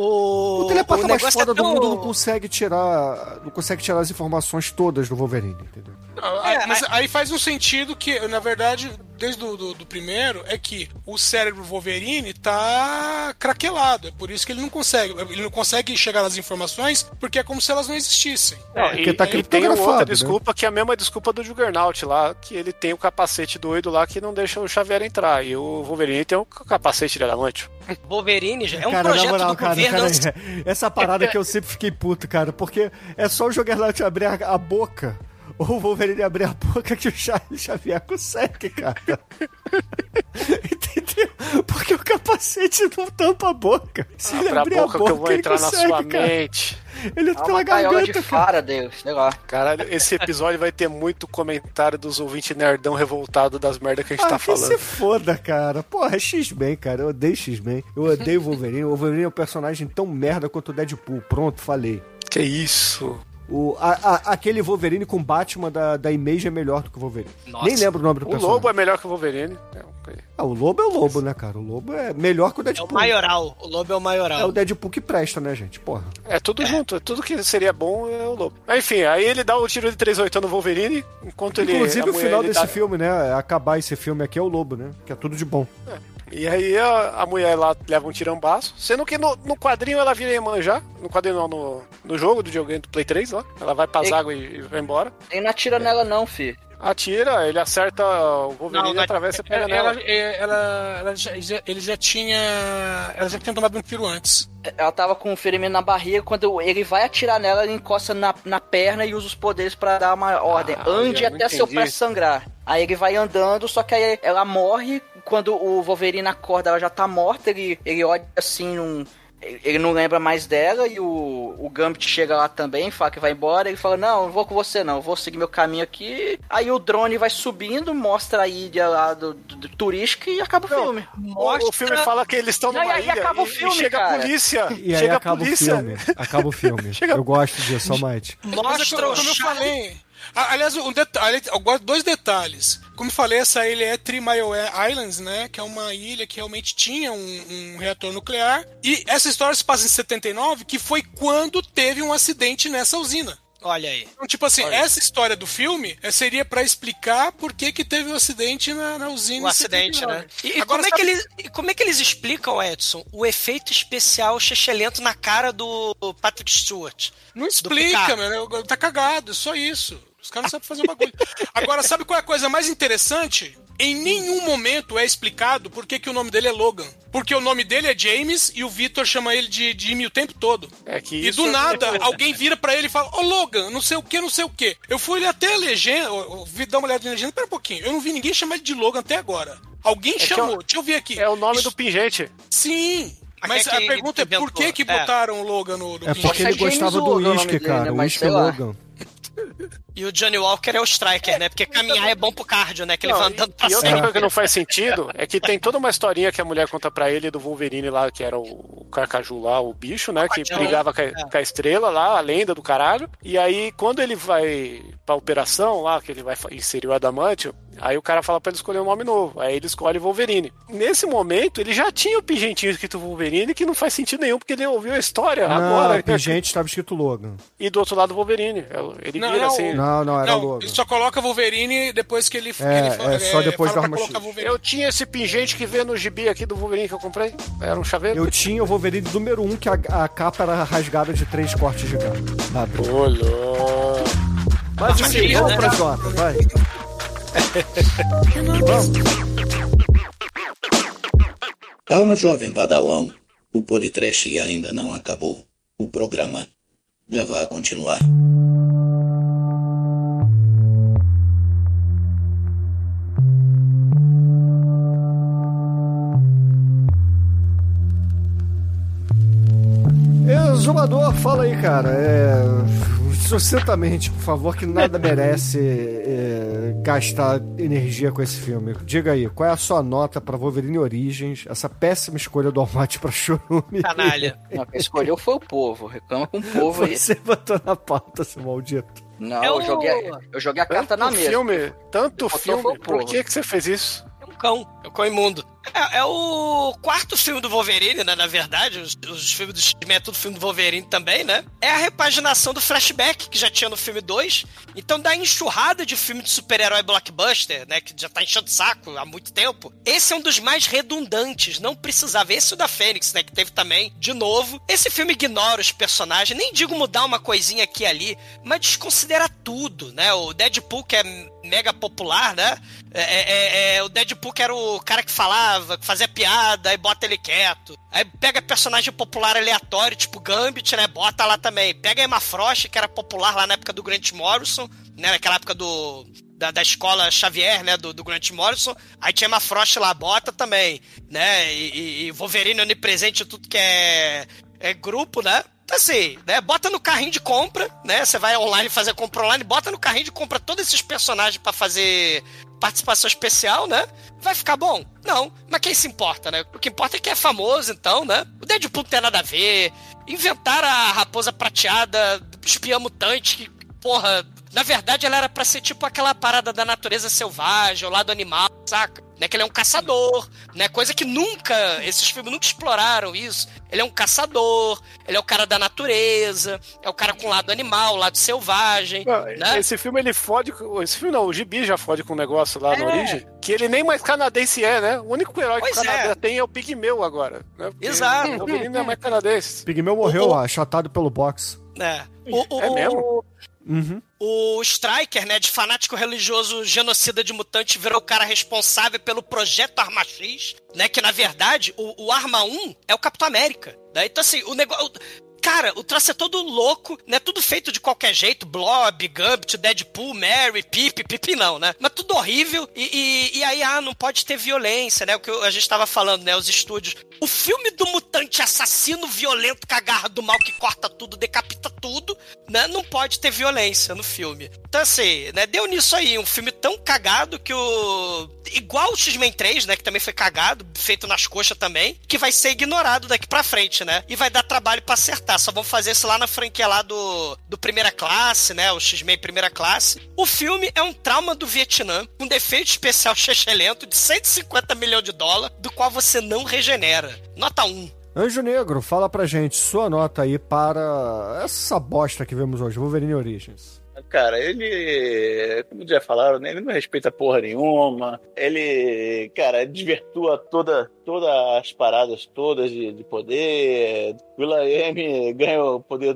O telepata mais foda do mundo não consegue tirar as informações todas do Wolverine, entendeu? Mas aí faz um sentido que, na verdade, desde do primeiro, é que o cérebro Wolverine tá craquelado. É por isso que ele não consegue chegar nas informações, porque é como se elas não existissem. Porque tá criptografado, tem outra desculpa, né? Que é a mesma desculpa do Juggernaut lá, que ele tem o capacete doido lá que não deixa o Xavier entrar. E o Wolverine tem o capacete de adamantium. Wolverine já é um projeto do governo. Essa parada que eu sempre fiquei puto, cara, porque é só o Juggernaut abrir a boca, ou o Wolverine abrir a boca, que o Xavier consegue, cara. Entendeu? Porque o capacete não tampa a boca. Se ele abrir a boca, que eu vou entrar consegue, na sua cara. mente. Ele tá pela garganta, de fara, Deus, legal. Caralho, esse episódio vai ter muito comentário dos ouvintes nerdão revoltado das merdas que a gente tá falando. Que se foda, cara. Porra, é X-Men, cara. Eu odeio X-Men. Eu odeio o Wolverine. O Wolverine é um personagem tão merda quanto o Deadpool. Pronto, falei. Que isso? Aquele Wolverine com Batman da Image é melhor do que o Wolverine. Nossa. Nem lembro o nome do personagem. O Lobo é melhor que o Wolverine. O Lobo é o Lobo, né, cara? O Lobo é melhor que o Deadpool. É o maioral. O Lobo é o maioral. É o Deadpool que presta, né, gente? Porra. É tudo junto. Tudo que seria bom é o Lobo. Enfim, aí ele dá o tiro de 38 no Wolverine, enquanto ele... Inclusive o final desse filme, né? Acabar esse filme aqui é o Lobo, né? Que é tudo de bom. E aí a mulher lá leva um tirambaço, sendo que no quadrinho ela vira Iemanjá, no quadrinho não, no jogo do videogame do Play 3 lá, ela vai pras águas e vai embora. Ele não atira nela não, fi. Atira, ele acerta o Wolverine, atravessa e pega nela. Ela já tinha tomado um tiro antes. Ela tava com um ferimento na barriga, quando ele vai atirar nela, ele encosta na perna e usa os poderes pra dar uma ordem. Ande até seu pé sangrar. Aí ele vai andando, só que aí ela morre. Quando o Wolverine acorda, ela já tá morta. Ele olha assim, ele não lembra mais dela. E o Gambit chega lá também, fala que vai embora. Ele fala, não vou com você não, vou seguir meu caminho aqui. Aí o drone vai subindo, mostra a ilha lá do turística e acaba o filme. O filme fala que eles estão numa ilha acaba o filme, e chega cara. A polícia. E aí acaba o filme. Acaba o filme. Eu gosto disso, Almighty. Mostra como eu falei. Aliás, eu gosto de 2 detalhes. Como eu falei, essa ilha é Three Mile Islands, né? Que é uma ilha que realmente tinha um reator nuclear. E essa história se passa em 79, que foi quando teve um acidente nessa usina. Olha aí. Então, tipo assim, essa história do filme seria pra explicar por que teve um acidente na usina. O acidente, né? E agora, como é que eles explicam, Edson, o efeito especial chechelento na cara do Patrick Stewart? Não explica, meu. Tá cagado, é só isso. Os caras não sabem fazer um bagulho. Agora, sabe qual é a coisa mais interessante? em nenhum momento é explicado por que o nome dele é Logan. Porque o nome dele é James e o Victor chama ele de Jimmy o tempo todo. E do nada, alguém vira pra ele e fala, Logan, não sei o que, não sei o que. Eu fui até a legenda, eu vi dar uma olhada na legenda, pera um pouquinho, eu não vi ninguém chamar ele de Logan até agora. Alguém chamou, deixa eu ver aqui. É o nome do pingente. Sim. Mas a pergunta é por que botaram o Logan no É porque ele gostava do uísque, cara. O uísque é Logan. E o Johnny Walker é o Striker, né? Porque caminhar é bom pro cardio, né? Que ele vai andando pra cima. E outra coisa que não faz sentido é que tem toda uma historinha que a mulher conta pra ele do Wolverine lá, que era o Carcaju lá, o bicho, né? Que brigava com a estrela lá, a lenda do caralho. E aí, quando ele vai pra operação lá, que ele vai inserir o Adamantium, aí o cara fala pra ele escolher um nome novo. Aí ele escolhe Wolverine. Nesse momento, ele já tinha o pingentinho escrito Wolverine, que não faz sentido nenhum, porque ele ouviu a história agora. O pingente estava escrito Logan. E do outro lado, Wolverine. Ele vira assim... Não, era Logan. Ele só coloca Wolverine depois que ele... só depois do Arma X. Eu tinha esse pingente que veio no gibi aqui do Wolverine que eu comprei. Era um chaveiro. Eu tinha o Wolverine número 1, que a capa era rasgada de 3 cortes de gato. Olha. Mas assim, vamos pra Jota, vai. Calma, jovem Padawan. O Politrash ainda não acabou. O programa já vai continuar. Exumador, fala aí, cara. Sucintamente, por favor, que nada merece gastar energia com esse filme. Diga aí, qual é a sua nota pra Wolverine Origins, essa péssima escolha do Almighty pra Chorume? Canalha. Não, quem escolheu foi o povo. Reclama com o povo aí. Você botou na pauta, seu maldito. Não, eu joguei a carta na mesa. Tanto filme, por que você fez isso? É um cão imundo. É o quarto filme do Wolverine, né? Na verdade, os filmes do X-Men é tudo filme do Wolverine também, né? É a repaginação do flashback que já tinha no filme 2. Então, da enxurrada de filme de super-herói blockbuster, né? Que já tá enchendo o saco há muito tempo. Esse é um dos mais redundantes. Não precisava. Esse é o da Fênix, né? Que teve também, de novo. Esse filme ignora os personagens. Nem digo mudar uma coisinha aqui e ali, mas desconsidera tudo, né? O Deadpool, que é mega popular, né? O Deadpool que era o cara que falava, que fazia piada, aí bota ele quieto. Aí pega personagem popular aleatório, tipo Gambit, né? Bota lá também. Pega a Emma Frost, que era popular lá na época do Grant Morrison, né? Naquela época da escola Xavier, né? Do Grant Morrison. Aí tinha Emma Frost lá, bota também, né? E Wolverine onipresente, tudo que é grupo, né? Assim, né? Bota no carrinho de compra, né? Você vai online fazer compra online, bota no carrinho de compra todos esses personagens pra fazer participação especial, né? Vai ficar bom? Não. Mas quem se importa, né? O que importa é que é famoso, então, né? O Deadpool não tem nada a ver. Inventaram a raposa prateada, espiã mutante, que, porra... Na verdade, ela era pra ser tipo aquela parada da natureza selvagem, o lado animal, saca? Né? Que ele é um caçador, né? Coisa que esses filmes nunca exploraram isso. Ele é um caçador, ele é o cara da natureza, é o cara com lado animal, lado selvagem, né? Esse filme, ele fode... Esse filme não, o Gibi já fode com um negócio lá na origem, que ele nem mais canadense né? O único herói que o Canadá tem é o Pigmeu agora, né? Porque exato. O Wolverine não é mais canadense. Pigmeu morreu achatado pelo boxe. É mesmo? Uhum. O Striker, né, de fanático religioso genocida de mutante, virou o cara responsável pelo projeto Arma X, né, que na verdade o Arma 1 é o Capitão América, né? Então assim, o negócio... Cara, o troço é todo louco, né? Tudo feito de qualquer jeito. Blob, Gambit, Deadpool, Mary, Pipi não, né? Mas tudo horrível. E aí, não pode ter violência, né? O que a gente tava falando, né? Os estúdios. O filme do mutante assassino violento com a garra do mal que corta tudo, decapita tudo, né? Não pode ter violência no filme. Então, assim, né? Deu nisso aí. Um filme tão cagado que igual o X-Men 3, né? Que também foi cagado, feito nas coxas também, que vai ser ignorado daqui pra frente, né? E vai dar trabalho pra acertar. Só vão fazer isso lá na franquia lá do Primeira Classe, né? O X-Men Primeira Classe. O filme é um trauma do Vietnã, com defeito especial chechelento de $150 milhões, do qual você não regenera. Nota 1. Anjo Negro, fala pra gente sua nota aí para essa bosta que vemos hoje, Wolverine Origins. Cara, ele, como já falaram, né, ele não respeita porra nenhuma. Ele, cara, desvirtua todas as paradas todas de poder. Will.i.am ganha o poder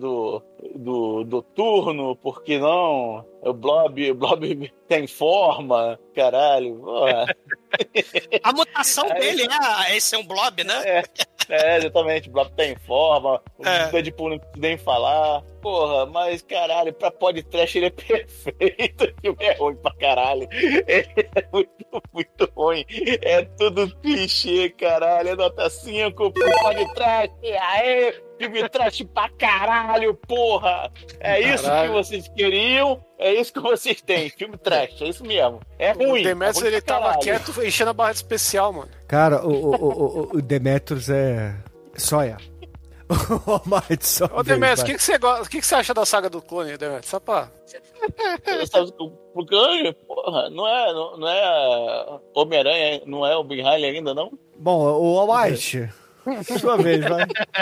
do turno, por que não? O Blob tem forma, caralho. Porra. A mutação dele é ser um blob, né? Exatamente. O blob tá em forma, o Deadpool não precisa nem falar. Porra, mas caralho, pra podcast ele é perfeito. O filme é ruim pra caralho. Ele é muito ruim. É tudo clichê, caralho. É nota 5 pro podcast. Aê! Filme trash pra caralho, porra! É isso que vocês queriam, é isso que vocês têm. Filme trash, é isso mesmo. É ruim. O Demetrius, ele tava quieto enchendo a barra de especial, mano. Cara, o Demetrius só é. Ô, Demetrius, o que você gosta? O que você acha da saga do clone, Demetrius? Só pra... O clone, porra, não é Homem-Aranha, não é o Ben Riley ainda, não? Bom, o Almighty, sua vez, vai.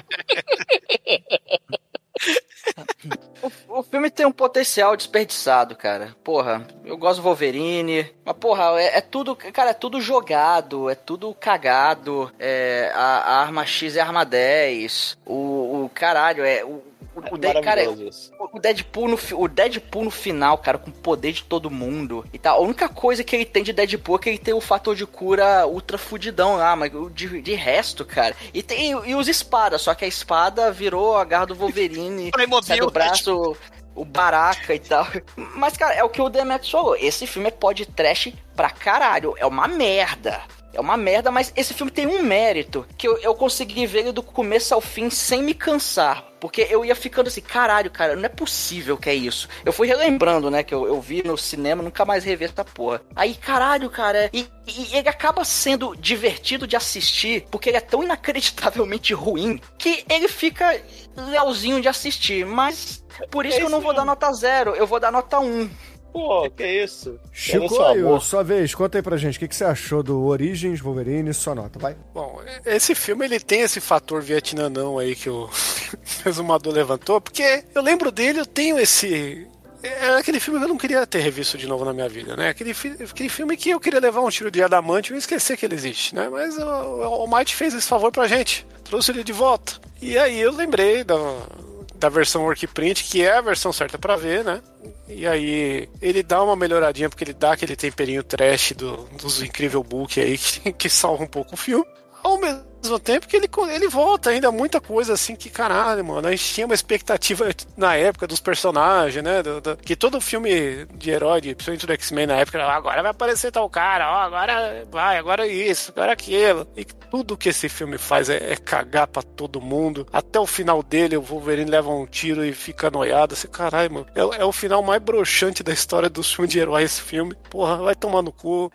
O filme tem um potencial desperdiçado, cara. Porra, eu gosto do Wolverine. Mas, porra, é tudo... Cara, é tudo jogado, é tudo cagado. A arma X é a arma 10. O caralho, o Deadpool no final, cara, com o poder de todo mundo e tal. A única coisa que ele tem de Deadpool é que ele tem o fator de cura ultra fudidão lá, mas de resto, cara. E usa espada, só que a espada virou a garra do Wolverine, sai do braço, o Baraka e tal. Mas, cara, é o que o Demetrius falou. Esse filme é podcast pra caralho. É uma merda. É uma merda, mas esse filme tem um mérito, que eu consegui ver ele do começo ao fim sem me cansar. Porque eu ia ficando assim, caralho, cara, não é possível que é isso. Eu fui relembrando, né, que eu vi no cinema, nunca mais revi essa porra. Aí, caralho, cara, e ele acaba sendo divertido de assistir, porque ele é tão inacreditavelmente ruim, que ele fica legalzinho de assistir. Mas, por isso que eu não vou dar nota 0, eu vou dar nota 1. Pô, que isso? Chico, sua vez, conta aí pra gente, o que você achou do Origins, Wolverine, sua nota, vai? Bom, esse filme, ele tem esse fator vietnamão aí que o resumador levantou, porque eu lembro dele, eu tenho esse... É aquele filme que eu não queria ter revisto de novo na minha vida, né? Aquele filme que eu queria levar um tiro de adamante e esquecer que ele existe, né? Mas o Almighty fez esse favor pra gente, trouxe ele de volta. E aí eu lembrei da versão workprint, que é a versão certa pra ver, né? E aí ele dá uma melhoradinha, porque ele dá aquele temperinho trash dos Incrível Book aí, que salva um pouco o filme. Ao mesmo tempo que ele volta ainda muita coisa assim que, caralho, mano, a gente tinha uma expectativa na época dos personagens, né, que todo filme de herói, principalmente do X-Men na época, agora vai aparecer tal cara, agora isso, agora aquilo, e tudo que esse filme faz é cagar pra todo mundo, até o final dele o Wolverine leva um tiro e fica noiado, assim, caralho, mano, é o final mais broxante da história dos filmes de herói, esse filme, porra, vai tomar no cu,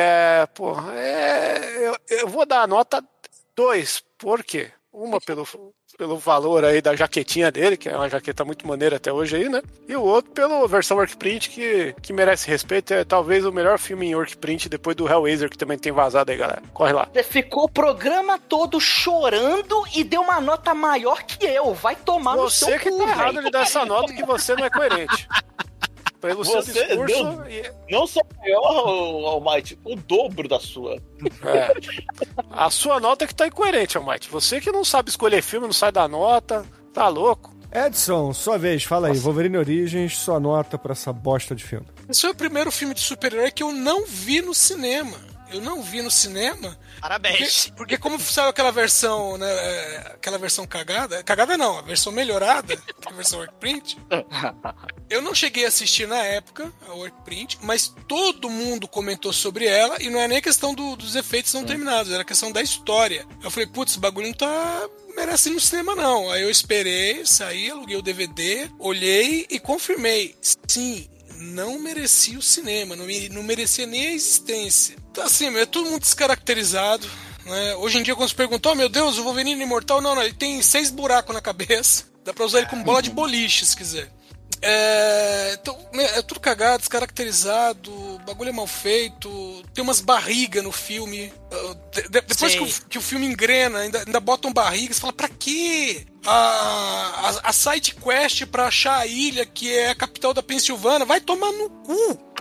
eu vou dar a nota 2, por quê? Uma pelo valor aí da jaquetinha dele, que é uma jaqueta muito maneira até hoje aí, né? E o outro pela versão workprint, que merece respeito, é talvez o melhor filme em workprint depois do Hellraiser, que também tem vazado aí, galera. Corre lá. Você ficou o programa todo chorando e deu uma nota maior que eu. Vai tomar no seu cu. Você que tá errado de dar essa nota, que você não é coerente. Pelo seu discurso... Não só maior, Almighty, o dobro da sua. A sua nota é que tá incoerente, Almighty. Você que não sabe escolher filme, não sai da nota, tá louco. Edson, sua vez, fala aí. Wolverine Origins, sua nota pra essa bosta de filme. Esse foi o primeiro filme de super-herói que eu não vi no cinema. Parabéns. Porque como saiu aquela versão, né? Aquela versão cagada. Cagada não, a versão melhorada, a versão workprint. Eu não cheguei a assistir na época a workprint, mas todo mundo comentou sobre ela, e não é nem a questão dos efeitos não terminados, era a questão da história. Eu falei, putz, esse bagulho não merece ir no cinema não. Aí eu esperei, saí, aluguei o DVD, olhei e confirmei. Sim, não merecia o cinema, não merecia nem a existência. Então assim, é todo mundo descaracterizado, né? Hoje em dia quando se perguntou, meu Deus, o Wolverine é imortal? Não, ele tem 6 buracos na cabeça. Dá pra usar ele como bola de boliche, se quiser. Então, é tudo cagado, descaracterizado, o bagulho é mal feito, tem umas barrigas no filme. Depois que o filme engrena, ainda botam barrigas, você fala, pra quê? A side quest pra achar a ilha que é a capital da Pensilvânia vai tomar no cu.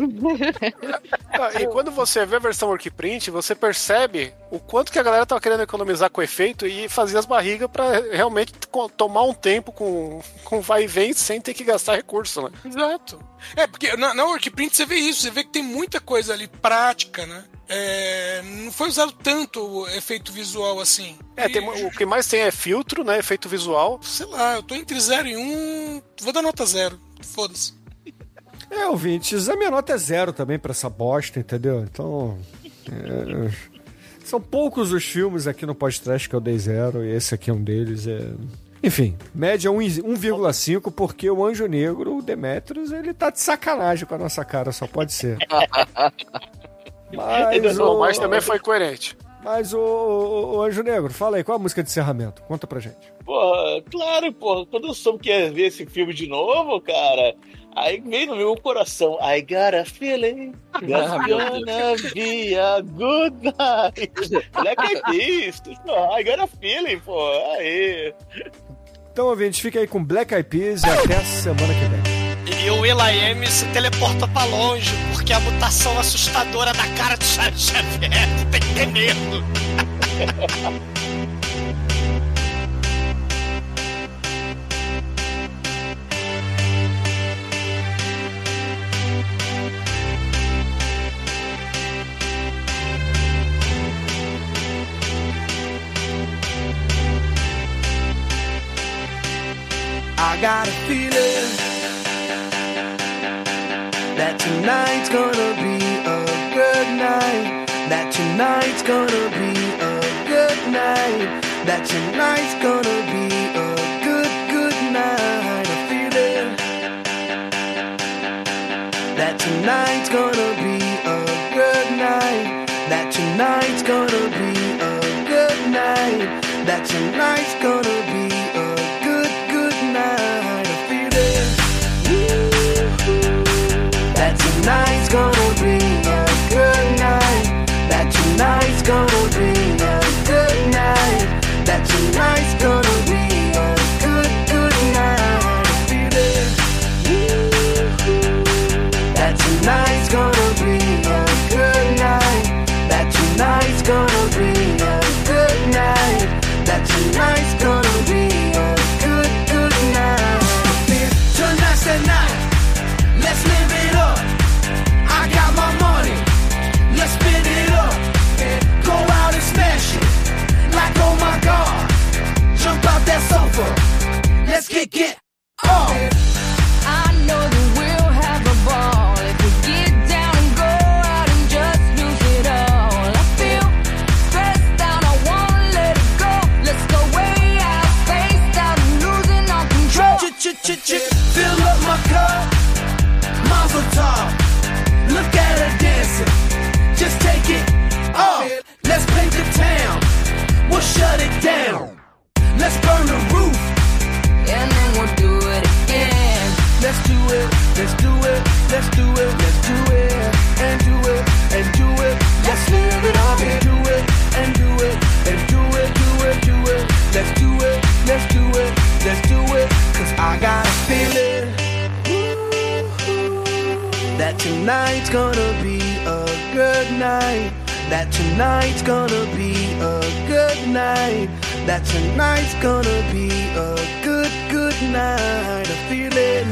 E quando você vê a versão workprint, você percebe o quanto que a galera tava querendo economizar com o efeito e fazer as barrigas pra realmente tomar um tempo com vai e vem sem ter que gastar recurso, né? Exato. Porque na workprint você vê isso, você vê que tem muita coisa ali prática, né? não foi usado tanto efeito visual assim. O que mais tem é filtro, né? Efeito visual. Sei lá, eu tô entre 0 e 1, vou dar nota 0. Foda-se. Ouvintes, a minha nota é 0 também pra essa bosta, entendeu? Então... São poucos os filmes aqui no podcast que eu dei 0, e esse aqui é um deles. Enfim, média 1,5, porque o Anjo Negro, o Demetrius, ele tá de sacanagem com a nossa cara, só pode ser. Mas também foi coerente. Mas o Anjo Negro, fala aí, qual a música de encerramento? Conta pra gente. Porra, claro, porra. Quando eu soube que ia ver esse filme de novo, cara, aí veio no meu coração, I got a feeling that's gonna be a good night. Black Eyed Peas, I got a feeling, pô, aí. Então, ouvintes, fica aí com Black Eyed Peas e até a semana que vem. E o Will.i.am se teleportou pra longe, porque a mutação assustadora da cara do Charles Xavier tem que ter medo. I got a feeling that tonight's gonna be a good night. That tonight's gonna be a good night. That tonight's gonna be a good night. A feeling that tonight's gonna be a good night. That tonight's gonna be a good night. That tonight's gonna be a good night. A feeling that tonight's gonna be a good night. That tonight's gonna be a good night. That tonight's gonna be a good night. A feeling that tonight's gonna be a good night. That tonight's gonna be a good night. That tonight's gonna be a good night. Tonight's the night. Let's live it up. I got my money. Let's spin it up. Go out and smash it. Like oh my god. Jump out that sofa. Let's get off. I know that we'll have a ball if we get down and go out and just lose it all. I feel stressed out, I wanna let it go. Let's go way out, spaced out, losing all control. Fill up my cup, Mazel tov. Look at her dancing, just take it off. Let's paint the town, we'll shut it down. Let's burn the roof, and then we'll do it again. let's do it, let's do it, let's do it, let's do it, and do it, and do it. Let's live it up and do it, and do it, and do it, do it, do it. Let's do it, let's do it, let's do it. Cause I got a feeling that tonight's gonna be a good night. That tonight's gonna be a good night. That tonight's gonna be a good night. A feeling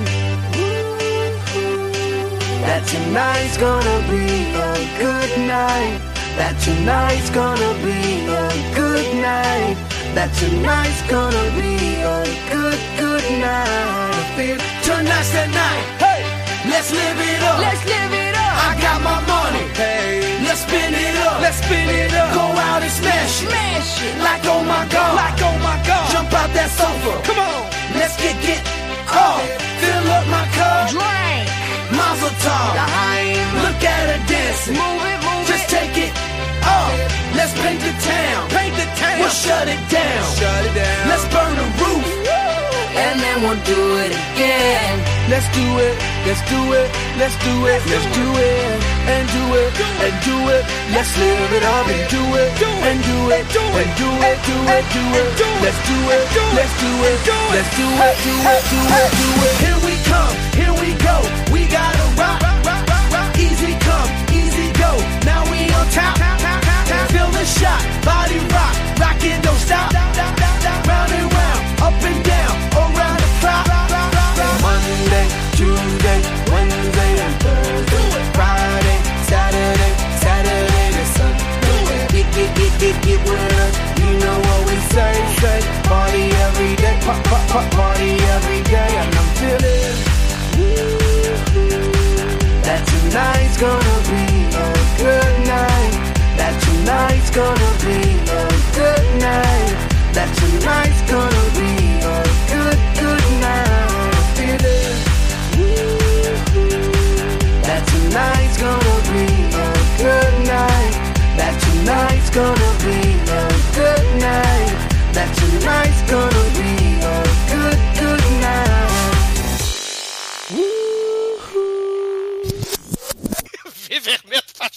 that tonight's gonna be a good night. That tonight's gonna be a good night. That tonight's gonna be a good night. I feel tonight's the night. Hey, let's live it up. Let's live it up. I got my money. Hey, let's spin it up. Let's spin it up. Go out and smash it. Smash it. Like oh my god. Like oh my god. Jump out that sofa. Come on. Let's get off. Fill up my cup. Drink. Mazel tov. Look at her dancing. Move it, move Just it. take it off. Let's paint the town. Paint the town. We'll shut it down. Shut it down. Let's burn the roof. And then we'll do it again. Let's do it. Let's do it. Let's do it. Let's do it. And do it. And do it. Let's live it up and do it. And do it. And do it. Do it. Do it. Let's do it. Let's do it. Let's do it. Do it. Do it. Do it. Here we come. Here we go. We gotta rock. Easy come. Easy go. Now we on top. Feel the shot. Body rock. Rockin', don't stop. Round and round. Up and down. Around the clock. Monday, Tuesday, Wednesday, and Thursday. Friday, Saturday, Saturday to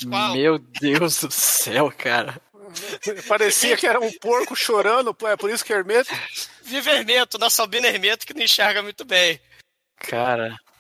Pascoal. Meu Deus do céu, cara. Parecia que era um porco chorando, é por isso que é Hermeto. Viva Hermeto, nosso albino Hermeto que não enxerga muito bem. Cara,